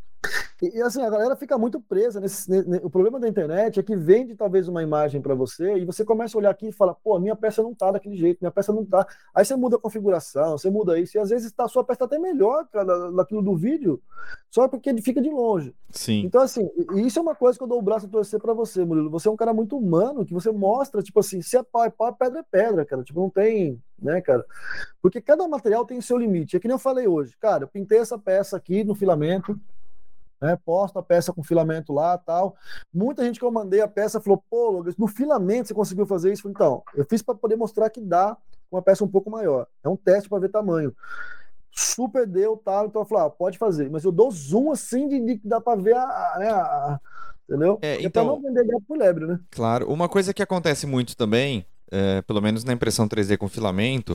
S3: E assim, a galera fica muito presa o problema da internet é que vende talvez uma imagem para você e você começa a olhar aqui e fala, pô, minha peça não tá daquele jeito, minha peça não tá. Aí você muda a configuração, você muda isso, e às vezes a sua peça tá até melhor daquilo do vídeo, só porque ele fica de longe.
S1: Sim.
S3: Então, assim, isso é uma coisa que eu dou o braço a torcer para você, Murilo. Você é um cara muito humano, que você mostra, tipo assim, se é pau é pau, pedra é pedra, cara. Tipo, não tem, né, cara? Porque cada material tem o seu limite. É que nem eu falei hoje, cara, eu pintei essa peça aqui no filamento, né, posto a peça com filamento lá tal. Muita gente que eu mandei a peça falou, pô, Lucas, no filamento você conseguiu fazer isso? Então, eu fiz para poder mostrar que dá uma peça um pouco maior. É um teste para ver tamanho. Super deu, tal, então eu falei, pode fazer. Mas eu dou zoom assim de dá para ver entendeu?
S1: Então,
S3: para não vender gato por lebre, né?
S1: Claro. Uma coisa que acontece muito também, pelo menos na impressão 3D com filamento,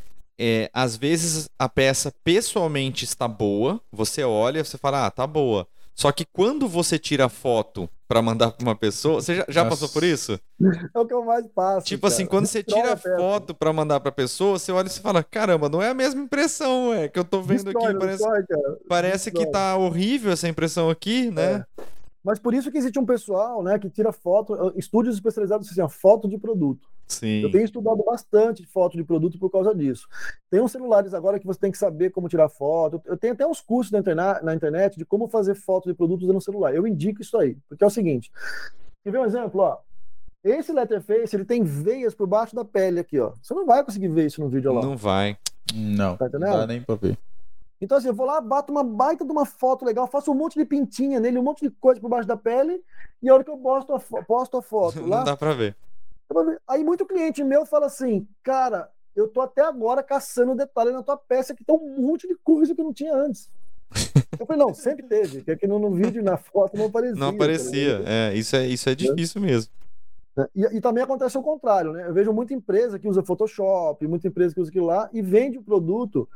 S1: às vezes a peça pessoalmente está boa, você olha, você fala, tá boa. Só que quando você tira a foto pra mandar pra uma pessoa, você já passou por isso?
S3: É o que eu mais passo.
S1: Tipo assim, quando você tira a foto pra mandar pra pessoa, você olha e você fala, caramba, não é a mesma impressão, que eu tô vendo aqui. Parece que tá horrível essa impressão aqui, né?
S3: Mas por isso que existe um pessoal, né, que tira foto, estúdios especializados assim, foto de produto.
S1: Sim.
S3: Eu tenho estudado bastante foto de produto por causa disso. Tem uns celulares agora que você tem que saber como tirar foto. Eu tenho até uns cursos na internet de como fazer foto de produtos no celular. Eu indico isso aí, porque é o seguinte. Quer ver um exemplo? Ó, esse Letterface, ele tem veias por baixo da pele aqui, ó. Você não vai conseguir ver isso no vídeo lá.
S1: Não vai.
S2: Não,
S3: tá entendendo?
S2: Não dá nem pra ver.
S3: Então, assim, eu vou lá, bato uma baita de uma foto legal, faço um monte de pintinha nele, um monte de coisa por baixo da pele, e a hora que eu posto a foto lá...
S1: Não dá pra ver.
S3: Aí muito cliente meu fala assim, cara, eu tô até agora caçando detalhe na tua peça que tem um monte de coisa que eu não tinha antes. Eu falei, não, sempre teve, que aqui no vídeo e na foto não aparecia.
S1: Não aparecia, isso é difícil mesmo.
S3: E também acontece o contrário, né? Eu vejo muita empresa que usa Photoshop, muita empresa que usa aquilo lá e vende o produto.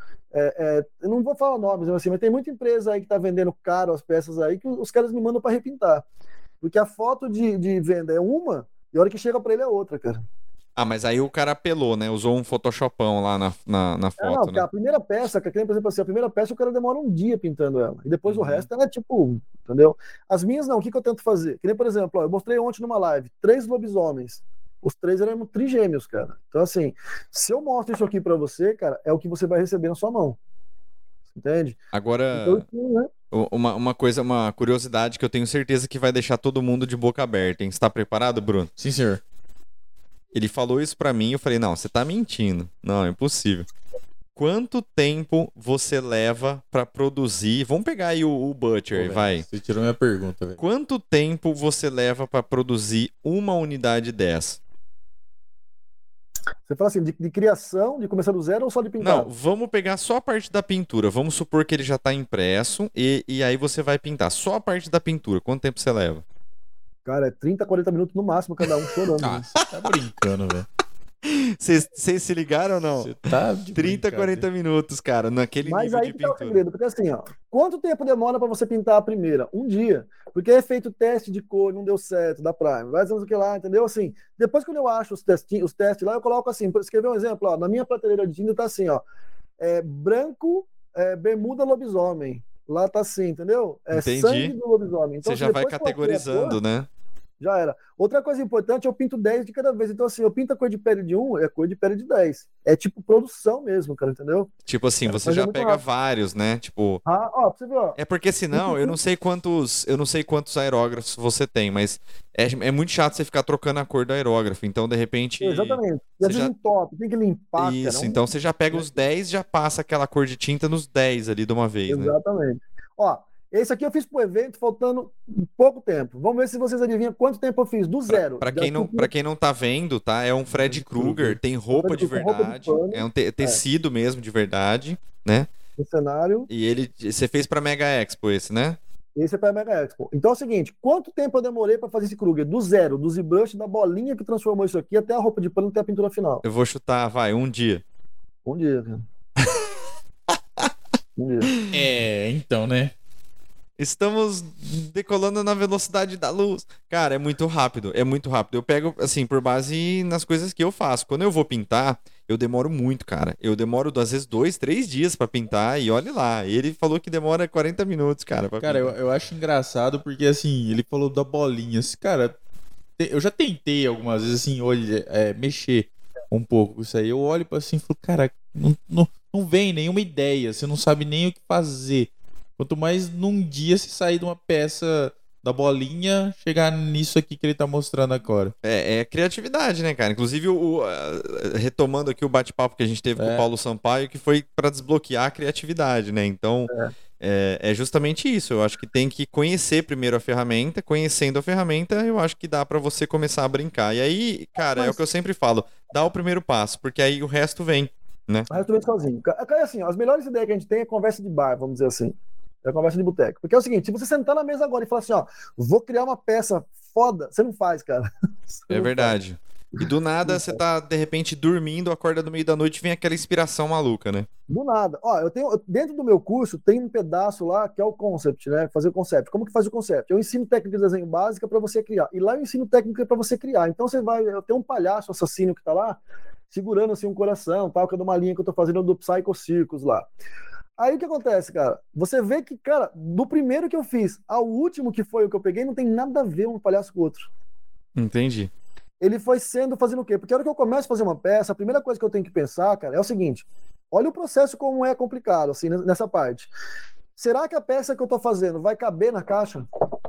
S3: Eu não vou falar nomes, assim, mas tem muita empresa aí que tá vendendo caro as peças aí que os caras me mandam para repintar. Porque a foto de venda é uma e a hora que chega para ele é outra, cara.
S1: Mas aí o cara apelou, né? Usou um Photoshopão lá na foto,
S3: não,
S1: né?
S3: A primeira peça, que por exemplo assim, a primeira peça o cara demora um dia pintando ela. E depois o resto ela é tipo, entendeu? As minhas não, o que eu tento fazer? Que nem, por exemplo, eu mostrei ontem numa live, 3 lobisomens. Os 3 eram trigêmeos, cara. Então, assim, se eu mostro isso aqui pra você, cara, é o que você vai receber na sua mão. Entende?
S1: Agora,
S3: então, né?
S1: uma curiosidade que eu tenho certeza que vai deixar todo mundo de boca aberta, hein? Você tá preparado, Bruno?
S2: Sim, senhor.
S1: Ele falou isso pra mim, eu falei, não, você tá mentindo. Não, é impossível. quanto tempo você leva pra produzir? Vamos pegar aí o Butcher,
S2: Pô,
S1: vai.
S2: Você tirou minha pergunta, velho.
S1: Quanto tempo você leva pra produzir uma unidade dessa?
S3: Você fala assim, de criação, de começar do zero ou só de pintar?
S1: Não, vamos pegar só a parte da pintura. Vamos supor que ele já tá impresso e aí você vai pintar. Só a parte da pintura. Quanto tempo você leva?
S3: Cara, é 30, 40 minutos no máximo, cada um chorando.
S2: Ah,
S3: né?
S2: você tá brincando, velho.
S1: Vocês se ligaram ou não?
S2: Você tá de
S1: 30, 40 minutos, cara, naquele
S3: Mas
S1: nível
S3: aí
S1: de
S3: que tá o
S1: pintura.
S3: segredo, porque assim, ó, quanto tempo demora pra você pintar a primeira? Um dia. Porque é feito teste de cor, não deu certo, da Prime, vai dizer o que lá, entendeu? Assim, depois quando eu acho os testes lá, eu coloco assim, para escrever um exemplo, ó, na minha prateleira de tinta tá assim, ó, branco, bermuda lobisomem. Lá tá assim, entendeu? É
S1: Entendi.
S3: sangue do lobisomem. Então,
S1: Você já vai categorizando, né?
S3: Já era. Outra coisa importante, eu pinto 10 de cada vez. Então, assim, eu pinto a cor de pele de 1, é a cor de pele de 10. É tipo produção mesmo, cara, entendeu?
S1: Tipo assim,
S3: Cara,
S1: você
S3: mas é
S1: já
S3: muito
S1: pega
S3: rápido.
S1: vários, né? Tipo,
S3: Ó, pra você ver, ó.
S1: é porque senão eu não sei quantos aerógrafos você tem, mas é muito chato você ficar trocando a cor do aerógrafo. Então, de repente,
S3: Exatamente. E
S1: você
S3: às vezes
S1: já
S3: entope, tem que limpar,
S1: isso,
S3: cara.
S1: então você já pega os 10, já passa aquela cor de tinta nos 10 ali de uma vez, né?
S3: Exatamente. Ó, esse aqui eu fiz pro evento faltando pouco tempo. Vamos ver se vocês adivinham quanto tempo eu fiz, do zero.
S1: Pra quem não tá vendo, tá? É um Fred Krueger, tem roupa de
S3: Com roupa de
S1: verdade,
S3: pano,
S1: é um tecido mesmo de verdade, né?
S3: no cenário.
S1: E você fez pra Mega Expo esse, né?
S3: Esse é para a Mega Expo. Então é o seguinte, quanto tempo eu demorei para fazer esse Kruger? Do zero, do ZBrush, da bolinha que transformou isso aqui, até a roupa de pano, até a pintura final.
S1: Eu vou chutar, vai, um dia.
S3: Um dia, cara. Um dia.
S2: Então, né?
S1: Estamos decolando na velocidade da luz. Cara, é muito rápido, é muito rápido. Eu pego, assim, por base nas coisas que eu faço. Quando eu vou pintar, eu demoro muito, cara. Eu demoro, às vezes, 2, 3 dias pra pintar e olhe lá. Ele falou que demora 40 minutos, cara, pra
S2: Cara,
S1: pintar.
S2: eu acho engraçado porque, assim, ele falou da bolinha. Cara, eu já tentei algumas vezes, assim, mexer um pouco com isso aí. Eu olho assim e falo, cara, não vem nenhuma ideia. Você não sabe nem o que fazer. Quanto mais num dia se sair de uma peça da bolinha, chegar nisso aqui que ele tá mostrando agora.
S1: É criatividade, né, cara? Inclusive, retomando aqui o bate-papo que a gente teve com o Paulo Sampaio, que foi pra desbloquear a criatividade, né? Então, é justamente isso. Eu acho que tem que conhecer primeiro a ferramenta. Conhecendo a ferramenta, eu acho que dá pra você começar a brincar. E aí, cara, é o que eu sempre falo. Dá o primeiro passo, porque aí o resto vem, né?
S3: O resto vem sozinho. Cara, assim, as melhores ideias que a gente tem é conversa de bar, vamos dizer assim. É conversa de boteco. Porque é o seguinte, se você sentar na mesa agora e falar assim, ó, vou criar uma peça foda, você não faz, cara.
S1: É verdade. E do nada você tá, de repente, dormindo, acorda no meio da noite e vem aquela inspiração maluca, né?
S3: Do nada. Ó, dentro do meu curso, tem um pedaço lá que é o concept, né? Fazer o concept. Como que faz o concept? Eu ensino técnica de desenho básica para você criar. E lá eu ensino técnica para você criar. Então eu tenho um palhaço assassino que tá lá, segurando assim um coração, tal, que é de uma linha que eu tô fazendo do Psycho Circus lá. Aí o que acontece, cara? Você vê que, cara, do primeiro que eu fiz ao último que foi o que eu peguei, não tem nada a ver um palhaço com o outro.
S1: Entendi.
S3: Ele foi fazendo o quê? Porque a hora que eu começo a fazer uma peça, a primeira coisa que eu tenho que pensar, cara, é o seguinte: olha o processo como é complicado, assim, nessa parte. Será que a peça que eu tô fazendo vai caber na caixa?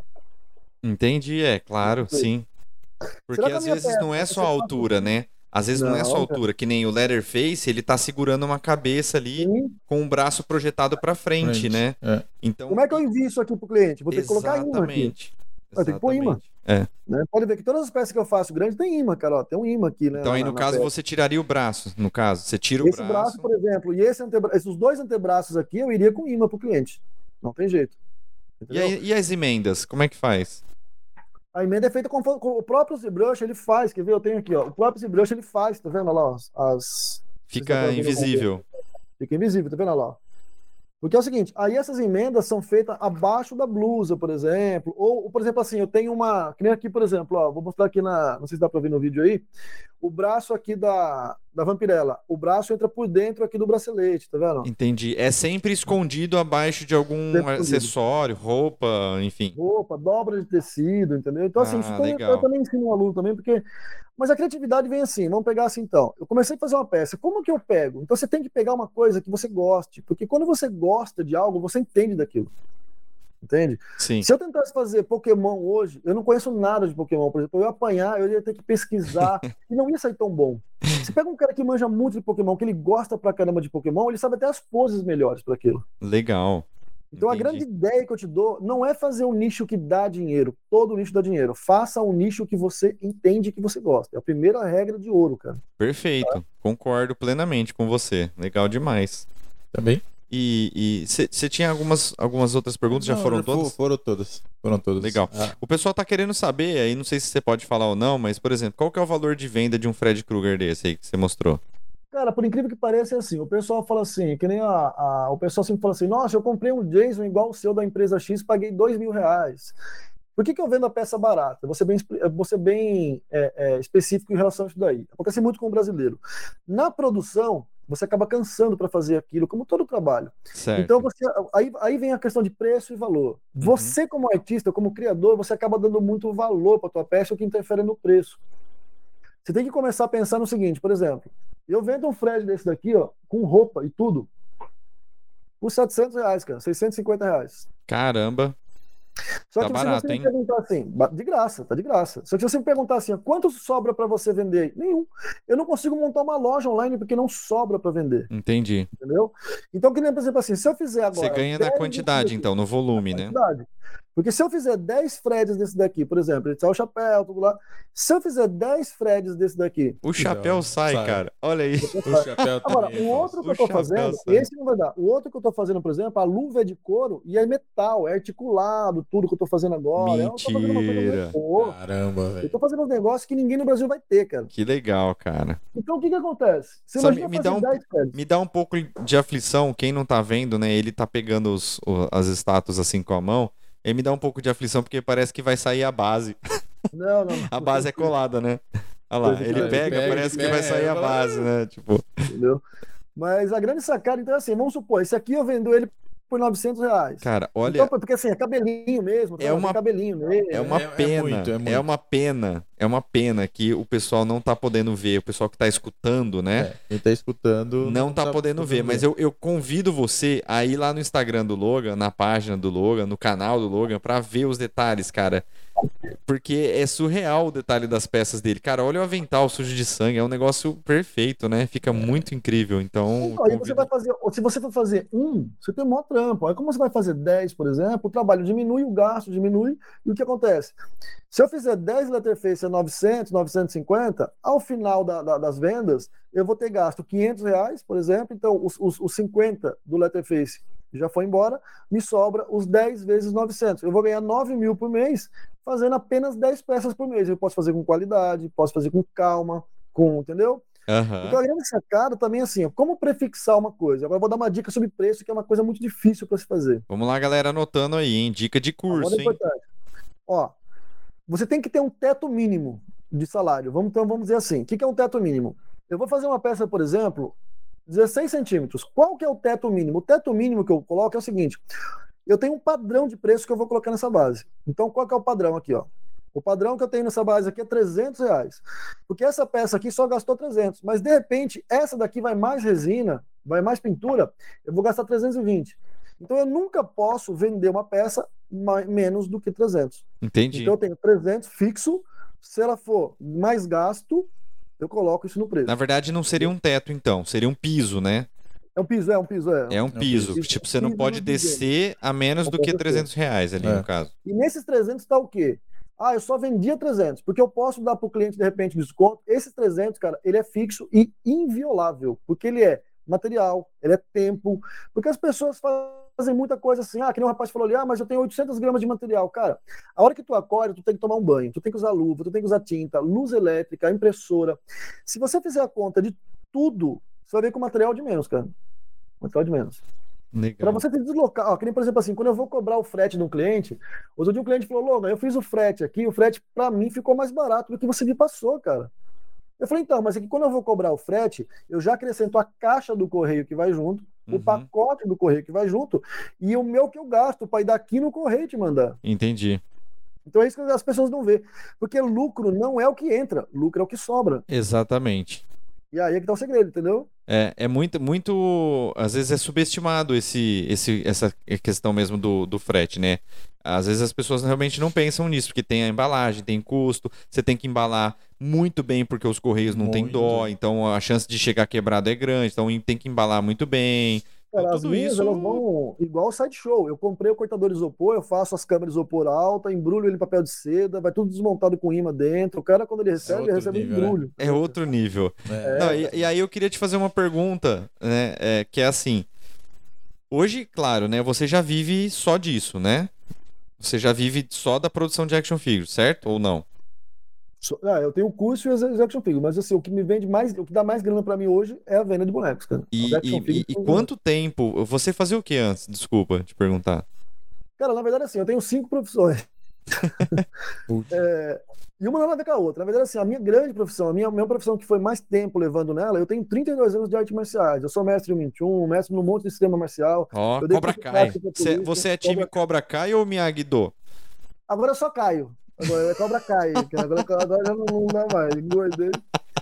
S1: Entendi, claro, sim. Porque às vezes não é só a altura, né? Às vezes não é só a altura, que nem o Leatherface, ele tá segurando uma cabeça ali com o braço projetado pra frente, né? Então,
S3: como é que eu envio isso aqui pro cliente? Vou ter que colocar imã aqui. Vai ter que pôr imã. Né? Pode ver que todas as peças que eu faço grande tem imã, cara. Ó, tem um imã aqui, né?
S1: Então aí no caso você tiraria o braço, no caso. Você tira o braço.
S3: Esse braço, por exemplo, e esses dois antebraços aqui, eu iria com imã pro cliente. Não tem jeito.
S1: E as emendas, como é que faz?
S3: A emenda é feita com o próprio ZBrush, ele faz, quer ver? Eu tenho aqui, ó. O próprio ZBrush ele faz, tá vendo olha lá?
S1: Fica invisível.
S3: Fica invisível, tá vendo olha lá? Porque é o seguinte, aí essas emendas são feitas abaixo da blusa, por exemplo. Ou, por exemplo, assim, eu tenho uma. Que nem aqui, por exemplo, ó, vou mostrar aqui não sei se dá pra ver no vídeo aí. O braço aqui da Vampirella. O braço entra por dentro aqui do bracelete, tá vendo?
S1: Entendi. É sempre escondido abaixo de algum acessório, roupa, enfim.
S3: Roupa, dobra de tecido, entendeu? Então, assim, isso eu também ensino um aluno também, porque. Mas a criatividade vem assim, vamos pegar assim então. Eu comecei a fazer uma peça, como que eu pego? Então você tem que pegar uma coisa que você goste, porque quando você gosta de algo, você entende daquilo. Entende?
S1: Sim.
S3: Se eu tentasse fazer Pokémon hoje, eu não conheço nada de Pokémon, por exemplo, eu ia apanhar, eu ia ter que pesquisar e não ia sair tão bom. Se pega um cara que manja muito de Pokémon, que ele gosta pra caramba de Pokémon, ele sabe até as poses melhores para aquilo.
S1: Legal.
S3: Então a grande ideia que eu te dou não é fazer um nicho que dá dinheiro. Todo nicho dá dinheiro. Faça um nicho que você entende que você gosta. É a primeira regra de ouro, cara.
S1: Perfeito. Tá? Concordo plenamente com você. Legal demais.
S2: Também.
S1: E você tinha algumas outras perguntas? Já foram todas?
S2: Foram todas. Foram todas.
S1: Legal. O pessoal tá querendo saber, aí não sei se você pode falar ou não, mas, por exemplo, qual que é o valor de venda de um Freddy Krueger desse aí que você mostrou?
S3: Cara, por incrível que pareça, é assim, o pessoal fala assim, que nem o pessoal sempre fala assim, nossa, eu comprei um Jason igual o seu da empresa X, paguei R$2.000. Por que eu vendo a peça barata? Vou ser bem específico em relação a isso daí. Acontece muito com o brasileiro. Na produção, você acaba cansando para fazer aquilo, como todo trabalho.
S1: Certo.
S3: Então, aí vem a questão de preço e valor. Você, como artista, como criador, você acaba dando muito valor para a tua peça, o que interfere no preço. Você tem que começar a pensar no seguinte, por exemplo, eu vendo um Fred desse daqui, ó, com roupa e tudo, por R$700, cara, R$650.
S1: Caramba.
S3: Só
S1: tá
S3: que
S1: barato,
S3: se você me
S1: hein?
S3: perguntar assim, de graça, tá de graça. Só que se você me perguntar assim, quanto sobra para você vender? Nenhum. Eu não consigo montar uma loja online porque não sobra para vender.
S1: Entendi.
S3: Entendeu? Então, que nem, por exemplo, assim, se eu fizer agora...
S1: Você ganha na quantidade, então, no volume, né?
S3: Porque se eu fizer 10 Freds desse daqui, por exemplo, ele sai o chapéu, tudo lá. Se eu fizer 10 Freds desse daqui...
S1: O chapéu sai, cara. Olha aí.
S2: O chapéu
S3: Agora,
S2: também
S3: o outro que eu tô fazendo, esse não vai dar. O outro que eu tô fazendo, por exemplo, a luva é de couro e é metal, é articulado, tudo que eu tô fazendo agora.
S1: Mentira.
S2: Caramba, velho.
S3: Eu tô fazendo um negócio que ninguém no Brasil vai ter, cara.
S1: Que legal, cara.
S3: Então, o que acontece? Você
S1: Sabe,
S3: imagina
S1: me dá um pouco de aflição, quem não tá vendo, né? Ele tá pegando as estátuas assim com a mão. Ele me dá um pouco de aflição porque parece que vai sair a base.
S3: Não.
S1: A base é colada, né? Olha lá, ele pega, parece que vai sair a base, né? Tipo...
S3: Entendeu? Mas a grande sacada, então é assim, vamos supor, esse aqui eu vendo ele por R$900.
S1: Cara, olha...
S3: Então, porque assim, é cabelinho mesmo. Cabelinho mesmo.
S1: É uma pena. É uma pena que o pessoal não tá podendo ver. O pessoal que tá escutando, né?
S2: Quem tá escutando...
S1: Não tá podendo ver. Mas eu convido você a ir lá no Instagram do Logan, na página do Logan, no canal do Logan, pra ver os detalhes, cara. Porque é surreal o detalhe das peças dele. Cara, olha o avental sujo de sangue. É um negócio perfeito, né? Fica muito incrível. Então,
S3: aí você vai fazer... Se você for fazer você tem um maior trampo. Aí como você vai fazer 10, por exemplo, o trabalho diminui, o gasto diminui. E o que acontece? Se eu fizer 10 Letterface a 900, 950, ao final das vendas, eu vou ter gasto R$500, por exemplo. Então, os 50 do Letterface já foi embora, me sobra os 10 vezes 900. Eu vou ganhar 9.000 por mês, fazendo apenas 10 peças por mês. Eu posso fazer com qualidade, posso fazer com calma, entendeu? Então a grande sacada também é assim, como prefixar uma coisa. Agora eu vou dar uma dica sobre preço, que é uma coisa muito difícil para se fazer.
S1: Vamos lá, galera, anotando aí, hein? Dica de curso, hein?
S3: Ó, você tem que ter um teto mínimo de salário. Vamos dizer assim, o que é um teto mínimo? Eu vou fazer uma peça, por exemplo, 16 centímetros. Qual que é o teto mínimo? O teto mínimo que eu coloco é o seguinte, eu tenho um padrão de preço que eu vou colocar nessa base. Então qual que é o padrão aqui, ó? O padrão que eu tenho nessa base aqui é R$300. Porque essa peça aqui só gastou 300. Mas, de repente, essa daqui vai mais resina, vai mais pintura, eu vou gastar 320. Então, eu nunca posso vender uma peça menos do que 300.
S1: Entendi.
S3: Então, eu tenho 300 fixo. Se ela for mais gasto, eu coloco isso no preço.
S1: Na verdade, não seria um teto, então. Seria um piso, né?
S3: É um piso.
S1: É um piso. Tipo, você não pode descer a menos do que R$300 ali, no caso.
S3: E nesses 300 está o quê? Eu só vendia 300, porque eu posso dar para o cliente, de repente, desconto. Esses 300, cara, ele é fixo e inviolável, porque ele é material, ele é tempo. Porque as pessoas fazem muita coisa assim, que nem um rapaz falou ali, mas eu tenho 800 gramas de material. Cara, a hora que tu acorda, tu tem que tomar um banho, tu tem que usar luva, tu tem que usar tinta, luz elétrica, impressora. Se você fizer a conta de tudo, você vai ver que o material é de menos, cara. Material de menos. Para você se deslocar, que nem, por exemplo, assim, quando eu vou cobrar o frete de um cliente, outro dia um cliente falou, Logan, eu fiz o frete aqui, o frete para mim ficou mais barato do que você me passou, cara. Eu falei, então, mas aqui quando eu vou cobrar o frete, eu já acrescento a caixa do correio que vai junto, o pacote do correio que vai junto, e o meu que eu gasto para ir daqui no correio te mandar.
S1: Entendi.
S3: Então é isso que as pessoas não vê. Porque lucro não é o que entra, lucro é o que sobra.
S1: Exatamente.
S3: E aí é que tá o segredo, entendeu?
S1: É muito, às vezes é subestimado essa questão mesmo do frete, né? Às vezes as pessoas realmente não pensam nisso, porque tem a embalagem, tem custo, você tem que embalar muito bem porque os correios não têm dó, então a chance de chegar quebrado é grande, então tem que embalar muito bem. Então
S3: Cara, as
S1: tudo
S3: minhas,
S1: isso
S3: elas vão igual o sideshow. Eu comprei o cortador de isopor, eu faço as câmeras de isopor alta, embrulho ele em papel de seda, vai tudo desmontado com imã dentro. O cara, quando ele
S2: outro
S3: recebe um
S2: nível, né?
S3: embrulho.
S1: é outro nível. Não, e aí eu queria te fazer uma pergunta, né? Que é assim, hoje, claro, né? Você já vive só disso, né? Você já vive só da produção de action figures, certo? Ou não?
S3: Eu tenho o curso e as action figures, mas assim, o que me vende mais, o que dá mais grana pra mim hoje é a venda de bonecos, cara. As action figures
S1: E
S3: são-
S1: quanto tempo? Você fazia o que antes? Desculpa te perguntar.
S3: Cara, na verdade, assim, eu tenho 5 profissões. E uma nada a ver com a outra. Na verdade, assim, a minha grande profissão, a minha profissão que foi mais tempo levando nela, eu tenho 32 anos de artes marciais. Eu sou mestre em Wing Chun, mestre num monte de sistema marcial.
S1: Ó,
S3: Eu dei
S1: Cobra
S3: curso
S1: Kai.
S3: prático pra polícia,
S1: Você é time Cobra Kai ou Miyagi-Do?
S3: Agora eu só caio. Agora é Cobra Kai, cara. Agora já não dá mais. Engordei.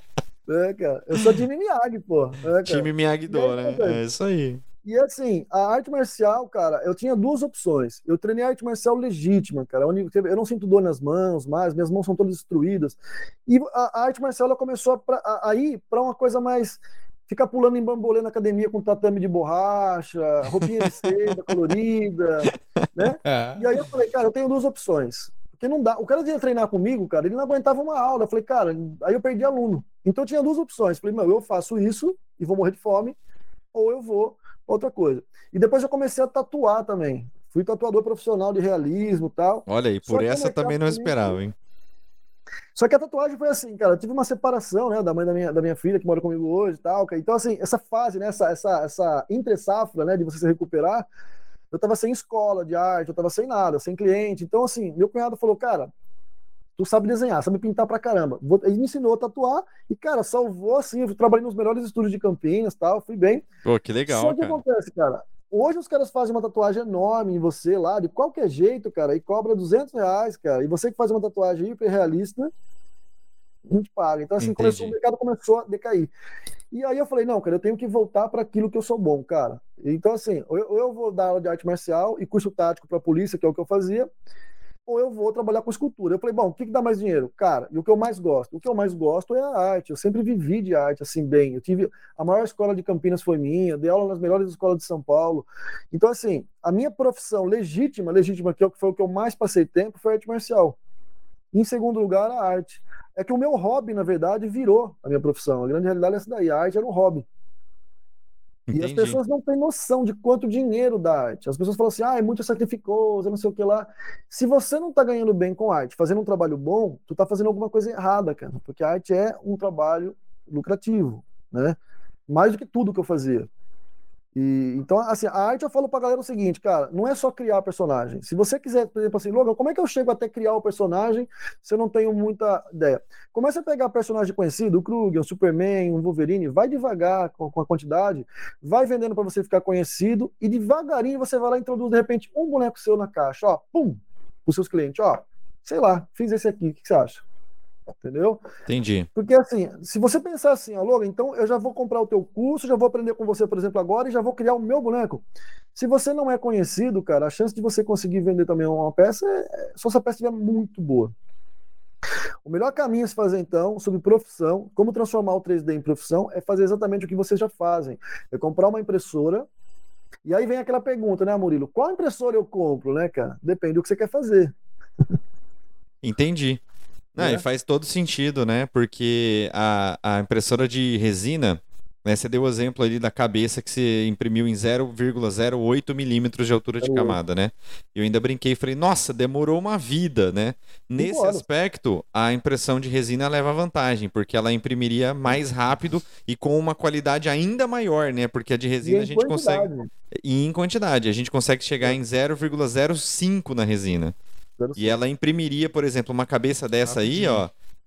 S3: É, cara. Eu sou time Miyagi, pô. É,
S1: Time
S3: cara. E
S1: Miyagi-Do,
S3: aí,
S1: né? É isso aí.
S3: E assim, a arte marcial, cara, eu tinha duas opções. Eu treinei arte marcial legítima, cara. Eu não sinto dor nas mãos mais, minhas mãos são todas destruídas. E a arte marcial ela começou a ir para uma coisa mais. Ficar pulando em bambolê na academia com tatame de borracha, roupinha de seda colorida, né? E aí eu falei, cara, eu tenho duas opções. Porque não dá. O cara ia treinar comigo, cara, ele não aguentava uma aula. Eu falei, cara, aí eu perdi aluno. Então eu tinha duas opções. Falei, meu, eu faço isso e vou morrer de fome, ou eu vou outra coisa. E depois eu comecei a tatuar também. Fui tatuador profissional de realismo e tal.
S1: Olha aí, por essa também não esperava, hein?
S3: Só que a tatuagem foi assim, cara, eu tive uma separação, né, da mãe da minha filha, que mora comigo hoje e tal. Então, assim, essa fase, né, essa entre-safra, né, de você se recuperar, eu tava sem escola de arte, eu tava sem nada, sem cliente. Então, assim, meu cunhado falou, cara, tu sabe desenhar, sabe pintar pra caramba. Ele me ensinou a tatuar e, cara, salvou, assim, eu trabalhei nos melhores estúdios de Campinas e tal, fui bem.
S1: Pô, que legal,
S3: Só que
S1: cara.
S3: acontece, cara, hoje os caras fazem uma tatuagem enorme em você lá, de qualquer jeito, cara, e cobra R$ 200, cara. E você que faz uma tatuagem hiper realista, não te paga. Então, assim,
S1: Entendi.
S3: o mercado começou a decair. E aí eu falei, não, cara, eu tenho que voltar para aquilo que eu sou bom, cara. Então, assim, ou eu vou dar aula de arte marcial e curso tático para a polícia, que é o que eu fazia, ou eu vou trabalhar com escultura. Eu falei, bom, o que dá mais dinheiro? Cara, e o que eu mais gosto? O que eu mais gosto é a arte. Eu sempre vivi de arte, assim, bem. Eu tive... A maior escola de Campinas foi minha, dei aula nas melhores escolas de São Paulo. Então, assim, a minha profissão legítima, que foi o que eu mais passei tempo, foi a arte marcial. Em segundo lugar, a arte. É que o meu hobby, na verdade, virou a minha profissão. A grande realidade é essa daí. A arte era um hobby. E as
S1: Entendi.
S3: pessoas não têm noção de quanto dinheiro dá arte. As pessoas falam assim, é muito sacrificoso, não sei o que lá. Se você não tá ganhando bem com arte, fazendo um trabalho bom, tu tá fazendo alguma coisa errada, cara. Porque a arte é um trabalho lucrativo, né? Mais do que tudo que eu fazia. Então, assim, a arte eu falo pra galera o seguinte, cara, não é só criar personagem. Se você quiser, por exemplo assim, Logan, como é que eu chego até criar o personagem se eu não tenho muita ideia? Começa a pegar personagem conhecido, o Kruger, o Superman, o Wolverine, vai devagar com a quantidade, vai vendendo para você ficar conhecido e devagarinho você vai lá e introduz, de repente, um boneco seu na caixa, ó, pum, pros seus clientes, ó, sei lá, fiz esse aqui, o que você acha? Entendeu?
S1: Entendi.
S3: Porque assim, se você pensar assim, alô, então eu já vou comprar o teu curso, já vou aprender com você, por exemplo, agora e já vou criar o meu boneco. Se você não é conhecido, cara, a chance de você conseguir vender também uma peça só se a peça estiver muito boa. O melhor caminho a se fazer, então, sobre profissão, como transformar o 3D em profissão, é fazer exatamente o que vocês já fazem. É comprar uma impressora, e aí vem aquela pergunta, né, Murilo? Qual impressora eu compro, né, cara? Depende do que você quer fazer.
S1: Entendi. Não, e faz todo sentido, né? Porque a impressora de resina, né? Você deu o exemplo ali da cabeça que você imprimiu em 0,08 milímetros de altura de camada, né? Eu ainda brinquei e falei, nossa, demorou uma vida, né? Nesse aspecto, a impressão de resina leva vantagem, porque ela imprimiria mais rápido e com uma qualidade ainda maior, né? Porque a de resina a gente consegue... E em quantidade, a gente consegue chegar em 0,05 na resina. E ela imprimiria, por exemplo, uma cabeça dessa aí, ó.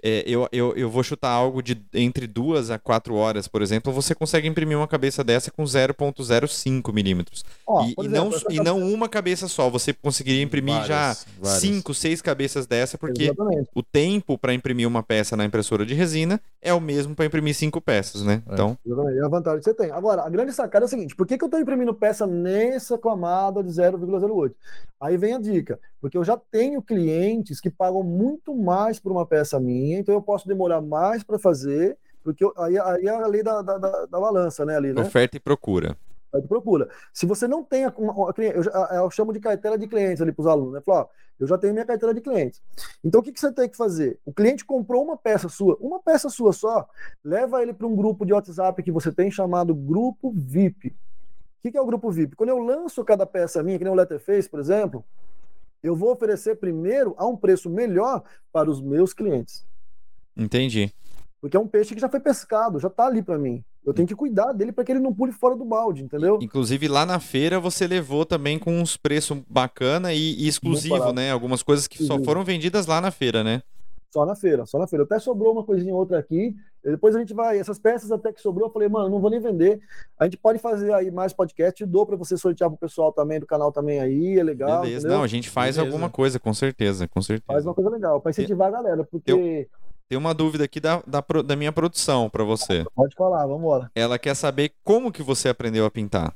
S1: eu vou chutar algo de entre 2 a 4 horas, por exemplo, você consegue imprimir uma cabeça dessa com 0,05 milímetros. E não uma cabeça só, você conseguiria imprimir já 5, 6 cabeças dessa, porque
S3: Exatamente.
S1: o tempo para imprimir uma peça na impressora de resina é o mesmo para imprimir 5 peças, né? Então,
S3: Exatamente. É a vantagem que você tem. Agora, a grande sacada é a seguinte: por que eu estou imprimindo peça nessa camada de 0,08? Aí vem a dica, porque eu já tenho clientes que pagam muito mais por uma peça minha, então eu posso demorar mais para fazer, porque aí é a lei da balança, né? Ali, né?
S1: oferta e procura.
S3: Procura. Se você não tem eu chamo de carteira de clientes ali para os alunos, né? Falo, ó, eu já tenho minha carteira de clientes. Então o que você tem que fazer? O cliente comprou uma peça sua só, leva ele para um grupo de WhatsApp que você tem chamado Grupo VIP. O que é o Grupo VIP? Quando eu lanço cada peça minha, que nem o Letterface, por exemplo, eu vou oferecer primeiro a um preço melhor para os meus clientes.
S1: Entendi.
S3: Porque é um peixe que já foi pescado, já está ali para mim. Eu tenho que cuidar dele para que ele não pule fora do balde, entendeu?
S1: Inclusive, lá na feira você levou também com uns preços bacana e exclusivo, né? Algumas coisas que só foram vendidas lá na feira, né?
S3: Só na feira. Até sobrou uma coisinha outra aqui. Depois a gente vai... Essas peças até que sobrou, eu falei, mano, não vou nem vender. A gente pode fazer aí mais podcast. Dou para você sortear pro pessoal também, do canal também aí. É legal,
S1: beleza.
S3: Entendeu?
S1: Não, a gente faz alguma coisa, com certeza, com certeza.
S3: Faz uma coisa legal, para incentivar a galera, porque...
S1: Tem uma dúvida aqui da minha produção para você.
S3: Pode falar, vamos embora.
S1: Ela quer saber como que você aprendeu a pintar.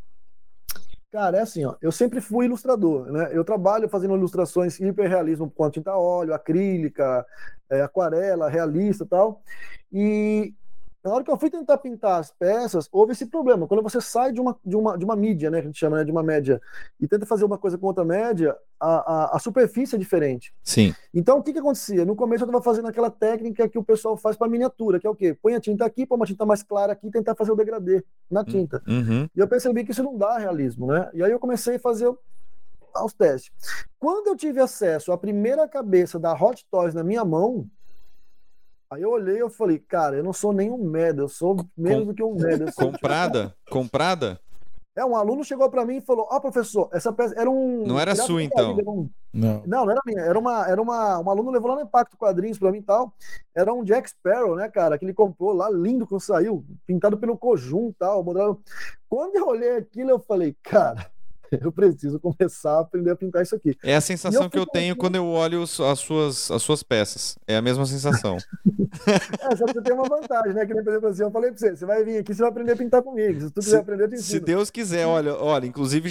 S3: Cara, é assim, ó, eu sempre fui ilustrador, né? Eu trabalho fazendo ilustrações hiperrealismo com tinta a óleo, acrílica, aquarela, realista e tal. E na hora que eu fui tentar pintar as peças, houve esse problema. Quando você sai de uma mídia, né, que a gente chama, né, de uma média, e tenta fazer uma coisa com outra média, a superfície é diferente.
S1: Sim.
S3: Então, o que acontecia? No começo eu estava fazendo aquela técnica que o pessoal faz para miniatura, que é o quê? Põe a tinta aqui, põe uma tinta mais clara aqui e tentar fazer o degradê na tinta.
S1: Uhum.
S3: E eu percebi que isso não dá realismo, né? E aí eu comecei a fazer os testes. Quando eu tive acesso à primeira cabeça da Hot Toys na minha mão, aí eu olhei e falei, cara, eu não sou nem um merda, eu sou menos do que um merda.
S1: Comprada? Comprada?
S3: Um aluno chegou para mim e falou, professor, essa peça era um...
S1: Não era sua, então?
S3: Não era minha, um aluno levou lá no Impacto Quadrinhos para mim e tal, era um Jack Sparrow, né, cara, que ele comprou lá, lindo quando saiu, pintado pelo Cojum e tal, modelado. Quando eu olhei aquilo, eu falei, cara, eu preciso começar a aprender a pintar isso aqui.
S1: É a sensação que eu tenho quando eu olho as suas peças. É a mesma sensação.
S3: Só que você tem uma vantagem, né? Que nem, por exemplo, assim, eu falei pra você vai vir aqui, você vai aprender a pintar comigo. Se tu quiser aprender, eu te ensino.
S1: Se Deus quiser, olha, inclusive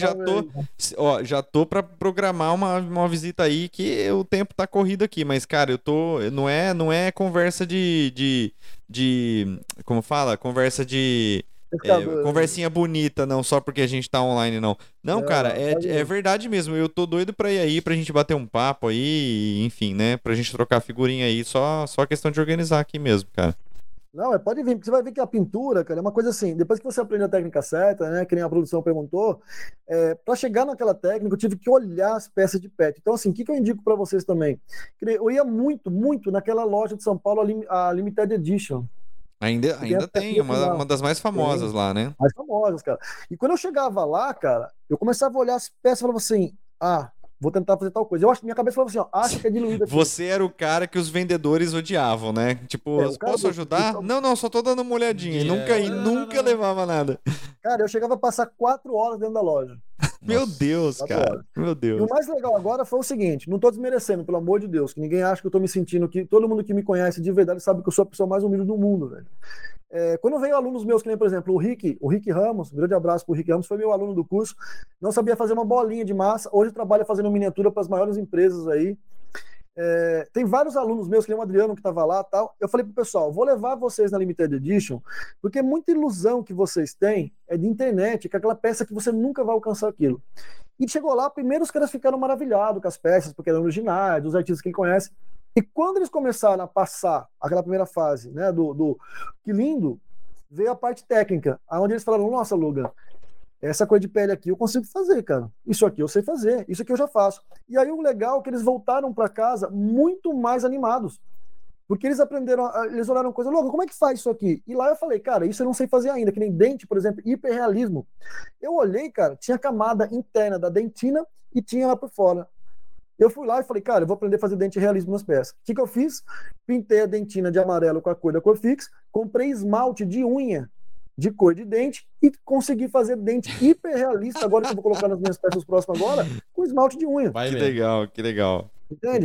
S1: já tô para programar uma visita aí, que o tempo tá corrido aqui, mas, cara, não é conversa de como fala? Conversa de... conversinha bonita, não só porque a gente tá online, não. Não, cara, é verdade mesmo. Eu tô doido pra ir aí, pra gente bater um papo aí, enfim, né? Pra gente trocar figurinha aí. Só questão de organizar aqui mesmo, cara.
S3: Não, pode vir, porque você vai ver que a pintura, cara, é uma coisa assim. Depois que você aprende a técnica certa, né? Que nem a produção perguntou, pra chegar naquela técnica, eu tive que olhar as peças de perto. Então, assim, o que eu indico pra vocês também? Eu ia muito, muito naquela loja de São Paulo, a Limited Edition.
S1: Ainda tem, uma das mais famosas lá, né?
S3: Mais famosas, cara. E quando eu chegava lá, cara, eu começava a olhar as peças e falava assim, vou tentar fazer tal coisa. Minha cabeça falava assim, acho que é diluída aqui.
S1: Você era o cara que os vendedores odiavam, né? Tipo, posso ajudar? Não, só tô dando uma olhadinha. E nunca levava nada.
S3: Cara, eu chegava a passar 4 horas dentro da loja.
S1: Meu Deus, cara. Meu Deus.
S3: E o mais legal agora foi o seguinte, não tô desmerecendo, pelo amor de Deus, que ninguém acha que eu tô me sentindo que todo mundo que me conhece de verdade sabe que eu sou a pessoa mais humilde do mundo, velho. Quando veio alunos meus, que nem, por exemplo, o Rick Ramos, um grande abraço pro Rick Ramos, foi meu aluno do curso, não sabia fazer uma bolinha de massa, hoje trabalha fazendo miniatura para as maiores empresas aí. Tem vários alunos meus, que nem o Adriano que estava lá e tal. Eu falei pro pessoal, vou levar vocês na Limited Edition, porque muita ilusão que vocês têm é de internet, que é aquela peça que você nunca vai alcançar aquilo. E chegou lá, primeiro os caras ficaram maravilhados com as peças, porque eram originais, dos artistas que ele conhece. E quando eles começaram a passar aquela primeira fase, né, que lindo, veio a parte técnica, onde eles falaram, nossa, Logan, essa coisa de pele aqui eu consigo fazer, cara. Isso aqui eu sei fazer, isso aqui eu já faço. E aí o legal é que eles voltaram para casa muito mais animados. Porque eles aprenderam, eles olharam coisa, Logan, como é que faz isso aqui? E lá eu falei, cara, isso eu não sei fazer ainda, que nem dente, por exemplo, hiperrealismo. Eu olhei, cara, tinha camada interna da dentina e tinha lá por fora. Eu fui lá e falei, cara, eu vou aprender a fazer dente realismo nas peças. O que eu fiz? Pintei a dentina de amarelo com a cor da Corfix, comprei esmalte de unha de cor de dente e consegui fazer dente hiper realista agora que eu vou colocar nas minhas peças próximas agora, com esmalte de unha.
S1: Que legal, que legal.
S3: Entende?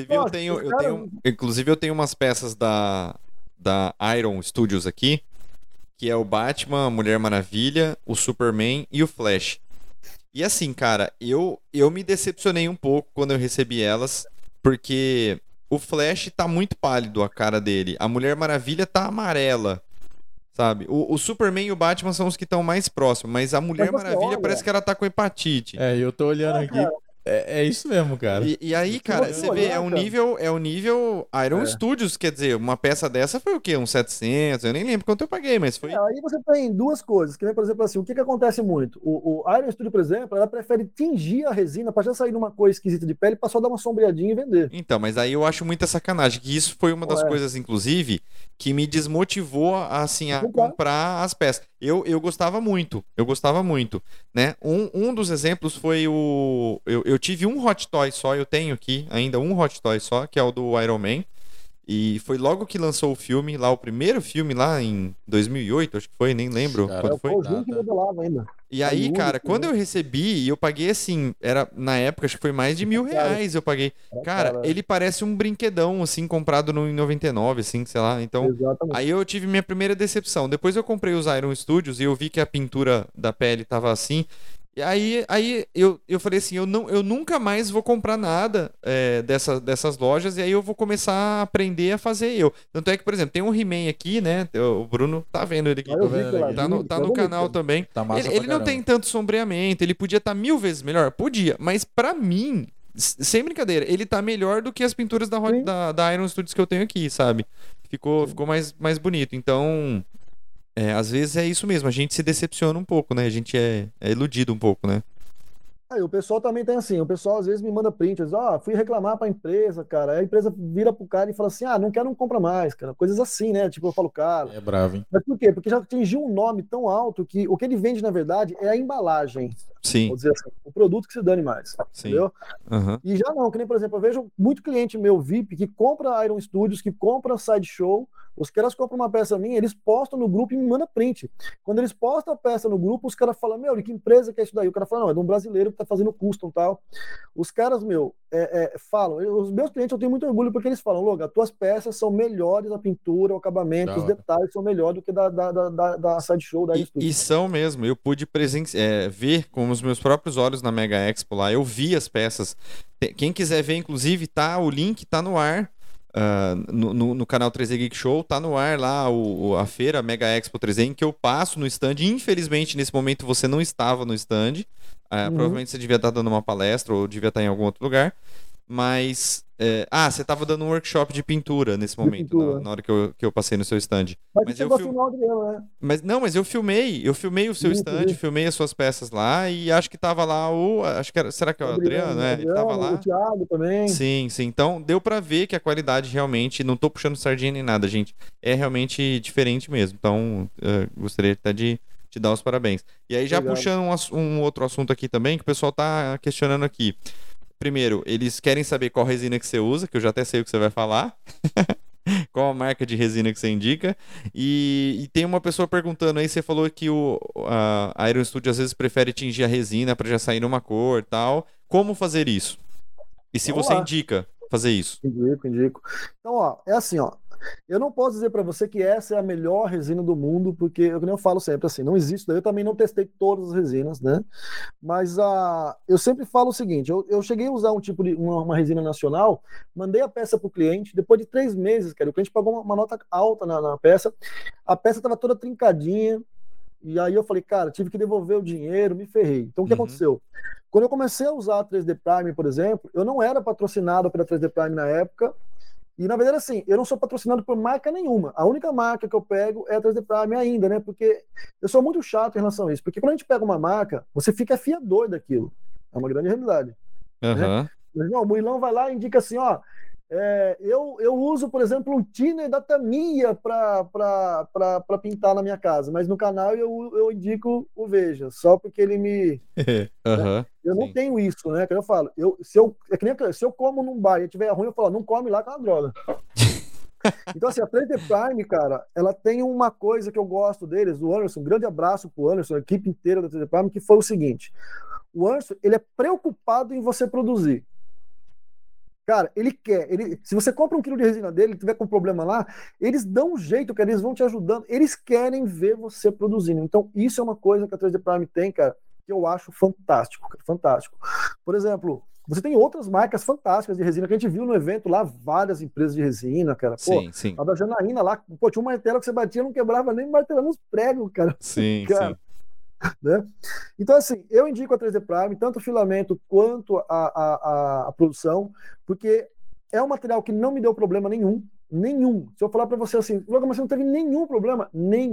S1: Inclusive eu tenho umas peças da Iron Studios aqui, que é o Batman, a Mulher Maravilha, o Superman e o Flash. E assim, cara, eu me decepcionei um pouco quando eu recebi elas, porque o Flash tá muito pálido a cara dele, a Mulher Maravilha tá amarela, sabe? O Superman e o Batman são os que estão mais próximos, mas a Mulher Maravilha parece que ela tá com hepatite.
S2: Eu tô olhando aqui.
S3: Cara.
S2: É isso mesmo, cara.
S1: E aí, cara, você vê, é o nível Iron Studios, quer dizer, uma peça dessa foi o quê? Uns 700, eu nem lembro quanto eu paguei, mas foi...
S3: Aí você tem duas coisas, que, por exemplo, assim, o que acontece muito? O Iron Studio, por exemplo, ela prefere tingir a resina para já sair numa cor esquisita de pele, para só dar uma sombreadinha e vender.
S1: Então, mas aí eu acho muita sacanagem, que isso foi uma das coisas, inclusive, que me desmotivou, assim, a comprar as peças. Eu gostava muito, né? Um dos exemplos foi eu tive um Hot Toy só, eu tenho aqui ainda um Hot Toy só, que é o do Iron Man. E foi logo que lançou o filme, lá o primeiro filme, lá em 2008, acho que foi, nem lembro quando foi.
S3: Ainda.
S1: E aí, cara, quando eu recebi, eu paguei assim, era na época, acho que foi mais de R$1.000 eu paguei. Cara, ele parece um brinquedão, assim, comprado em 99, assim, sei lá. Então, aí eu tive minha primeira decepção. Depois eu comprei os Iron Studios e eu vi que a pintura da pele tava assim. E aí eu falei assim, eu nunca mais vou comprar nada dessas lojas, e aí eu vou começar a aprender a fazer eu. Tanto é que, por exemplo, tem um He-Man aqui, né? O Bruno tá vendo ele aqui. Tá no canal também. Ele não tem tanto sombreamento, ele podia estar 1000 vezes melhor? Podia, mas pra mim, sem brincadeira, ele tá melhor do que as pinturas da Iron Studios que eu tenho aqui, sabe? Ficou mais bonito. Então... às vezes é isso mesmo, a gente se decepciona um pouco, né? A gente é iludido um pouco, né?
S3: Aí o pessoal também tem assim, o pessoal às vezes me manda print, diz, fui reclamar pra empresa, cara. Aí a empresa vira pro cara e fala assim, não quero, não compra mais, cara. Coisas assim, né? Tipo, eu falo, cara...
S2: É bravo, hein?
S3: Mas por quê? Porque já atingiu um nome tão alto que o que ele vende, na verdade, é a embalagem.
S1: Sim.
S3: Vou dizer assim, o produto que se dane mais. Sim. Entendeu?
S1: Uhum.
S3: E já não, que nem, por exemplo, eu vejo muito cliente meu VIP que compra Iron Studios, que compra Sideshow. Os caras compram uma peça minha, eles postam no grupo e me mandam print. Quando eles postam a peça no grupo, os caras falam, meu, que empresa que é isso daí? O cara fala, não, é de um brasileiro que tá fazendo custom e tal. Os caras, falam, os meus clientes eu tenho muito orgulho porque eles falam, Loga, as tuas peças são melhores, a pintura, o acabamento, os detalhes são melhores do que da Sideshow, da
S1: E são mesmo, eu pude ver com os meus próprios olhos na Mega Expo lá, eu vi as peças. Quem quiser ver, inclusive, o link tá no ar. No canal 3D Geek Show, tá no ar lá a feira Mega Expo 3D, em que eu passo no stand. Infelizmente, nesse momento você não estava no stand. Provavelmente você devia estar dando uma palestra ou devia estar em algum outro lugar. Mas. Você estava dando um workshop de pintura nesse momento, na hora que eu passei no seu stand.
S3: Mas eu né?
S1: Mas eu filmei o seu stand, filmei as suas peças lá e acho que tava lá acho que era, será que é o Adriano, né? Ele tava lá.
S3: O Thiago também.
S1: Sim. Então deu pra ver que a qualidade realmente, não tô puxando sardinha nem nada, gente, é realmente diferente mesmo. Então, gostaria até de te dar os parabéns. E aí, já puxando um outro assunto aqui também, que o pessoal tá questionando aqui. Primeiro, eles querem saber qual resina que você usa, que eu já até sei o que você vai falar. Qual a marca de resina que você indica. E tem uma pessoa perguntando aí, você falou que a Iron Studio às vezes prefere tingir a resina para já sair numa cor e tal. Como fazer isso? E se você indica fazer isso?
S3: Indico. Então, é assim, eu não posso dizer para você que essa é a melhor resina do mundo, porque eu falo sempre assim, não existe, eu também não testei todas as resinas, né? Mas eu sempre falo o seguinte, eu cheguei a usar uma resina nacional, mandei a peça para o cliente, depois de 3 meses, cara, o cliente pagou uma nota alta na peça, a peça estava toda trincadinha, e aí eu falei, cara, tive que devolver o dinheiro, me ferrei. Então o que aconteceu? Quando eu comecei a usar a 3D Prime, por exemplo, eu não era patrocinado pela 3D Prime na época. E, na verdade, assim, eu não sou patrocinado por marca nenhuma. A única marca que eu pego é a 3D Prime ainda, né? Porque eu sou muito chato em relação a isso. Porque quando a gente pega uma marca, você fica fiador daquilo. É uma grande realidade.
S1: Uhum.
S3: Né? Mas, não, o Murilão vai lá e indica assim, Eu uso, por exemplo, um thinner da Tamiya para pintar na minha casa, mas no canal eu indico o Veja, só porque ele me...
S1: Aham,
S3: Eu não
S1: sim.
S3: tenho isso, né? Que eu falo, é que nem se eu como num bar e tiver ruim, eu falo, não come lá, que é uma droga. Então, assim, a 3D Prime, cara, ela tem uma coisa que eu gosto deles, do Anderson, um grande abraço pro Anderson, a equipe inteira da 3D Prime, que foi o seguinte: o Anderson, ele é preocupado em você produzir. Cara, ele quer. Se você compra 1 quilo de resina dele, tiver com problema lá, eles dão um jeito, cara, eles vão te ajudando. Eles querem ver você produzindo. Então, isso é uma coisa que a 3D Prime tem, cara, que eu acho fantástico, cara, fantástico. Por exemplo, você tem outras marcas fantásticas de resina que a gente viu no evento lá, várias empresas de resina, cara. Pô,
S1: Sim.
S3: a da Janaína lá, pô, tinha um martelo que você batia, não quebrava nem martelando os pregos, cara.
S1: Sim,
S3: Cara, né? Então, assim, eu indico a 3D Prime, tanto o filamento quanto a produção, porque é um material que não me deu problema nenhum. Nenhum. Se eu falar para você assim, logo você não teve nenhum problema.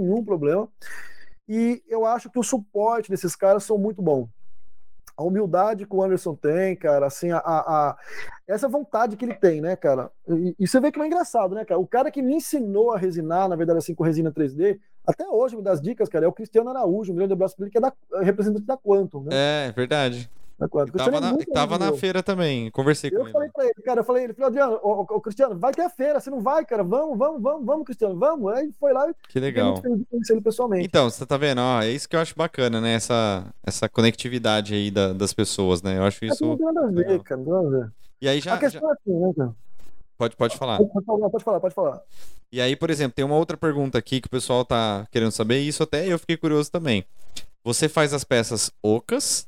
S3: E eu acho que o suporte desses caras são muito bom. A humildade que o Anderson tem, cara, assim, essa vontade que ele tem, né, cara? E você vê que é engraçado, né, cara? O cara que me ensinou a resinar, na verdade, assim, com resina 3D, até hoje me dá as dicas, cara, é o Cristiano Araújo, um grande abraço pra ele, que é representante da Quantum, né?
S1: É verdade.
S3: Da Quantum.
S1: Tava na feira também, conversei com
S3: Eu
S1: ele.
S3: falei pra ele, cara, Adriano, ô, Cristiano, vai ter a feira, você não vai, cara, vamos, Cristiano, vamos. Aí foi lá
S1: Que
S3: e a
S1: legal.
S3: gente fez conhecer ele pessoalmente.
S1: Então, você tá vendo, ó, é isso que eu acho bacana, né? Essa conectividade aí das pessoas, né? Eu acho isso.
S3: Não tem nada a ver,
S1: legal.
S3: cara, não tem nada a ver.
S1: E aí
S3: A questão é assim, né, cara?
S1: Pode falar.
S3: Pode falar.
S1: E aí, por exemplo, tem uma outra pergunta aqui que o pessoal tá querendo saber, e isso até eu fiquei curioso também. Você faz as peças ocas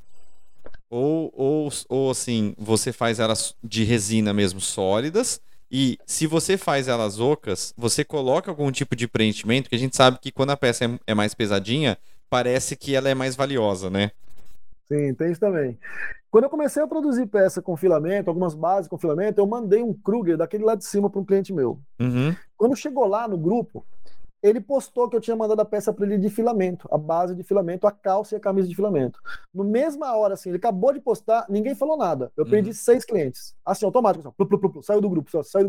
S1: ou assim, você faz elas de resina mesmo, sólidas? E se você faz elas ocas, você coloca algum tipo de preenchimento, que a gente sabe que quando a peça é mais pesadinha, parece que ela é mais valiosa, né?
S3: Sim, tem isso também. Quando eu comecei a produzir peça com filamento, algumas bases com filamento, eu mandei um Kruger daquele lá de cima para um cliente meu.
S1: Uhum.
S3: Quando chegou lá no grupo, ele postou que eu tinha mandado a peça para ele de filamento, a base de filamento, a calça e a camisa de filamento. No mesma hora, assim, ele acabou de postar, ninguém falou nada. Eu perdi 6 clientes. Assim, automático. Assim, saiu do grupo.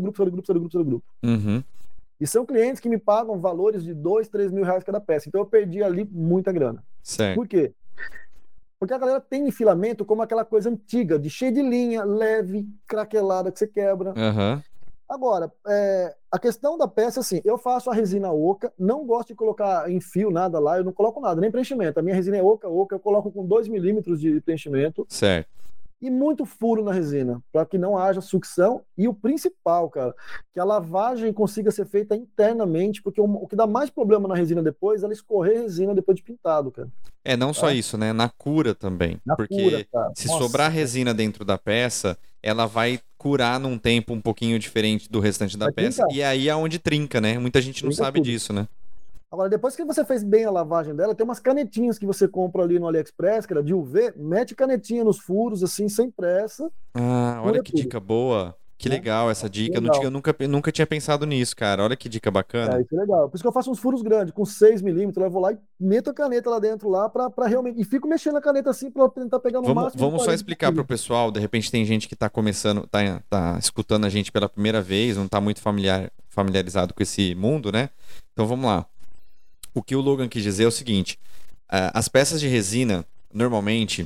S1: Uhum.
S3: E são clientes que me pagam valores de 2, 3 mil reais cada peça. Então eu perdi ali muita grana.
S1: Certo.
S3: Por quê? Porque a galera tem filamento como aquela coisa antiga, de cheio de linha, leve, craquelada, que você quebra.
S1: Uhum.
S3: Agora, a questão da peça, assim, eu faço a resina oca, não gosto de colocar em fio nada lá, eu não coloco nada, nem preenchimento. A minha resina é oca, eu coloco com 2 milímetros de preenchimento.
S1: Certo.
S3: E muito furo na resina, para que não haja sucção. E o principal, cara, que a lavagem consiga ser feita internamente, porque o que dá mais problema na resina depois é ela escorrer resina depois de pintado, cara.
S1: Não só isso, né? Na cura também. Porque se sobrar resina dentro da peça, ela vai curar num tempo um pouquinho diferente do restante da peça. E aí é onde trinca, né? Muita gente não sabe disso, né?
S3: Agora, depois que você fez bem a lavagem dela, tem umas canetinhas que você compra ali no AliExpress, que era de UV, mete canetinha nos furos, assim, sem pressa.
S1: Ah, olha que dica boa. Que legal essa dica. Legal. Eu nunca tinha pensado nisso, cara. Olha que dica bacana.
S3: Isso é legal. Por isso que eu faço uns furos grandes, com 6 milímetros. Eu vou lá e meto a caneta lá dentro, lá, pra realmente... E fico mexendo a caneta assim, pra tentar pegar no máximo.
S1: Vamos só explicar pro pessoal. De repente tem gente que tá começando, tá escutando a gente pela primeira vez, não tá muito familiarizado com esse mundo, né? Então vamos lá. O que o Logan quis dizer é o seguinte: as peças de resina, normalmente,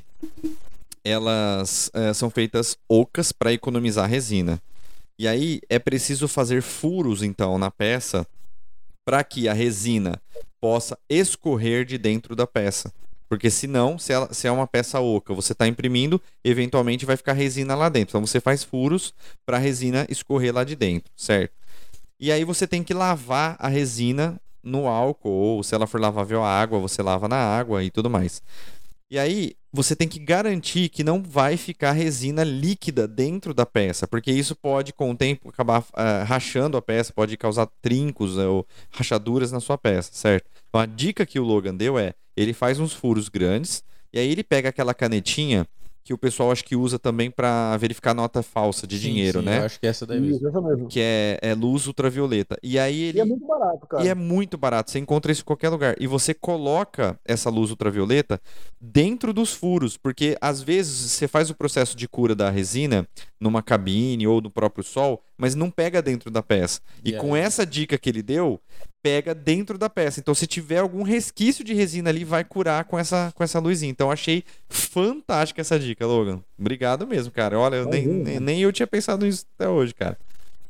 S1: elas são feitas ocas para economizar resina. E aí é preciso fazer furos, então, na peça para que a resina possa escorrer de dentro da peça. Porque senão, se é uma peça oca, você está imprimindo, eventualmente vai ficar resina lá dentro. Então você faz furos para a resina escorrer lá de dentro, certo? E aí você tem que lavar a resina no álcool, ou se ela for lavável à água, você lava na água e tudo mais. E aí você tem que garantir que não vai ficar resina líquida dentro da peça, porque isso pode, com o tempo, acabar rachando a peça, pode causar trincos ou rachaduras na sua peça, certo? Então a dica que o Logan deu ele faz uns furos grandes, e aí ele pega aquela canetinha que o pessoal acho que usa também para verificar nota falsa de dinheiro, né?
S2: Eu acho que essa deve
S3: Isso, essa mesmo.
S1: Que é luz ultravioleta. E aí ele...
S3: E é muito barato, cara.
S1: E é muito barato, você encontra isso em qualquer lugar. E você coloca essa luz ultravioleta dentro dos furos, porque às vezes você faz o processo de cura da resina numa cabine ou no próprio sol, mas não pega dentro da peça. E com essa dica que ele deu, pega dentro da peça. Então, se tiver algum resquício de resina ali, vai curar com essa luzinha. Então, achei fantástica essa dica, Logan. Obrigado mesmo, cara. Olha, nem eu tinha pensado nisso até hoje, cara.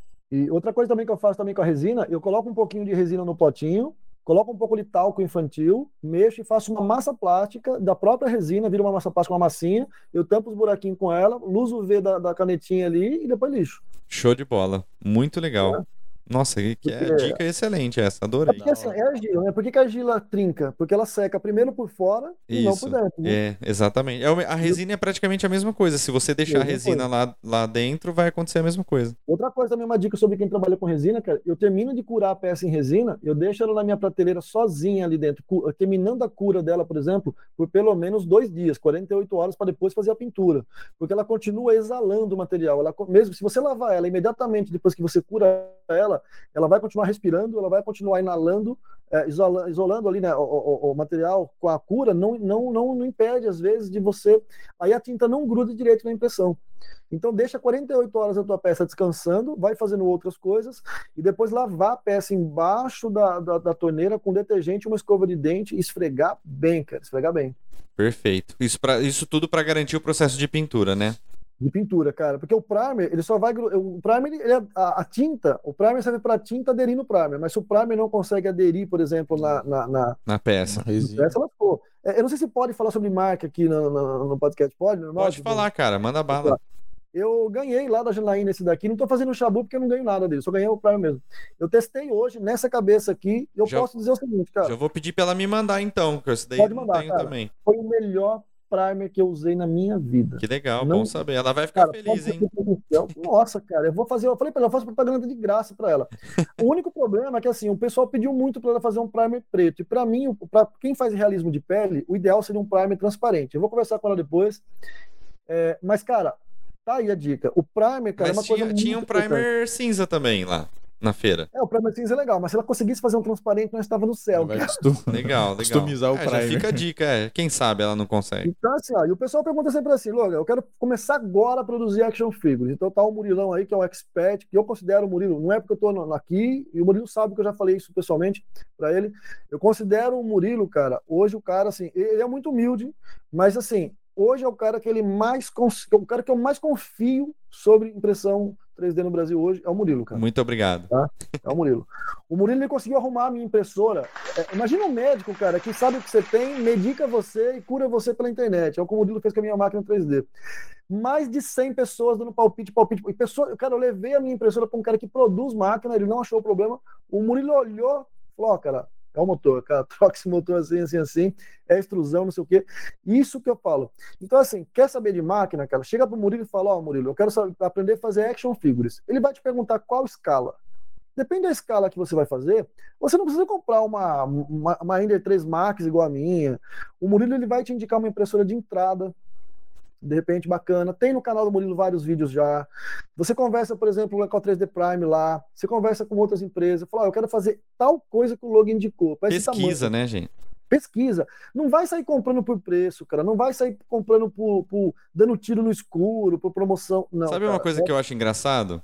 S3: E outra coisa também que eu faço também com a resina, eu coloco um pouquinho de resina no potinho, coloco um pouco de talco infantil, mexo e faço uma massa plástica da própria resina, vira uma massa plástica, uma massinha, eu tampo os buraquinhos com ela, luz UV da canetinha ali e depois lixo.
S1: Show de bola. Muito legal. Nossa, que é dica excelente essa, adorei.
S3: Porque assim, é argila, né? Por que a argila trinca? Porque ela seca primeiro por fora e não por dentro. Né?
S1: Exatamente. A resina é praticamente a mesma coisa. Se você deixar a resina lá dentro, vai acontecer a mesma coisa.
S3: Outra coisa também, uma dica sobre quem trabalha com resina, cara, eu termino de curar a peça em resina, eu deixo ela na minha prateleira sozinha ali dentro, terminando a cura dela, por exemplo, por pelo menos 2 dias, 48 horas para depois fazer a pintura. Porque ela continua exalando o material. Mesmo se você lavar ela imediatamente depois que você cura ela vai continuar respirando, ela vai continuar inalando, isolando ali, né, o material com a cura, não impede, às vezes, de você... Aí a tinta não gruda direito na impressão. Então deixa 48 horas a tua peça descansando, vai fazendo outras coisas, e depois lavar a peça embaixo da torneira com detergente, uma escova de dente, e esfregar bem, cara, esfregar bem.
S1: Perfeito. Isso tudo para garantir o processo de pintura, né?
S3: De pintura, cara, porque o primer, ele só vai... O primer, a tinta, o primer serve para a tinta aderir no primer, mas se o primer não consegue aderir, por exemplo,
S1: na peça.
S3: Ela ficou. Eu não sei se pode falar sobre marca aqui no podcast, pode? Normal,
S1: pode falar, cara, manda bala.
S3: Eu ganhei lá da Janaína esse daqui, não tô fazendo chabu porque eu não ganho nada dele, só ganhei o primer mesmo. Eu testei hoje, nessa cabeça aqui, e eu posso dizer o seguinte, cara.
S1: Já vou pedir pra ela me mandar então, porque esse daí
S3: pode
S1: eu
S3: mandar,
S1: tenho
S3: cara.
S1: também.
S3: Foi o melhor primer que eu usei na minha vida.
S1: Que legal, bom saber. Ela vai ficar feliz, hein?
S3: Nossa, cara, eu falei pra ela, eu faço propaganda de graça pra ela. O único problema é que, assim, o pessoal pediu muito pra ela fazer um primer preto. E pra mim, pra quem faz realismo de pele, o ideal seria um primer transparente. Eu vou conversar com ela depois. Mas, cara, tá aí a dica. O primer, cara, é uma coisa muito
S1: tinha um primer cinza também lá na feira.
S3: O primer cinza é legal, mas se ela conseguisse fazer um transparente, nós estava no céu.
S1: Legal.
S2: Customizar o primer.
S1: Já fica a dica, quem sabe ela não consegue.
S3: Então, assim, e o pessoal pergunta sempre assim, Logan, eu quero começar agora a produzir action figures. Então tá o Murilão aí, que é um expert, que eu considero o Murilo, não é porque eu tô aqui, e o Murilo sabe que eu já falei isso pessoalmente pra ele. Eu considero o Murilo, cara, hoje o cara, assim, ele é muito humilde, mas assim, hoje é o cara que o cara que eu mais confio sobre impressão 3D no Brasil hoje, é o Murilo, cara.
S1: Muito obrigado.
S3: Tá? É o Murilo. O Murilo, ele conseguiu arrumar a minha impressora. Imagina um médico, cara, que sabe o que você tem, medica você e cura você pela internet. É o que o Murilo fez com a minha máquina 3D. Mais de 100 pessoas dando palpite. E cara, eu levei a minha impressora para um cara que produz máquina, ele não achou o problema. O Murilo olhou, falou, cara, é o motor, cara, troca esse motor assim, é extrusão, não sei o quê. Isso que eu falo. Então, assim, quer saber de máquina, cara? Chega pro Murilo e fala, Murilo, eu quero aprender a fazer action figures. Ele vai te perguntar qual escala. Depende da escala que você vai fazer, você não precisa comprar uma Ender 3 Max igual a minha. O Murilo, ele vai te indicar uma impressora de entrada, de repente bacana. Tem no canal do Murilo vários vídeos já. Você conversa, por exemplo, com a 3D Prime lá, você conversa com outras empresas, fala, eu quero fazer tal coisa que o Logan indicou.
S1: Pesquisa, né, gente?
S3: Pesquisa. Não vai sair comprando por preço, cara. Não vai sair comprando dando tiro no escuro, por promoção. Não,
S1: sabe, cara, uma coisa que eu acho engraçado?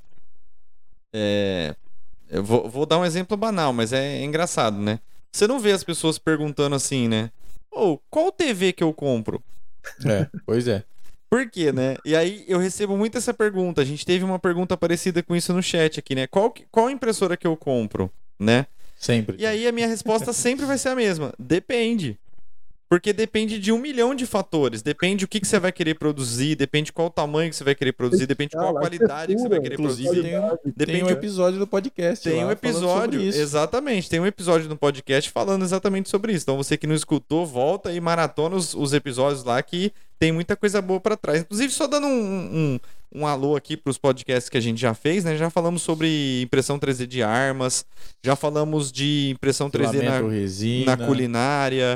S1: Eu vou dar um exemplo banal, mas é engraçado, né? Você não vê as pessoas perguntando assim, né? Qual TV que eu compro?
S2: Pois é.
S1: Por quê, né? E aí eu recebo muito essa pergunta. A gente teve uma pergunta parecida com isso no chat aqui, né? Qual impressora que eu compro, né?
S2: Sempre.
S1: E aí a minha resposta sempre vai ser a mesma. Depende. Porque depende de 1 milhão de fatores. Depende o que você vai querer produzir, depende qual tamanho que você vai querer produzir, depende qual qualidade que você vai querer produzir.
S2: Tem um episódio do podcast.
S1: Tem um episódio, exatamente. Tem um episódio no podcast falando exatamente sobre isso. Então você que não escutou, volta e maratona os episódios lá que tem muita coisa boa pra trás. Inclusive, só dando um alô aqui pros podcasts que a gente já fez, né? Já falamos sobre impressão 3D de armas, já falamos de impressão 3D na culinária.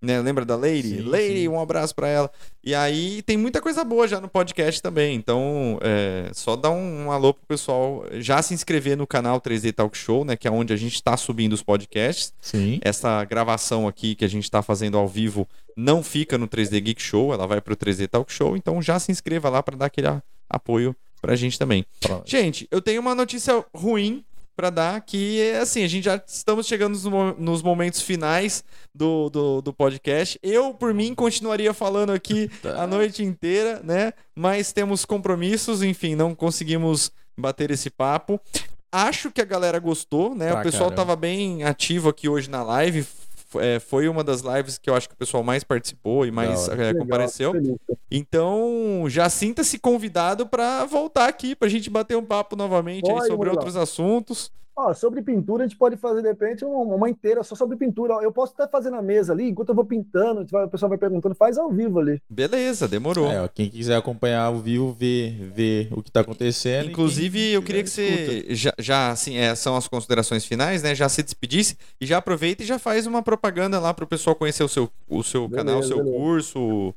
S1: né? Lembra da Lady?
S2: Sim,
S1: Lady,
S2: sim.
S1: um abraço pra ela. E aí tem muita coisa boa já no podcast também. Então, só dá um alô pro pessoal já se inscrever no canal 3D Talk Show, né? Que é onde a gente tá subindo os podcasts.
S2: Sim.
S1: Essa gravação aqui que a gente tá fazendo ao vivo não fica no 3D Geek Show, ela vai pro 3D Talk Show. Então já se inscreva lá pra dar aquele apoio pra gente também.
S2: Pronto.
S1: Gente, eu tenho uma notícia ruim pra dar, que é assim, a gente já estamos chegando nos momentos finais do podcast. Eu, por mim, continuaria falando aqui a noite inteira, né? Mas temos compromissos, enfim, não conseguimos bater esse papo. Acho que a galera gostou, né?
S2: Pra
S1: O pessoal
S2: caramba.
S1: tava bem ativo aqui hoje na live. Foi uma das lives que eu acho que o pessoal mais participou e mais
S3: Legal,
S1: compareceu.
S3: feliz.
S1: Então, já sinta-se convidado para voltar aqui, pra gente bater um papo novamente aí
S3: Oi,
S1: sobre
S3: Murilão.
S1: outros assuntos.
S3: Ó, sobre pintura, a gente pode fazer, de repente, uma inteira só sobre pintura. Eu posso até fazer na mesa ali, enquanto eu vou pintando, o pessoal vai perguntando, faz ao vivo ali.
S1: Beleza, demorou.
S2: Ó, quem quiser acompanhar ao vivo, ver o que tá acontecendo.
S1: Inclusive, eu queria que você já assim, são as considerações finais, né? Já se despedisse e já aproveita e já faz uma propaganda lá pro pessoal conhecer o seu canal, o seu
S3: beleza.
S1: curso.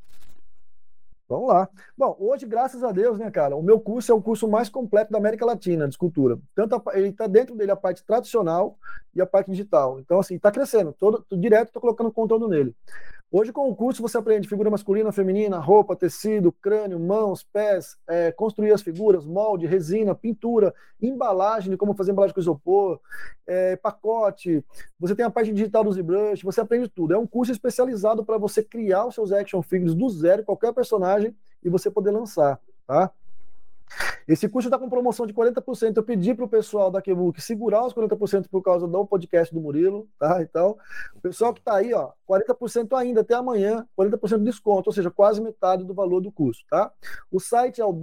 S3: Vamos lá. Bom, hoje, graças a Deus, né, cara, o meu curso é o curso mais completo da América Latina de escultura. Ele tá dentro dele a parte tradicional e a parte digital. Então, assim, tá crescendo. Direto tô colocando conteúdo nele. Hoje, com o curso, você aprende figura masculina, feminina, roupa, tecido, crânio, mãos, pés, construir as figuras, molde, resina, pintura, embalagem, de como fazer embalagem com isopor, pacote. Você tem a parte digital do ZBrush, você aprende tudo. É um curso especializado para você criar os seus action figures do zero, qualquer personagem, e você poder lançar, tá? Esse curso está com promoção de 40%. Eu pedi para o pessoal da Kebook segurar os 40% por causa do podcast do Murilo, tá? Então, o pessoal que está aí, ó, 40% ainda até amanhã, 40% de desconto, ou seja, quase metade do valor do curso, tá? O site é o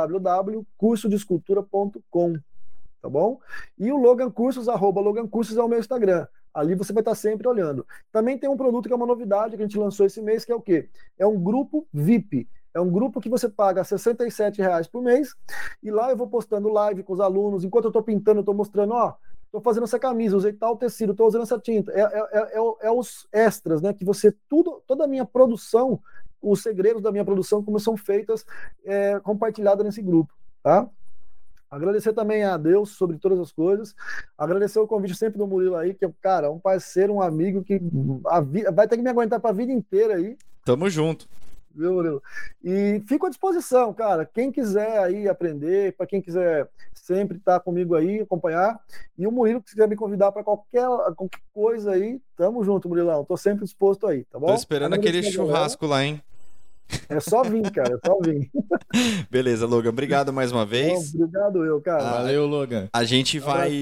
S3: www.cursodescultura.com, tá bom? E o Logan Cursos, @Logan Cursos é o meu Instagram. Ali você vai estar sempre olhando. Também tem um produto que é uma novidade que a gente lançou esse mês, que é o quê? É um grupo VIP. É um grupo que você paga R$ 67,00 por mês, e lá eu vou postando live com os alunos. Enquanto eu estou pintando, eu estou mostrando, ó, estou fazendo essa camisa, usei tal tecido, estou usando essa tinta. É os extras, né? Que você, toda a minha produção, os segredos da minha produção, como são feitas, compartilhada nesse grupo, tá? Agradecer também a Deus sobre todas as coisas. Agradecer o convite sempre do Murilo aí, que é, cara, um parceiro, um amigo que vai ter que me aguentar para a vida inteira aí.
S1: Tamo junto.
S3: Viu, Murilo? E fico à disposição, cara. Quem quiser aí aprender, para quem quiser sempre estar comigo aí, acompanhar. E o Murilo, que quiser me convidar para qualquer coisa aí, tamo junto, Murilão. Tô sempre disposto aí, tá bom?
S1: Tô esperando aquele churrasco lá, hein?
S3: É só vir, cara, é só vir.
S1: Beleza, Logan. Obrigado mais uma vez.
S3: Obrigado eu, cara.
S2: Valeu, Logan.
S1: A gente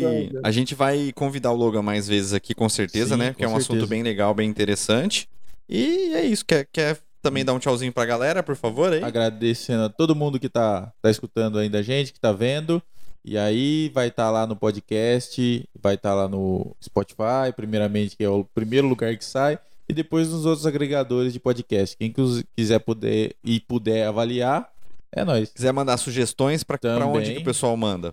S1: vai convidar o Logan mais vezes aqui, com certeza,
S2: Sim,
S1: né? Porque é um assunto bem legal, bem interessante. E é isso. Quer também dar um tchauzinho pra galera, por favor, aí?
S2: Agradecendo a todo mundo que tá escutando ainda a gente, que tá vendo. E aí vai estar lá no podcast, vai estar lá no Spotify, primeiramente, que é o primeiro lugar que sai, e depois nos outros agregadores de podcast. Quem quiser puder avaliar, é nóis.
S1: Quiser mandar sugestões, pra onde que o pessoal manda?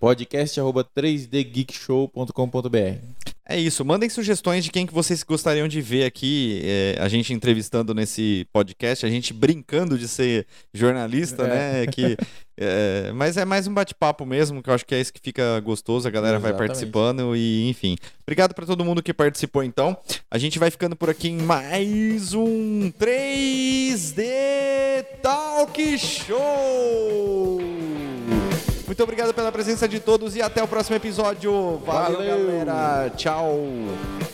S2: podcast@3dgeekshow.com.br.
S1: É isso, mandem sugestões de quem que vocês gostariam de ver aqui, a gente entrevistando nesse podcast, a gente brincando de ser jornalista, né? Mas é mais um bate-papo mesmo, que eu acho que é isso que fica gostoso, a galera vai participando e, enfim. Obrigado para todo mundo que participou, então. A gente vai ficando por aqui em mais um 3D Talk Show! Muito obrigado pela presença de todos e até o próximo episódio. Valeu, galera. Tchau.